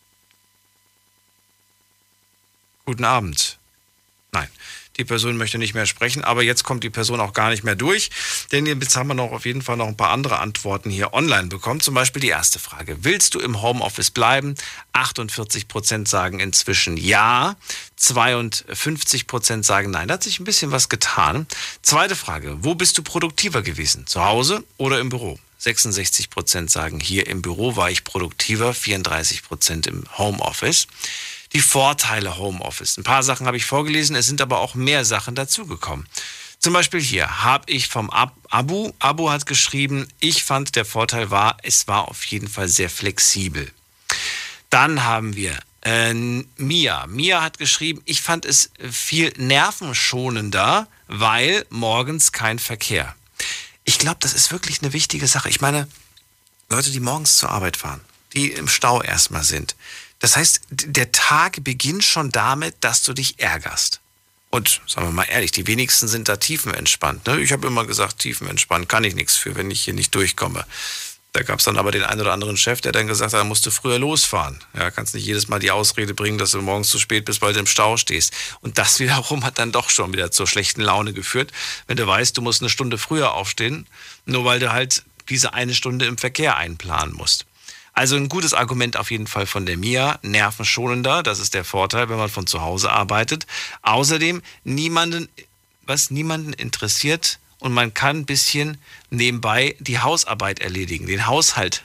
Guten Abend. Nein, die Person möchte nicht mehr sprechen, aber jetzt kommt die Person auch gar nicht mehr durch, denn jetzt haben wir noch auf jeden Fall noch ein paar andere Antworten hier online bekommen. Zum Beispiel die erste Frage. Willst du im Homeoffice bleiben? achtundvierzig Prozent sagen inzwischen ja, zweiundfünfzig Prozent sagen nein. Da hat sich ein bisschen was getan. Zweite Frage. Wo bist du produktiver gewesen? Zu Hause oder im Büro? sechsundsechzig Prozent sagen, hier im Büro war ich produktiver, vierunddreißig Prozent im Homeoffice. Die Vorteile Homeoffice. Ein paar Sachen habe ich vorgelesen, es sind aber auch mehr Sachen dazugekommen. Zum Beispiel hier habe ich vom Ab- Abu, Abu hat geschrieben, ich fand, der Vorteil war, es war auf jeden Fall sehr flexibel. Dann haben wir äh, Mia. Mia hat geschrieben, ich fand es viel nervenschonender, weil morgens kein Verkehr. Ich glaube, das ist wirklich eine wichtige Sache. Ich meine, Leute, die morgens zur Arbeit fahren, die im Stau erstmal sind. Das heißt, der Tag beginnt schon damit, dass du dich ärgerst. Und sagen wir mal ehrlich, die wenigsten sind da tiefenentspannt. Ne? Ich habe immer gesagt, tiefenentspannt kann ich nichts für, wenn ich hier nicht durchkomme. Da gab es dann aber den einen oder anderen Chef, der dann gesagt hat, da musst du früher losfahren. Ja, kannst nicht jedes Mal die Ausrede bringen, dass du morgens zu spät bist, weil du im Stau stehst. Und das wiederum hat dann doch schon wieder zur schlechten Laune geführt, wenn du weißt, du musst eine Stunde früher aufstehen, nur weil du halt diese eine Stunde im Verkehr einplanen musst. Also ein gutes Argument auf jeden Fall von der Mia, nervenschonender, das ist der Vorteil, wenn man von zu Hause arbeitet. Außerdem niemanden, was niemanden interessiert und man kann ein bisschen nebenbei die Hausarbeit erledigen, den Haushalt.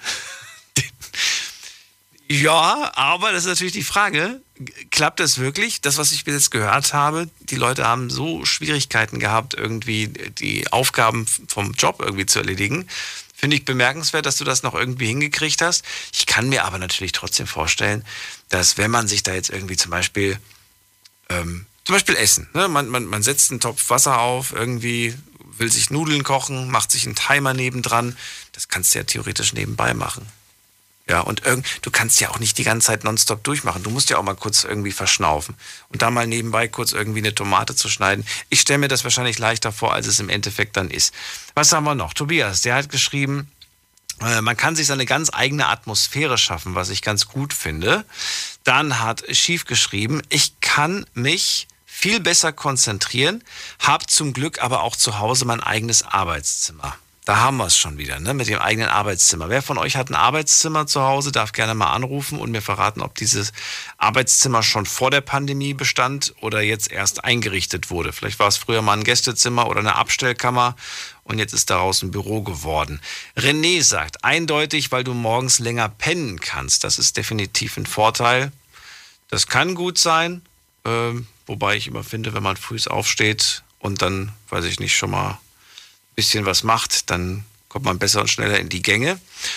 Ja, aber das ist natürlich die Frage, klappt das wirklich? Das, was ich bis jetzt gehört habe, die Leute haben so Schwierigkeiten gehabt, irgendwie die Aufgaben vom Job irgendwie zu erledigen. Finde ich bemerkenswert, dass du das noch irgendwie hingekriegt hast. Ich kann mir aber natürlich trotzdem vorstellen, dass wenn man sich da jetzt irgendwie zum Beispiel, ähm, zum Beispiel Essen, ne? man, man, man setzt einen Topf Wasser auf, irgendwie will sich Nudeln kochen, macht sich einen Timer nebendran, das kannst du ja theoretisch nebenbei machen. Ja, und irgend, du kannst ja auch nicht die ganze Zeit nonstop durchmachen. Du musst ja auch mal kurz irgendwie verschnaufen. Und da mal nebenbei kurz irgendwie eine Tomate zu schneiden. Ich stelle mir das wahrscheinlich leichter vor, als es im Endeffekt dann ist. Was haben wir noch? Tobias, der hat geschrieben, äh, man kann sich seine ganz eigene Atmosphäre schaffen, was ich ganz gut finde. Dann hat Schief geschrieben, ich kann mich viel besser konzentrieren, habe zum Glück aber auch zu Hause mein eigenes Arbeitszimmer. Da haben wir es schon wieder, ne, mit dem eigenen Arbeitszimmer. Wer von euch hat ein Arbeitszimmer zu Hause, darf gerne mal anrufen und mir verraten, ob dieses Arbeitszimmer schon vor der Pandemie bestand oder jetzt erst eingerichtet wurde. Vielleicht war es früher mal ein Gästezimmer oder eine Abstellkammer und jetzt ist daraus ein Büro geworden. René sagt, eindeutig, weil du morgens länger pennen kannst. Das ist definitiv ein Vorteil. Das kann gut sein, äh, wobei ich immer finde, wenn man früh aufsteht und dann, weiß ich nicht, schon mal bisschen was macht, dann kommt man besser und schneller in die Gänge.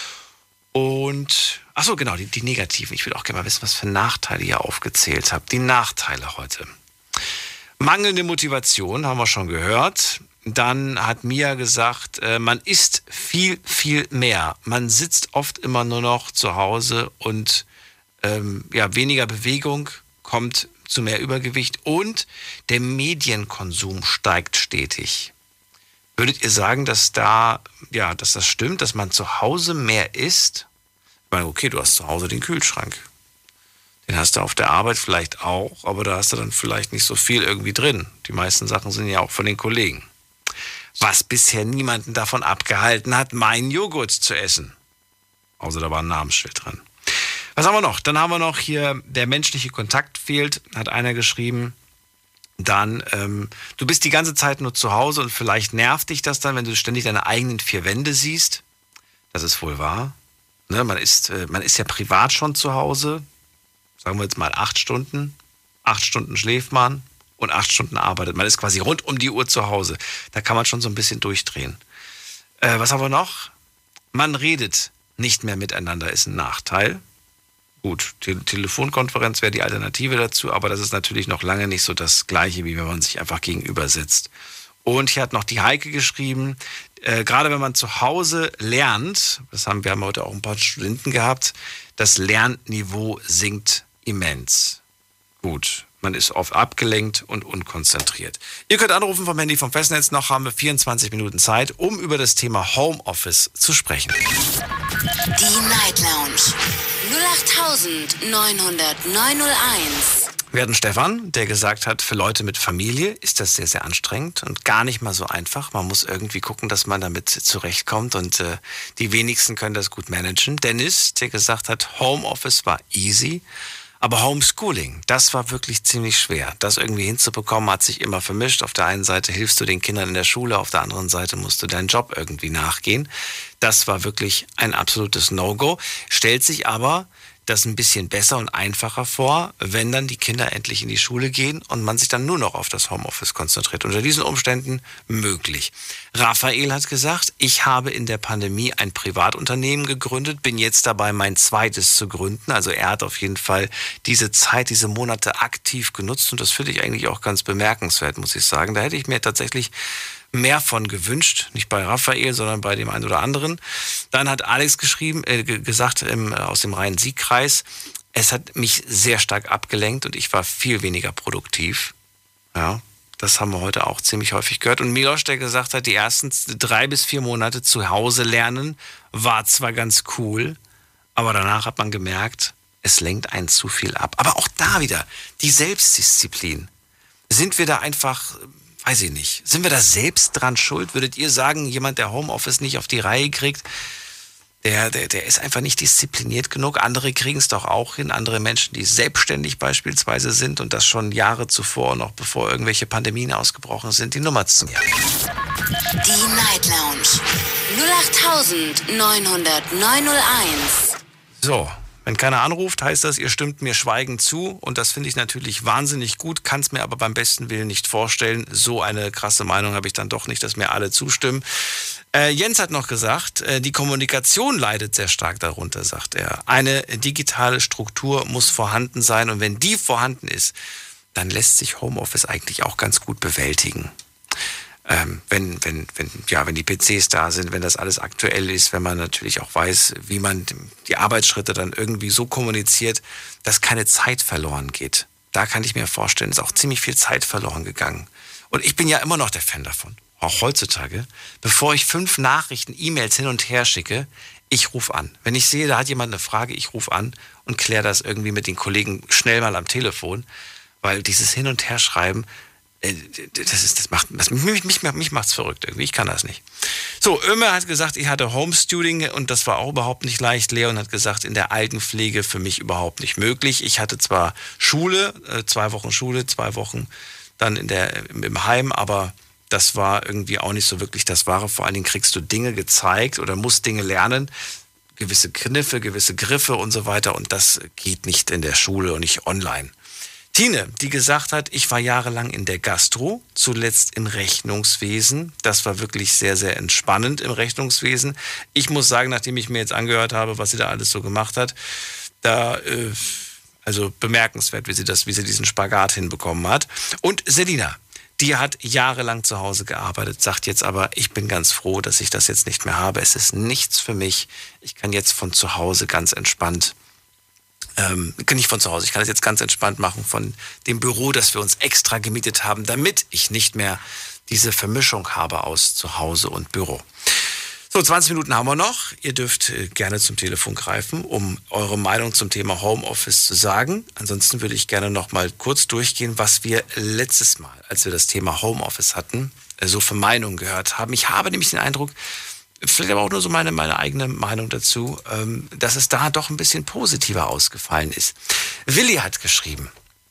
Und, ach so, genau, die, die Negativen. Ich will auch gerne mal wissen, was für Nachteile ihr aufgezählt habt. Die Nachteile heute. Mangelnde Motivation, haben wir schon gehört. Dann hat Mia gesagt, äh, man isst viel, viel mehr. Man sitzt oft immer nur noch zu Hause und ähm, ja, weniger Bewegung kommt zu mehr Übergewicht und der Medienkonsum steigt stetig. Würdet ihr sagen, dass da, ja, dass das stimmt, dass man zu Hause mehr isst? Ich meine, okay, du hast zu Hause den Kühlschrank. Den hast du auf der Arbeit vielleicht auch, aber da hast du dann vielleicht nicht so viel irgendwie drin. Die meisten Sachen sind ja auch von den Kollegen. Was bisher niemanden davon abgehalten hat, meinen Joghurt zu essen. Außer da war ein Namensschild dran. Was haben wir noch? Dann haben wir noch hier, der menschliche Kontakt fehlt, hat einer geschrieben. Dann, ähm, du bist die ganze Zeit nur zu Hause und vielleicht nervt dich das dann, wenn du ständig deine eigenen vier Wände siehst. Das ist wohl wahr. Ne, man ist, äh, man ist ja privat schon zu Hause. Sagen wir jetzt mal acht Stunden. Acht Stunden schläft man und acht Stunden arbeitet. Man ist quasi rund um die Uhr zu Hause. Da kann man schon so ein bisschen durchdrehen. Äh, was haben wir noch? Man redet nicht mehr miteinander, ist ein Nachteil. Gut, Te- Telefonkonferenz wäre die Alternative dazu, aber das ist natürlich noch lange nicht so das Gleiche, wie wenn man sich einfach gegenüber sitzt. Und hier hat noch die Heike geschrieben, äh, gerade wenn man zu Hause lernt, das haben wir haben heute auch ein paar Studenten gehabt, das Lernniveau sinkt immens. Gut, man ist oft abgelenkt und unkonzentriert. Ihr könnt anrufen vom Handy vom Festnetz, noch haben wir vierundzwanzig Minuten Zeit, um über das Thema Homeoffice zu sprechen. Die Night Lounge null acht neun null null neun null eins. Wir hatten Stefan, der gesagt hat, für Leute mit Familie ist das sehr, sehr anstrengend und gar nicht mal so einfach. Man muss irgendwie gucken, dass man damit zurechtkommt und äh, die wenigsten können das gut managen. Dennis, der gesagt hat, Homeoffice war easy, aber Homeschooling, das war wirklich ziemlich schwer. Das irgendwie hinzubekommen, hat sich immer vermischt. Auf der einen Seite hilfst du den Kindern in der Schule, auf der anderen Seite musst du deinen Job irgendwie nachgehen. Das war wirklich ein absolutes No-Go. Stellt sich aber das ein bisschen besser und einfacher vor, wenn dann die Kinder endlich in die Schule gehen und man sich dann nur noch auf das Homeoffice konzentriert. Unter diesen Umständen möglich. Raphael hat gesagt, ich habe in der Pandemie ein Privatunternehmen gegründet, bin jetzt dabei, mein zweites zu gründen. Also er hat auf jeden Fall diese Zeit, diese Monate aktiv genutzt und das finde ich eigentlich auch ganz bemerkenswert, muss ich sagen. Da hätte ich mir tatsächlich mehr von gewünscht, nicht bei Raphael, sondern bei dem einen oder anderen. Dann hat Alex geschrieben, äh, gesagt im, aus dem Rhein-Sieg-Kreis, es hat mich sehr stark abgelenkt und ich war viel weniger produktiv. Ja, das haben wir heute auch ziemlich häufig gehört. Und Miloš, der gesagt hat, die ersten drei bis vier Monate zu Hause lernen, war zwar ganz cool, aber danach hat man gemerkt, es lenkt einen zu viel ab. Aber auch da wieder, die Selbstdisziplin. Sind wir da einfach... Weiß ich nicht. Sind wir da selbst dran schuld? Würdet ihr sagen, jemand, der Homeoffice nicht auf die Reihe kriegt, Der, der, der ist einfach nicht diszipliniert genug. Andere kriegen es doch auch hin. Andere Menschen, die selbstständig beispielsweise sind und das schon Jahre zuvor, noch bevor irgendwelche Pandemien ausgebrochen sind, die Nummer zu mir. Die Night Lounge null acht neun null null neun null eins. So, wenn keiner anruft, heißt das, ihr stimmt mir schweigend zu. Und das finde ich natürlich wahnsinnig gut, kann es mir aber beim besten Willen nicht vorstellen. So eine krasse Meinung habe ich dann doch nicht, dass mir alle zustimmen. Äh, Jens hat noch gesagt, äh, die Kommunikation leidet sehr stark darunter, sagt er. Eine digitale Struktur muss vorhanden sein und wenn die vorhanden ist, dann lässt sich Homeoffice eigentlich auch ganz gut bewältigen. Ähm, wenn, wenn, wenn, ja, wenn die P Cs da sind, wenn das alles aktuell ist, wenn man natürlich auch weiß, wie man die Arbeitsschritte dann irgendwie so kommuniziert, dass keine Zeit verloren geht. Da kann ich mir vorstellen, ist auch ziemlich viel Zeit verloren gegangen. Und ich bin ja immer noch der Fan davon. Auch heutzutage, bevor ich fünf Nachrichten, E-Mails hin und her schicke, ich rufe an. Wenn ich sehe, da hat jemand eine Frage, ich rufe an und kläre das irgendwie mit den Kollegen schnell mal am Telefon, weil dieses Hin- und Herschreiben, äh, das ist, das macht, das, mich, mich, mich macht's verrückt irgendwie, ich kann das nicht. So, Ömer hat gesagt, ich hatte Homestudying und das war auch überhaupt nicht leicht. Leon hat gesagt, in der Altenpflege für mich überhaupt nicht möglich. Ich hatte zwar Schule, äh, zwei Wochen Schule, zwei Wochen dann in der, im Heim, aber das war irgendwie auch nicht so wirklich das Wahre. Vor allen Dingen kriegst du Dinge gezeigt oder musst Dinge lernen, gewisse Kniffe, gewisse Griffe und so weiter. Und das geht nicht in der Schule und nicht online. Tine, die gesagt hat, ich war jahrelang in der Gastro, zuletzt im Rechnungswesen. Das war wirklich sehr, sehr entspannend im Rechnungswesen. Ich muss sagen, nachdem ich mir jetzt angehört habe, was sie da alles so gemacht hat, da, äh, also bemerkenswert, wie sie das, wie sie diesen Spagat hinbekommen hat. Und Selina, die hat jahrelang zu Hause gearbeitet, sagt jetzt aber, ich bin ganz froh, dass ich das jetzt nicht mehr habe. Es ist nichts für mich. Ich kann jetzt von zu Hause ganz entspannt, ähm, nicht von zu Hause, ich kann das jetzt ganz entspannt machen von dem Büro, das wir uns extra gemietet haben, damit ich nicht mehr diese Vermischung habe aus zu Hause und Büro. So, zwanzig Minuten haben wir noch. Ihr dürft äh, gerne zum Telefon greifen, um eure Meinung zum Thema Homeoffice zu sagen. Ansonsten würde ich gerne noch mal kurz durchgehen, was wir letztes Mal, als wir das Thema Homeoffice hatten, äh, so für Meinungen gehört haben. Ich habe nämlich den Eindruck, vielleicht aber auch nur so meine, meine eigene Meinung dazu, ähm, dass es da doch ein bisschen positiver ausgefallen ist. Willi hat geschrieben,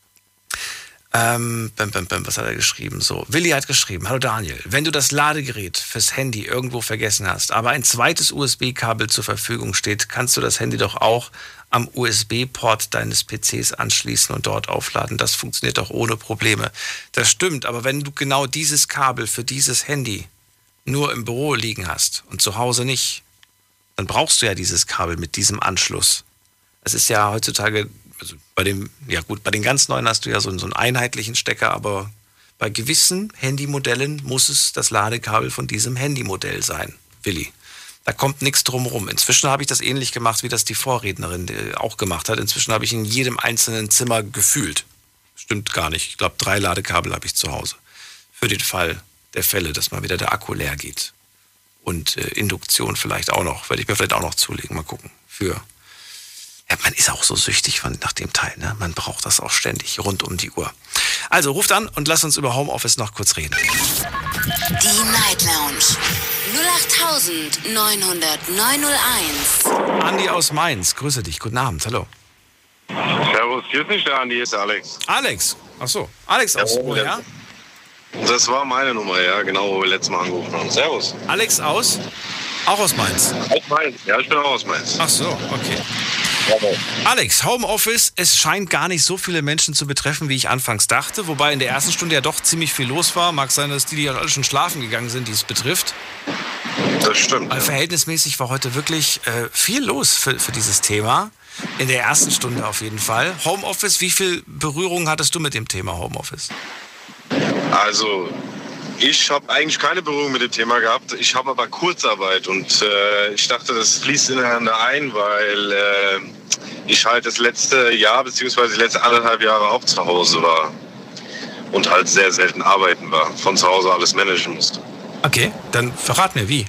Ähm, bäm, bäm, bäm, was hat er geschrieben? So, Willi hat geschrieben, hallo Daniel, wenn du das Ladegerät fürs Handy irgendwo vergessen hast, aber ein zweites U S B-Kabel zur Verfügung steht, kannst du das Handy doch auch am U S B-Port deines P Cs anschließen und dort aufladen. Das funktioniert doch ohne Probleme. Das stimmt, aber wenn du genau dieses Kabel für dieses Handy nur im Büro liegen hast und zu Hause nicht, dann brauchst du ja dieses Kabel mit diesem Anschluss. Es ist ja heutzutage... Also bei dem, ja gut, bei den ganz neuen hast du ja so einen, so einen einheitlichen Stecker, aber bei gewissen Handymodellen muss es das Ladekabel von diesem Handymodell sein, Willi. Da kommt nichts drum rum. Inzwischen habe ich das ähnlich gemacht, wie das die Vorrednerin auch gemacht hat. Inzwischen habe ich in jedem einzelnen Zimmer gefühlt. Stimmt gar nicht. Ich glaube, drei Ladekabel habe ich zu Hause. Für den Fall der Fälle, dass mal wieder der Akku leer geht. Und äh, Induktion vielleicht auch noch. Werde ich mir vielleicht auch noch zulegen. Mal gucken. Für Ja, man ist auch so süchtig von, nach dem Teil, ne? Man braucht das auch ständig, rund um die Uhr. Also ruft an und lasst uns über Homeoffice noch kurz reden. Die Night Lounge null acht neun null null neun null eins. Andi aus Mainz, grüße dich, guten Abend, hallo. Servus, hier ist nicht der Andi, hier ist der Alex. Alex, ach so, Alex aus, woher? Das war meine Nummer, ja, genau, wo wir letztes Mal angerufen haben. Servus. Alex aus? Auch aus Mainz? Aus Mainz, ja, ich bin auch aus Mainz. Ach so, okay. Alex, Homeoffice, es scheint gar nicht so viele Menschen zu betreffen, wie ich anfangs dachte. Wobei in der ersten Stunde ja doch ziemlich viel los war. Mag sein, dass die, die alle schon schlafen gegangen sind, die es betrifft. Das stimmt. Weil ja. Verhältnismäßig war heute wirklich äh, viel los für, für dieses Thema. In der ersten Stunde auf jeden Fall. Homeoffice, wie viel Berührung hattest du mit dem Thema Homeoffice? Also... Ich habe eigentlich keine Berührung mit dem Thema gehabt. Ich habe aber Kurzarbeit und äh, ich dachte, das fließt ineinander ein, weil äh, ich halt das letzte Jahr bzw. die letzten anderthalb Jahre auch zu Hause war und halt sehr selten arbeiten war, von zu Hause alles managen musste. Okay, dann verrat mir wie.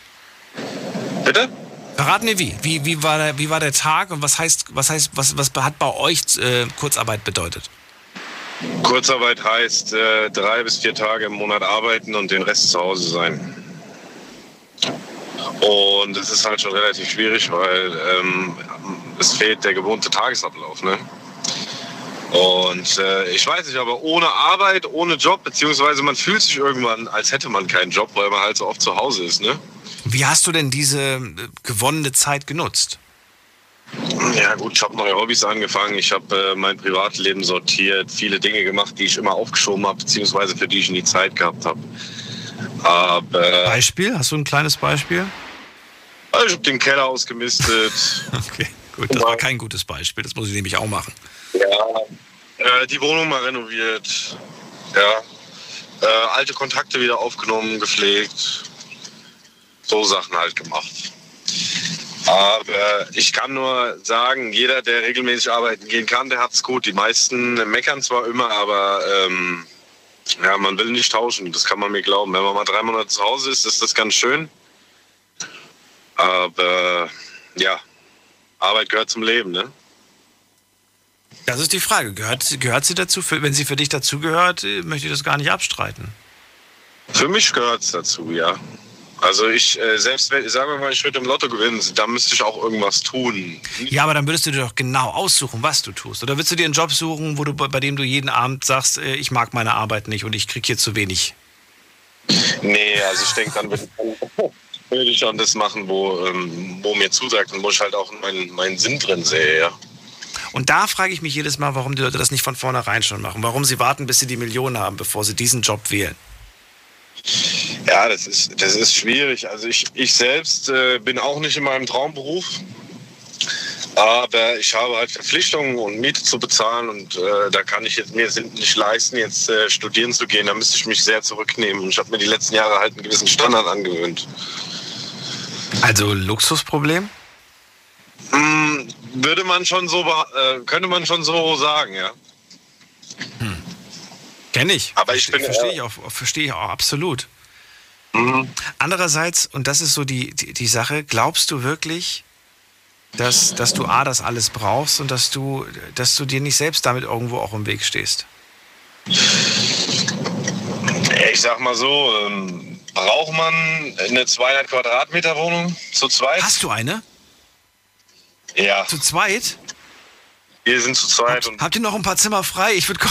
Bitte? Verrat mir wie. Wie, wie, war, der, wie war der Tag und was heißt, was heißt, was, was hat bei euch äh, Kurzarbeit bedeutet? Kurzarbeit heißt äh, drei bis vier Tage im Monat arbeiten und den Rest zu Hause sein. Und es ist halt schon relativ schwierig, weil ähm, es fehlt der gewohnte Tagesablauf. Ne? Und äh, ich weiß nicht, aber ohne Arbeit, ohne Job, beziehungsweise man fühlt sich irgendwann, als hätte man keinen Job, weil man halt so oft zu Hause ist. Ne? Wie hast du denn diese gewonnene Zeit genutzt? Ja gut, ich habe neue Hobbys angefangen, ich habe äh, mein Privatleben sortiert, viele Dinge gemacht, die ich immer aufgeschoben habe, beziehungsweise für die ich nie Zeit gehabt habe. Aber, Beispiel? Hast du ein kleines Beispiel? Ich habe den Keller ausgemistet. Okay, gut, das war kein gutes Beispiel, das muss ich nämlich auch machen. Ja, äh, die Wohnung mal renoviert, ja, äh, alte Kontakte wieder aufgenommen, gepflegt, so Sachen halt gemacht. Aber ich kann nur sagen, jeder, der regelmäßig arbeiten gehen kann, der hat's gut. Die meisten meckern zwar immer, aber ähm, ja, man will nicht tauschen, das kann man mir glauben. Wenn man mal drei Monate zu Hause ist, ist das ganz schön. Aber ja, Arbeit gehört zum Leben, ne? Das ist die Frage. Gehört, gehört sie dazu? Wenn sie für dich dazugehört, möchte ich das gar nicht abstreiten. Für mich gehört es dazu, ja. Also ich, äh, selbst wenn, sagen wir mal, ich würde im Lotto gewinnen, da müsste ich auch irgendwas tun. Ja, aber dann würdest du dir doch genau aussuchen, was du tust. Oder würdest du dir einen Job suchen, wo du, bei dem du jeden Abend sagst, äh, ich mag meine Arbeit nicht und ich kriege hier zu wenig? Nee, also ich denke, dann würde würd ich schon das machen, wo, ähm, wo mir zusagt und wo ich halt auch meinen, meinen Sinn drin sehe, ja. Und da frage ich mich jedes Mal, warum die Leute das nicht von vornherein schon machen. Warum sie warten, bis sie die Millionen haben, bevor sie diesen Job wählen. Ja, das ist, das ist schwierig. Also ich, ich selbst äh, bin auch nicht in meinem Traumberuf. Aber ich habe halt Verpflichtungen und Miete zu bezahlen und äh, da kann ich jetzt mir nicht leisten, jetzt äh, studieren zu gehen. Da müsste ich mich sehr zurücknehmen. Und ich habe mir die letzten Jahre halt einen gewissen Standard angewöhnt. Also Luxusproblem? Hm, würde man schon so, äh, könnte man schon so sagen, ja. Hm. Kenn ich. Aber ich bin, verstehe ich auch, verstehe ich auch absolut. Mhm. Andererseits, und das ist so die, die, die Sache, glaubst du wirklich, dass, dass du A, das alles brauchst und dass du, dass du dir nicht selbst damit irgendwo auch im Weg stehst? Ich sag mal so, ähm, braucht man eine zweihundert Quadratmeter Wohnung zu zweit? Hast du eine? Ja. Zu zweit? Wir sind zu zweit. Habt, und habt ihr noch ein paar Zimmer frei? Ich würde.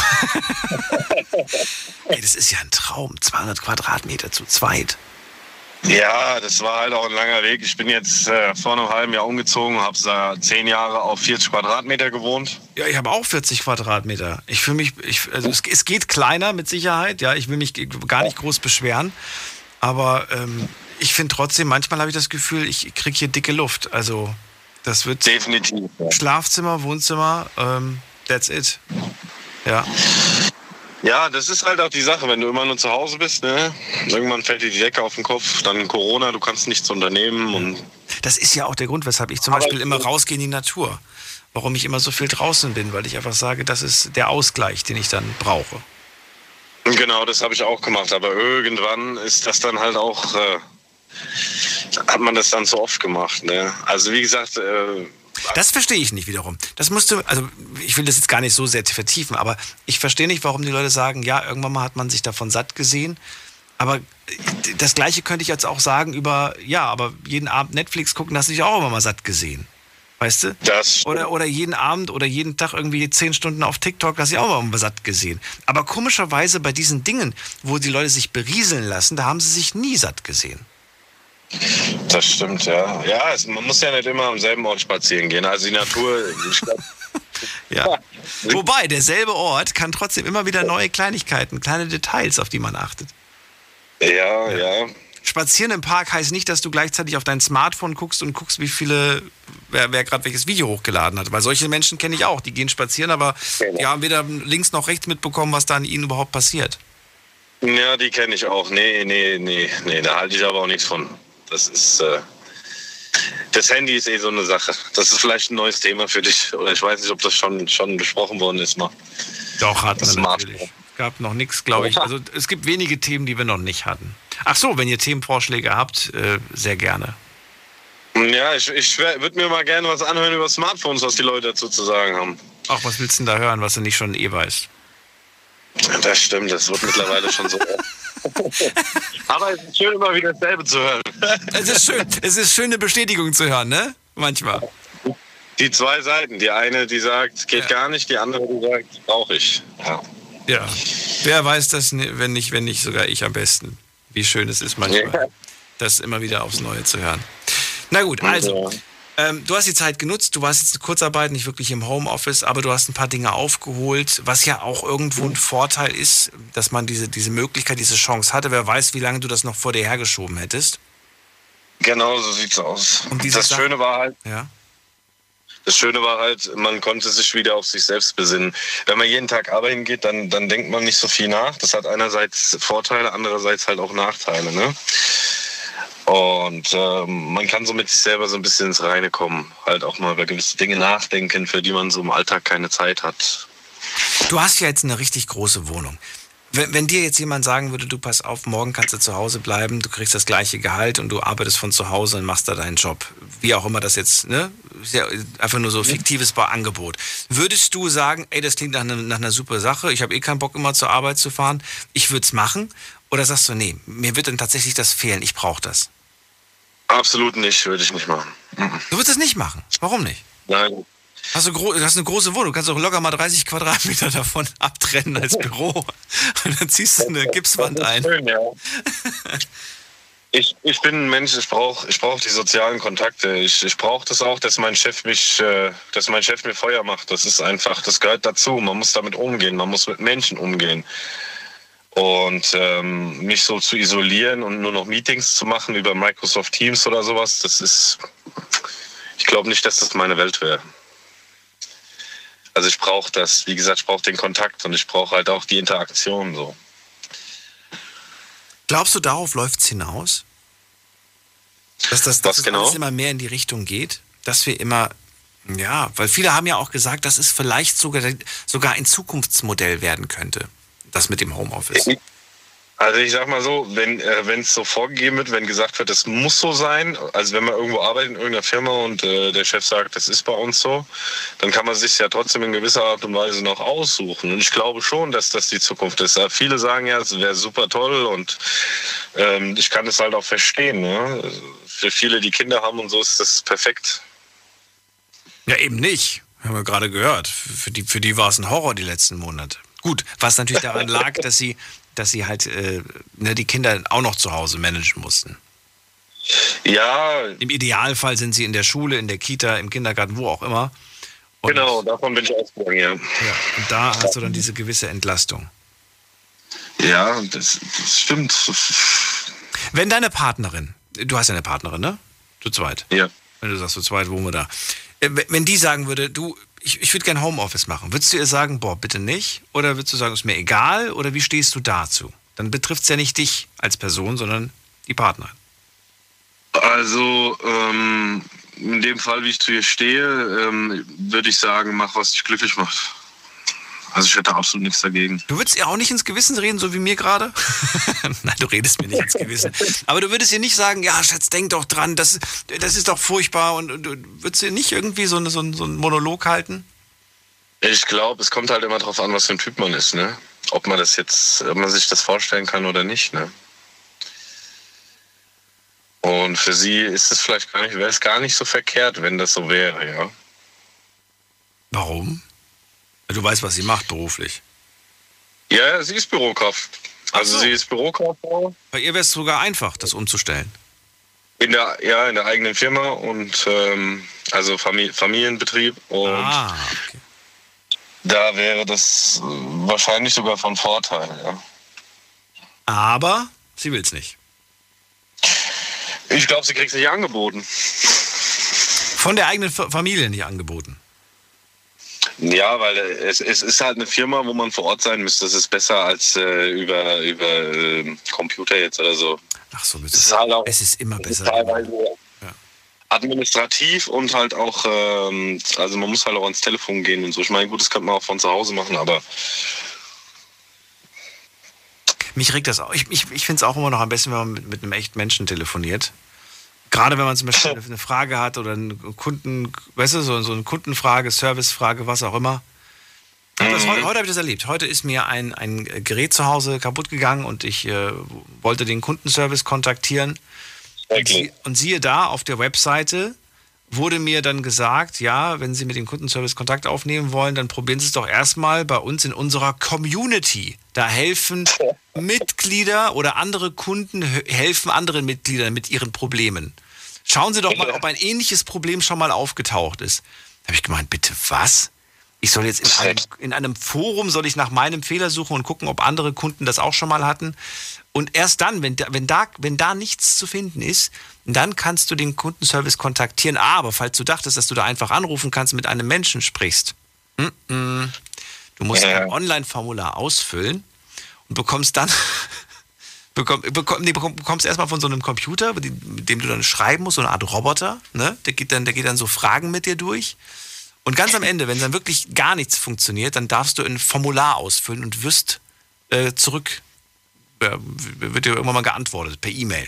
Ey, das ist ja ein Traum. zweihundert Quadratmeter zu zweit. Ja, das war halt auch ein langer Weg. Ich bin jetzt äh, vor einem halben Jahr umgezogen, habe da zehn Jahre auf vierzig Quadratmeter gewohnt. Ja, ich habe auch vierzig Quadratmeter. Ich fühle mich, ich, also es, es geht kleiner mit Sicherheit. Ja, ich will mich gar nicht groß beschweren. Aber ähm, ich finde trotzdem, manchmal habe ich das Gefühl, ich kriege hier dicke Luft. Also das wird definitiv. Ja. Schlafzimmer, Wohnzimmer, ähm, that's it. Ja. Ja, das ist halt auch die Sache, wenn du immer nur zu Hause bist, ne? Irgendwann fällt dir die Decke auf den Kopf, dann Corona, du kannst nichts unternehmen. Und das ist ja auch der Grund, weshalb ich zum Beispiel immer rausgehe in die Natur. Warum ich immer so viel draußen bin, weil ich einfach sage, das ist der Ausgleich, den ich dann brauche. Genau, das habe ich auch gemacht, aber irgendwann ist das dann halt auch, äh, hat man das dann so oft gemacht, ne? Also wie gesagt, äh, das verstehe ich nicht wiederum. Das musst du, also ich will das jetzt gar nicht so sehr vertiefen, aber ich verstehe nicht, warum die Leute sagen, ja, irgendwann mal hat man sich davon satt gesehen. Aber das Gleiche könnte ich jetzt auch sagen über, ja, aber jeden Abend Netflix gucken, hast du dich auch immer mal satt gesehen. Weißt du? Das oder, oder jeden Abend oder jeden Tag irgendwie zehn Stunden auf TikTok, hast du auch immer mal satt gesehen. Aber komischerweise bei diesen Dingen, wo die Leute sich berieseln lassen, da haben sie sich nie satt gesehen. Das stimmt, ja. Ja, es, man muss ja nicht immer am selben Ort spazieren gehen. Also die Natur... ja. Wobei, derselbe Ort kann trotzdem immer wieder neue Kleinigkeiten, kleine Details, auf die man achtet. Ja, ja. Spazieren im Park heißt nicht, dass du gleichzeitig auf dein Smartphone guckst und guckst, wie viele, wer, wer gerade welches Video hochgeladen hat. Weil solche Menschen kenne ich auch. Die gehen spazieren, aber genau. Die haben weder links noch rechts mitbekommen, was da an ihnen überhaupt passiert. Ja, die kenne ich auch. Nee, nee, nee, nee, da halte ich aber auch nichts von. Das ist, äh, das Handy ist eh so eine Sache. Das ist vielleicht ein neues Thema für dich. Oder ich weiß nicht, ob das schon, schon besprochen worden ist mal. Doch, hatten wir natürlich. Es gab noch nichts, glaube ich. Also es gibt wenige Themen, die wir noch nicht hatten. Ach so, wenn ihr Themenvorschläge habt, äh, sehr gerne. Ja, ich, ich würde mir mal gerne was anhören über Smartphones, was die Leute dazu zu sagen haben. Ach, was willst du denn da hören, was du nicht schon eh weißt? Das stimmt, das wird mittlerweile schon so. Aber es ist schön, immer wieder dasselbe zu hören. Es ist schön, es ist schön, eine Bestätigung zu hören, ne? Manchmal. Die zwei Seiten. Die eine, die sagt, geht ja. gar nicht, die andere, die sagt, brauche ich. Ja. Ja. Wer weiß das, wenn nicht, wenn nicht sogar ich am besten. Wie schön es ist manchmal, ja. das immer wieder aufs Neue zu hören. Na gut, also, ähm, du hast die Zeit genutzt, du warst jetzt in Kurzarbeit, nicht wirklich im Homeoffice, aber du hast ein paar Dinge aufgeholt, was ja auch irgendwo ein Vorteil ist, dass man diese, diese Möglichkeit, diese Chance hatte. Wer weiß, wie lange du das noch vor dir hergeschoben hättest. Genau, so sieht's aus. Und das Sache, Schöne war halt, ja. Das Schöne war halt, man konnte sich wieder auf sich selbst besinnen. Wenn man jeden Tag arbeiten geht, dann, dann denkt man nicht so viel nach. Das hat einerseits Vorteile, andererseits halt auch Nachteile. Ne? Und ähm, man kann so mit sich selber so ein bisschen ins Reine kommen. Halt auch mal über gewisse Dinge nachdenken, für die man so im Alltag keine Zeit hat. Du hast ja jetzt eine richtig große Wohnung. Wenn, wenn dir jetzt jemand sagen würde, du pass auf, morgen kannst du zu Hause bleiben, du kriegst das gleiche Gehalt und du arbeitest von zu Hause und machst da deinen Job. Wie auch immer das jetzt, ne? Ist ja einfach nur so ein fiktives Angebot. Würdest du sagen, ey, das klingt nach, ne, nach einer super Sache, ich habe eh keinen Bock immer zur Arbeit zu fahren, ich würde es machen? Oder sagst du, nee, mir wird dann tatsächlich das fehlen, ich brauche das? Absolut nicht, würde ich nicht machen. Du würdest es nicht machen? Warum nicht? Nein. Hast du, gro- hast eine große Wohnung, du kannst auch locker mal dreißig Quadratmeter davon abtrennen als Büro. Und dann ziehst du eine Gipswand ein. Schön, ja. Ich, ich bin ein Mensch, ich brauche ich brauch die sozialen Kontakte. Ich, ich brauche das auch, dass mein Chef mich, äh, dass mein Chef mir Feuer macht. Das ist einfach, das gehört dazu. Man muss damit umgehen, man muss mit Menschen umgehen. Und ähm, mich so zu isolieren und nur noch Meetings zu machen über Microsoft Teams oder sowas, das ist, ich glaube nicht, dass das meine Welt wäre. Also ich brauche das, wie gesagt, ich brauche den Kontakt und ich brauche halt auch die Interaktion so. Glaubst du, darauf läuft es hinaus? Dass das, dass das genau? alles immer mehr in die Richtung geht? Dass wir immer, ja, weil viele haben ja auch gesagt, dass es vielleicht sogar, sogar ein Zukunftsmodell werden könnte, das mit dem Homeoffice. Also ich sag mal so, wenn äh, wenn es so vorgegeben wird, wenn gesagt wird, es muss so sein, also wenn man irgendwo arbeitet in irgendeiner Firma und äh, der Chef sagt, das ist bei uns so, dann kann man sich ja trotzdem in gewisser Art und Weise noch aussuchen. Und ich glaube schon, dass das die Zukunft ist. Aber viele sagen ja, es wäre super toll und ähm, ich kann das halt auch verstehen. Ne? Also für viele, die Kinder haben und so, ist das perfekt. Ja, eben nicht. Haben wir gerade gehört. Für die, für die war es ein Horror die letzten Monate. Gut, was natürlich daran lag, dass sie dass sie halt äh, ne, die Kinder auch noch zu Hause managen mussten. Ja. Im Idealfall sind sie in der Schule, in der Kita, im Kindergarten, wo auch immer. Und genau, davon bin ich ausgegangen, ja. Ja, und da hast du dann diese gewisse Entlastung. Ja, das, das stimmt. Wenn deine Partnerin, du hast ja eine Partnerin, ne? Zu zweit. Ja. Wenn du sagst, zu zweit wohnen wir da. Wenn die sagen würde, du, ich, ich würde gerne Homeoffice machen, würdest du ihr sagen, boah, bitte nicht? Oder würdest du sagen, ist mir egal? Oder wie stehst du dazu? Dann betrifft es ja nicht dich als Person, sondern die Partnerin. Also, ähm, in dem Fall, wie ich zu ihr stehe, ähm, würde ich sagen, mach, was dich glücklich macht. Also ich hätte absolut nichts dagegen. Du würdest ihr auch nicht ins Gewissen reden, so wie mir gerade? Nein, du redest mir nicht ins Gewissen. Aber du würdest ihr nicht sagen, ja, Schatz, denk doch dran, das, das ist doch furchtbar. Und, und du würdest ihr nicht irgendwie so, so, so einen Monolog halten? Ich glaube, es kommt halt immer darauf an, was für ein Typ man ist, ne? Ob man das jetzt, ob man sich das vorstellen kann oder nicht, ne? Und für sie ist es vielleicht gar nicht, wäre es gar nicht so verkehrt, wenn das so wäre, ja. Warum? Du weißt, was sie macht beruflich. Ja, sie ist Bürokraft. Also so. Sie ist Bürokauffrau. Bei ihr wäre es sogar einfach, das umzustellen. In der, ja, in der eigenen Firma und ähm, also Famili- Familienbetrieb. Und ah, okay. Da wäre das wahrscheinlich sogar von Vorteil, ja. Aber sie will es nicht. Ich glaube, sie kriegt es nicht angeboten. Von der eigenen Familie nicht angeboten? Ja, weil es, es ist halt eine Firma, wo man vor Ort sein müsste. Das ist besser als äh, über, über äh, Computer jetzt oder so. Ach so, es ist, halt auch, es ist immer besser. Teilweise ja. Administrativ und halt auch, ähm, also man muss halt auch ans Telefon gehen und so. Ich meine, gut, das könnte man auch von zu Hause machen, aber... Mich regt das auch. Ich, ich, ich finde es auch immer noch am besten, wenn man mit, mit einem echten Menschen telefoniert. Gerade wenn man zum Beispiel eine Frage hat oder einen Kunden, weißt du, so, so eine Kundenfrage, Servicefrage, was auch immer. Dann das, heute heute habe ich das erlebt. Heute ist mir ein, ein Gerät zu Hause kaputt gegangen und ich äh, wollte den Kundenservice kontaktieren. Und, sie, und siehe da, auf der Webseite wurde mir dann gesagt, ja, wenn Sie mit dem Kundenservice Kontakt aufnehmen wollen, dann probieren Sie es doch erstmal bei uns in unserer Community. Da helfen Mitglieder oder andere Kunden helfen anderen Mitgliedern mit ihren Problemen. Schauen Sie doch mal, ob ein ähnliches Problem schon mal aufgetaucht ist. Da habe ich gemeint, bitte was? Ich soll jetzt in einem, in einem Forum, soll ich nach meinem Fehler suchen und gucken, ob andere Kunden das auch schon mal hatten. Und erst dann, wenn da, wenn da, wenn da nichts zu finden ist, dann kannst du den Kundenservice kontaktieren. Aber falls du dachtest, dass du da einfach anrufen kannst, mit einem Menschen sprichst, mm-mm. du musst ja. ein Online-Formular ausfüllen und bekommst dann, bekomm, bekomm, nee, bekommst erstmal von so einem Computer, mit dem du dann schreiben musst, so eine Art Roboter, ne? Der geht dann, der geht dann so Fragen mit dir durch. Und ganz am Ende, wenn dann wirklich gar nichts funktioniert, dann darfst du ein Formular ausfüllen und wirst äh, zurück, äh, wird dir irgendwann mal geantwortet, per E-Mail.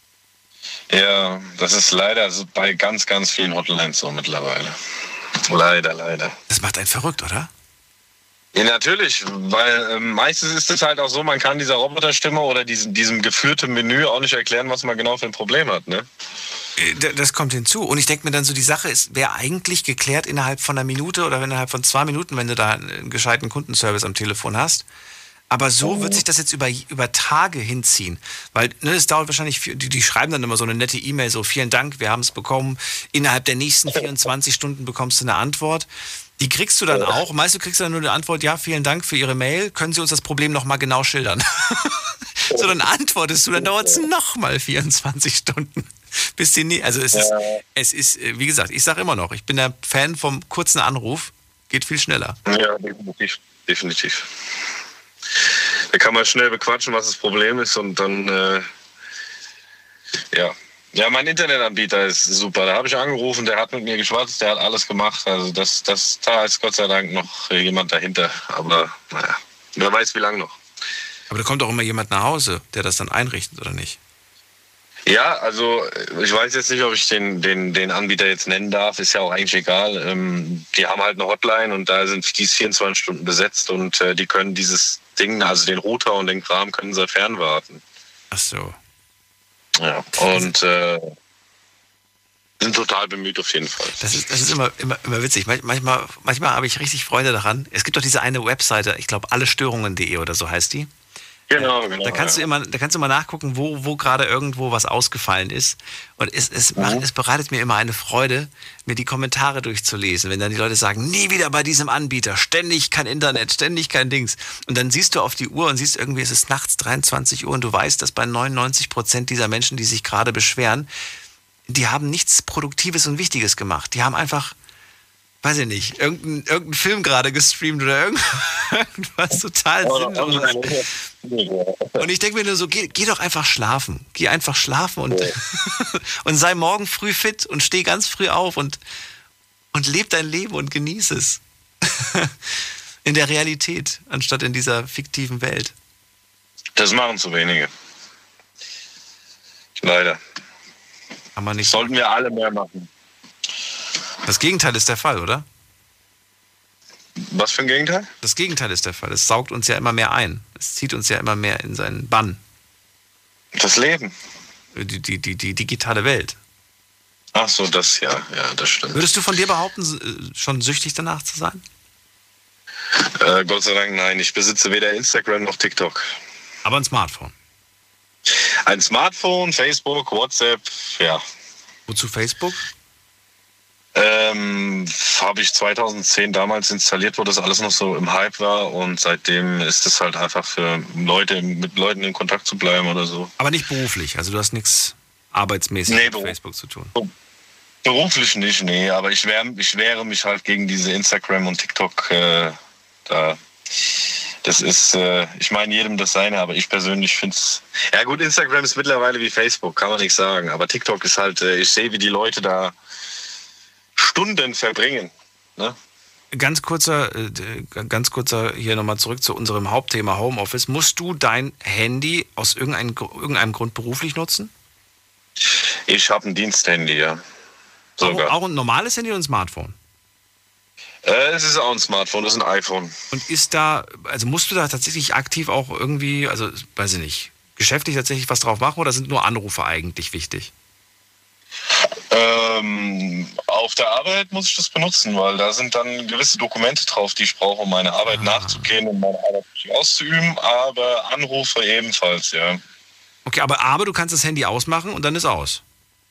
Ja, das ist leider bei ganz, ganz vielen Hotlines so mittlerweile. Leider, leider. Das macht einen verrückt, oder? Ja, natürlich, weil äh, meistens ist es halt auch so, man kann dieser Roboterstimme oder diesem, diesem geführten Menü auch nicht erklären, was man genau für ein Problem hat, ne? Das kommt hinzu. Und ich denke mir dann so, die Sache ist, wäre eigentlich geklärt innerhalb von einer Minute oder innerhalb von zwei Minuten, wenn du da einen gescheiten Kundenservice am Telefon hast. Aber so oh. wird sich das jetzt über, über Tage hinziehen. Weil ne, es dauert wahrscheinlich, die, die schreiben dann immer so eine nette E-Mail, so vielen Dank, wir haben es bekommen. Innerhalb der nächsten vierundzwanzig Stunden bekommst du eine Antwort. Die kriegst du dann auch. Meistens kriegst du dann nur eine Antwort, ja, vielen Dank für Ihre Mail. Können Sie uns das Problem nochmal genau schildern? So, dann antwortest du, dann dauert es nochmal vierundzwanzig Stunden. Bis die nie, also es ist, es ist, wie gesagt, ich sage immer noch, ich bin der Fan vom kurzen Anruf, geht viel schneller. Ja, definitiv, definitiv. Da kann man schnell bequatschen, was das Problem ist und dann, äh, ja. Ja, mein Internetanbieter ist super. Da habe ich angerufen, der hat mit mir geschwatzt, der hat alles gemacht. Also das, das, da ist Gott sei Dank noch jemand dahinter. Aber naja, wer weiß wie lange noch. Aber da kommt auch immer jemand nach Hause, der das dann einrichtet, oder nicht? Ja, also ich weiß jetzt nicht, ob ich den, den, den Anbieter jetzt nennen darf, ist ja auch eigentlich egal. Ähm, die haben halt eine Hotline und da sind die vierundzwanzig Stunden besetzt und äh, die können dieses Ding, also den Router und den Kram, können sie fernwarten. Ach so. Ja, und äh, sind total bemüht auf jeden Fall. Das ist, das ist immer, immer, immer witzig. Manchmal, manchmal habe ich richtig Freude daran. Es gibt doch diese eine Webseite, ich glaube allestörungen punkt de oder so heißt die. Genau, genau. Da kannst, ja. du immer, da kannst du mal nachgucken, wo, wo gerade irgendwo was ausgefallen ist. Und es, es, macht, mhm. es bereitet mir immer eine Freude, mir die Kommentare durchzulesen. Wenn dann die Leute sagen, nie wieder bei diesem Anbieter, ständig kein Internet, ständig kein Dings. Und dann siehst du auf die Uhr und siehst irgendwie, es ist nachts dreiundzwanzig Uhr und du weißt, dass bei neunundneunzig Prozent dieser Menschen, die sich gerade beschweren, die haben nichts Produktives und Wichtiges gemacht. Die haben einfach, weiß ich nicht, irgendeinen irgendein Film gerade gestreamt oder irgendwas total sinnloses. Und ich denke mir nur so, geh, geh doch einfach schlafen. Geh einfach schlafen und, und sei morgen früh fit und steh ganz früh auf und, und leb dein Leben und genieß es. In der Realität, anstatt in dieser fiktiven Welt. Das machen zu wenige. Leider. Kann man nicht. Sollten wir alle mehr machen. Das Gegenteil ist der Fall, oder? Was für ein Gegenteil? Das Gegenteil ist der Fall. Es saugt uns ja immer mehr ein. Es zieht uns ja immer mehr in seinen Bann. Das Leben. Die, die, die, die digitale Welt. Ach so, das ja, ja, das stimmt. Würdest du von dir behaupten, schon süchtig danach zu sein? Äh, Gott sei Dank nein. Ich besitze weder Instagram noch TikTok. Aber ein Smartphone? Ein Smartphone, Facebook, WhatsApp, ja. Wozu Facebook? Ähm, habe ich zweitausendzehn damals installiert, wo das alles noch so im Hype war und seitdem ist es halt einfach für Leute, mit Leuten in Kontakt zu bleiben oder so. Aber nicht beruflich, also du hast nichts arbeitsmäßig nee, mit Facebook zu tun? Beruflich nicht, nee, aber ich wehre, ich wehre mich halt gegen diese Instagram und TikTok äh, da. Das ist, äh, ich meine jedem das seine, aber ich persönlich finde es, ja gut, Instagram ist mittlerweile wie Facebook, kann man nicht sagen, aber TikTok ist halt, äh, ich sehe, wie die Leute da Stunden verbringen. Ne? Ganz kurzer, ganz kurzer hier nochmal zurück zu unserem Hauptthema Homeoffice. Musst du dein Handy aus irgendeinem, irgendeinem Grund beruflich nutzen? Ich habe ein Diensthandy, ja. Sogar. Auch, auch ein normales Handy und ein Smartphone? Äh, es ist auch ein Smartphone, das ist ein iPhone. Und ist da, also musst du da tatsächlich aktiv auch irgendwie, also weiß ich nicht, geschäftlich tatsächlich was drauf machen oder sind nur Anrufe eigentlich wichtig? Ähm, auf der Arbeit muss ich das benutzen, weil da sind dann gewisse Dokumente drauf, die ich brauche, um meine Arbeit ah. nachzugehen und meine Arbeit auszuüben, aber Anrufe ebenfalls, ja. Okay, aber, aber du kannst das Handy ausmachen und dann ist aus.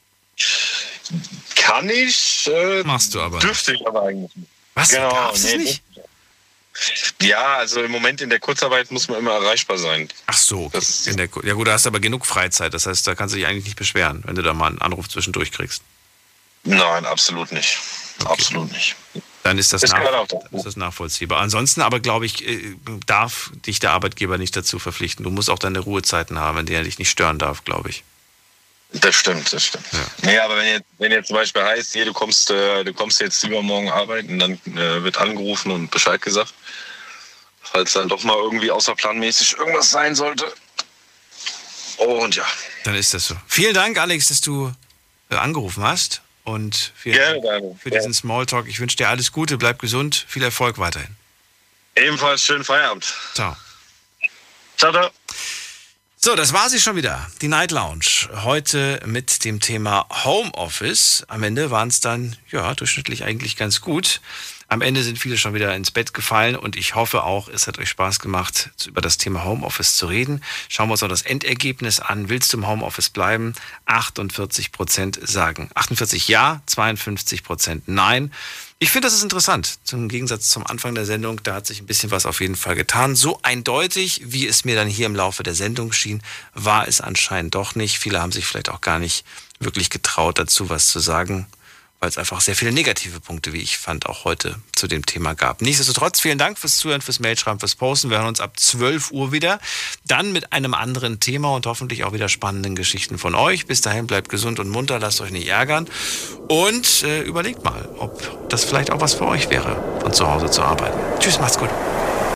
Kann ich. Äh, Machst du aber. Dürfte ich aber eigentlich nicht. Was? Genau, Darfst du nee, es nicht? Ja, also im Moment in der Kurzarbeit muss man immer erreichbar sein. Ach so, okay. in der, ja gut, da hast du aber genug Freizeit. Das heißt, da kannst du dich eigentlich nicht beschweren, wenn du da mal einen Anruf zwischendurch kriegst. Nein, absolut nicht. Okay. Absolut nicht. Dann ist das, nach, ist das nachvollziehbar. Ansonsten aber, glaube ich, darf dich der Arbeitgeber nicht dazu verpflichten. Du musst auch deine Ruhezeiten haben, in denen er dich nicht stören darf, glaube ich. Das stimmt, das stimmt. Ja. Nee, aber wenn jetzt, wenn jetzt zum Beispiel heißt, hier, du kommst, äh, du kommst jetzt übermorgen arbeiten, dann äh, wird angerufen und Bescheid gesagt. Falls dann doch mal irgendwie außerplanmäßig irgendwas sein sollte. Und ja. Dann ist das so. Vielen Dank, Alex, dass du äh, angerufen hast. Und vielen Gerne, Dank danke. für diesen Smalltalk. Ich wünsche dir alles Gute, bleib gesund, viel Erfolg weiterhin. Ebenfalls schönen Feierabend. Ciao. Ciao, ciao. So, das war sie schon wieder, die Night Lounge. Heute mit dem Thema Homeoffice. Am Ende waren es dann, ja, durchschnittlich eigentlich ganz gut. Am Ende sind viele schon wieder ins Bett gefallen und ich hoffe auch, es hat euch Spaß gemacht, über das Thema Homeoffice zu reden. Schauen wir uns auch das Endergebnis an. Willst du im Homeoffice bleiben? achtundvierzig Prozent sagen achtundvierzig ja, zweiundfünfzig Prozent nein. Ich finde, das ist interessant. Im Gegensatz zum Anfang der Sendung, da hat sich ein bisschen was auf jeden Fall getan. So eindeutig, wie es mir dann hier im Laufe der Sendung schien, war es anscheinend doch nicht. Viele haben sich vielleicht auch gar nicht wirklich getraut, dazu was zu sagen, weil es einfach sehr viele negative Punkte, wie ich fand, auch heute zu dem Thema gab. Nichtsdestotrotz, vielen Dank fürs Zuhören, fürs Mailschreiben, fürs Posten. Wir hören uns ab zwölf Uhr wieder. Dann mit einem anderen Thema und hoffentlich auch wieder spannenden Geschichten von euch. Bis dahin bleibt gesund und munter, lasst euch nicht ärgern. Und äh, überlegt mal, ob das vielleicht auch was für euch wäre, von zu Hause zu arbeiten. Tschüss, macht's gut.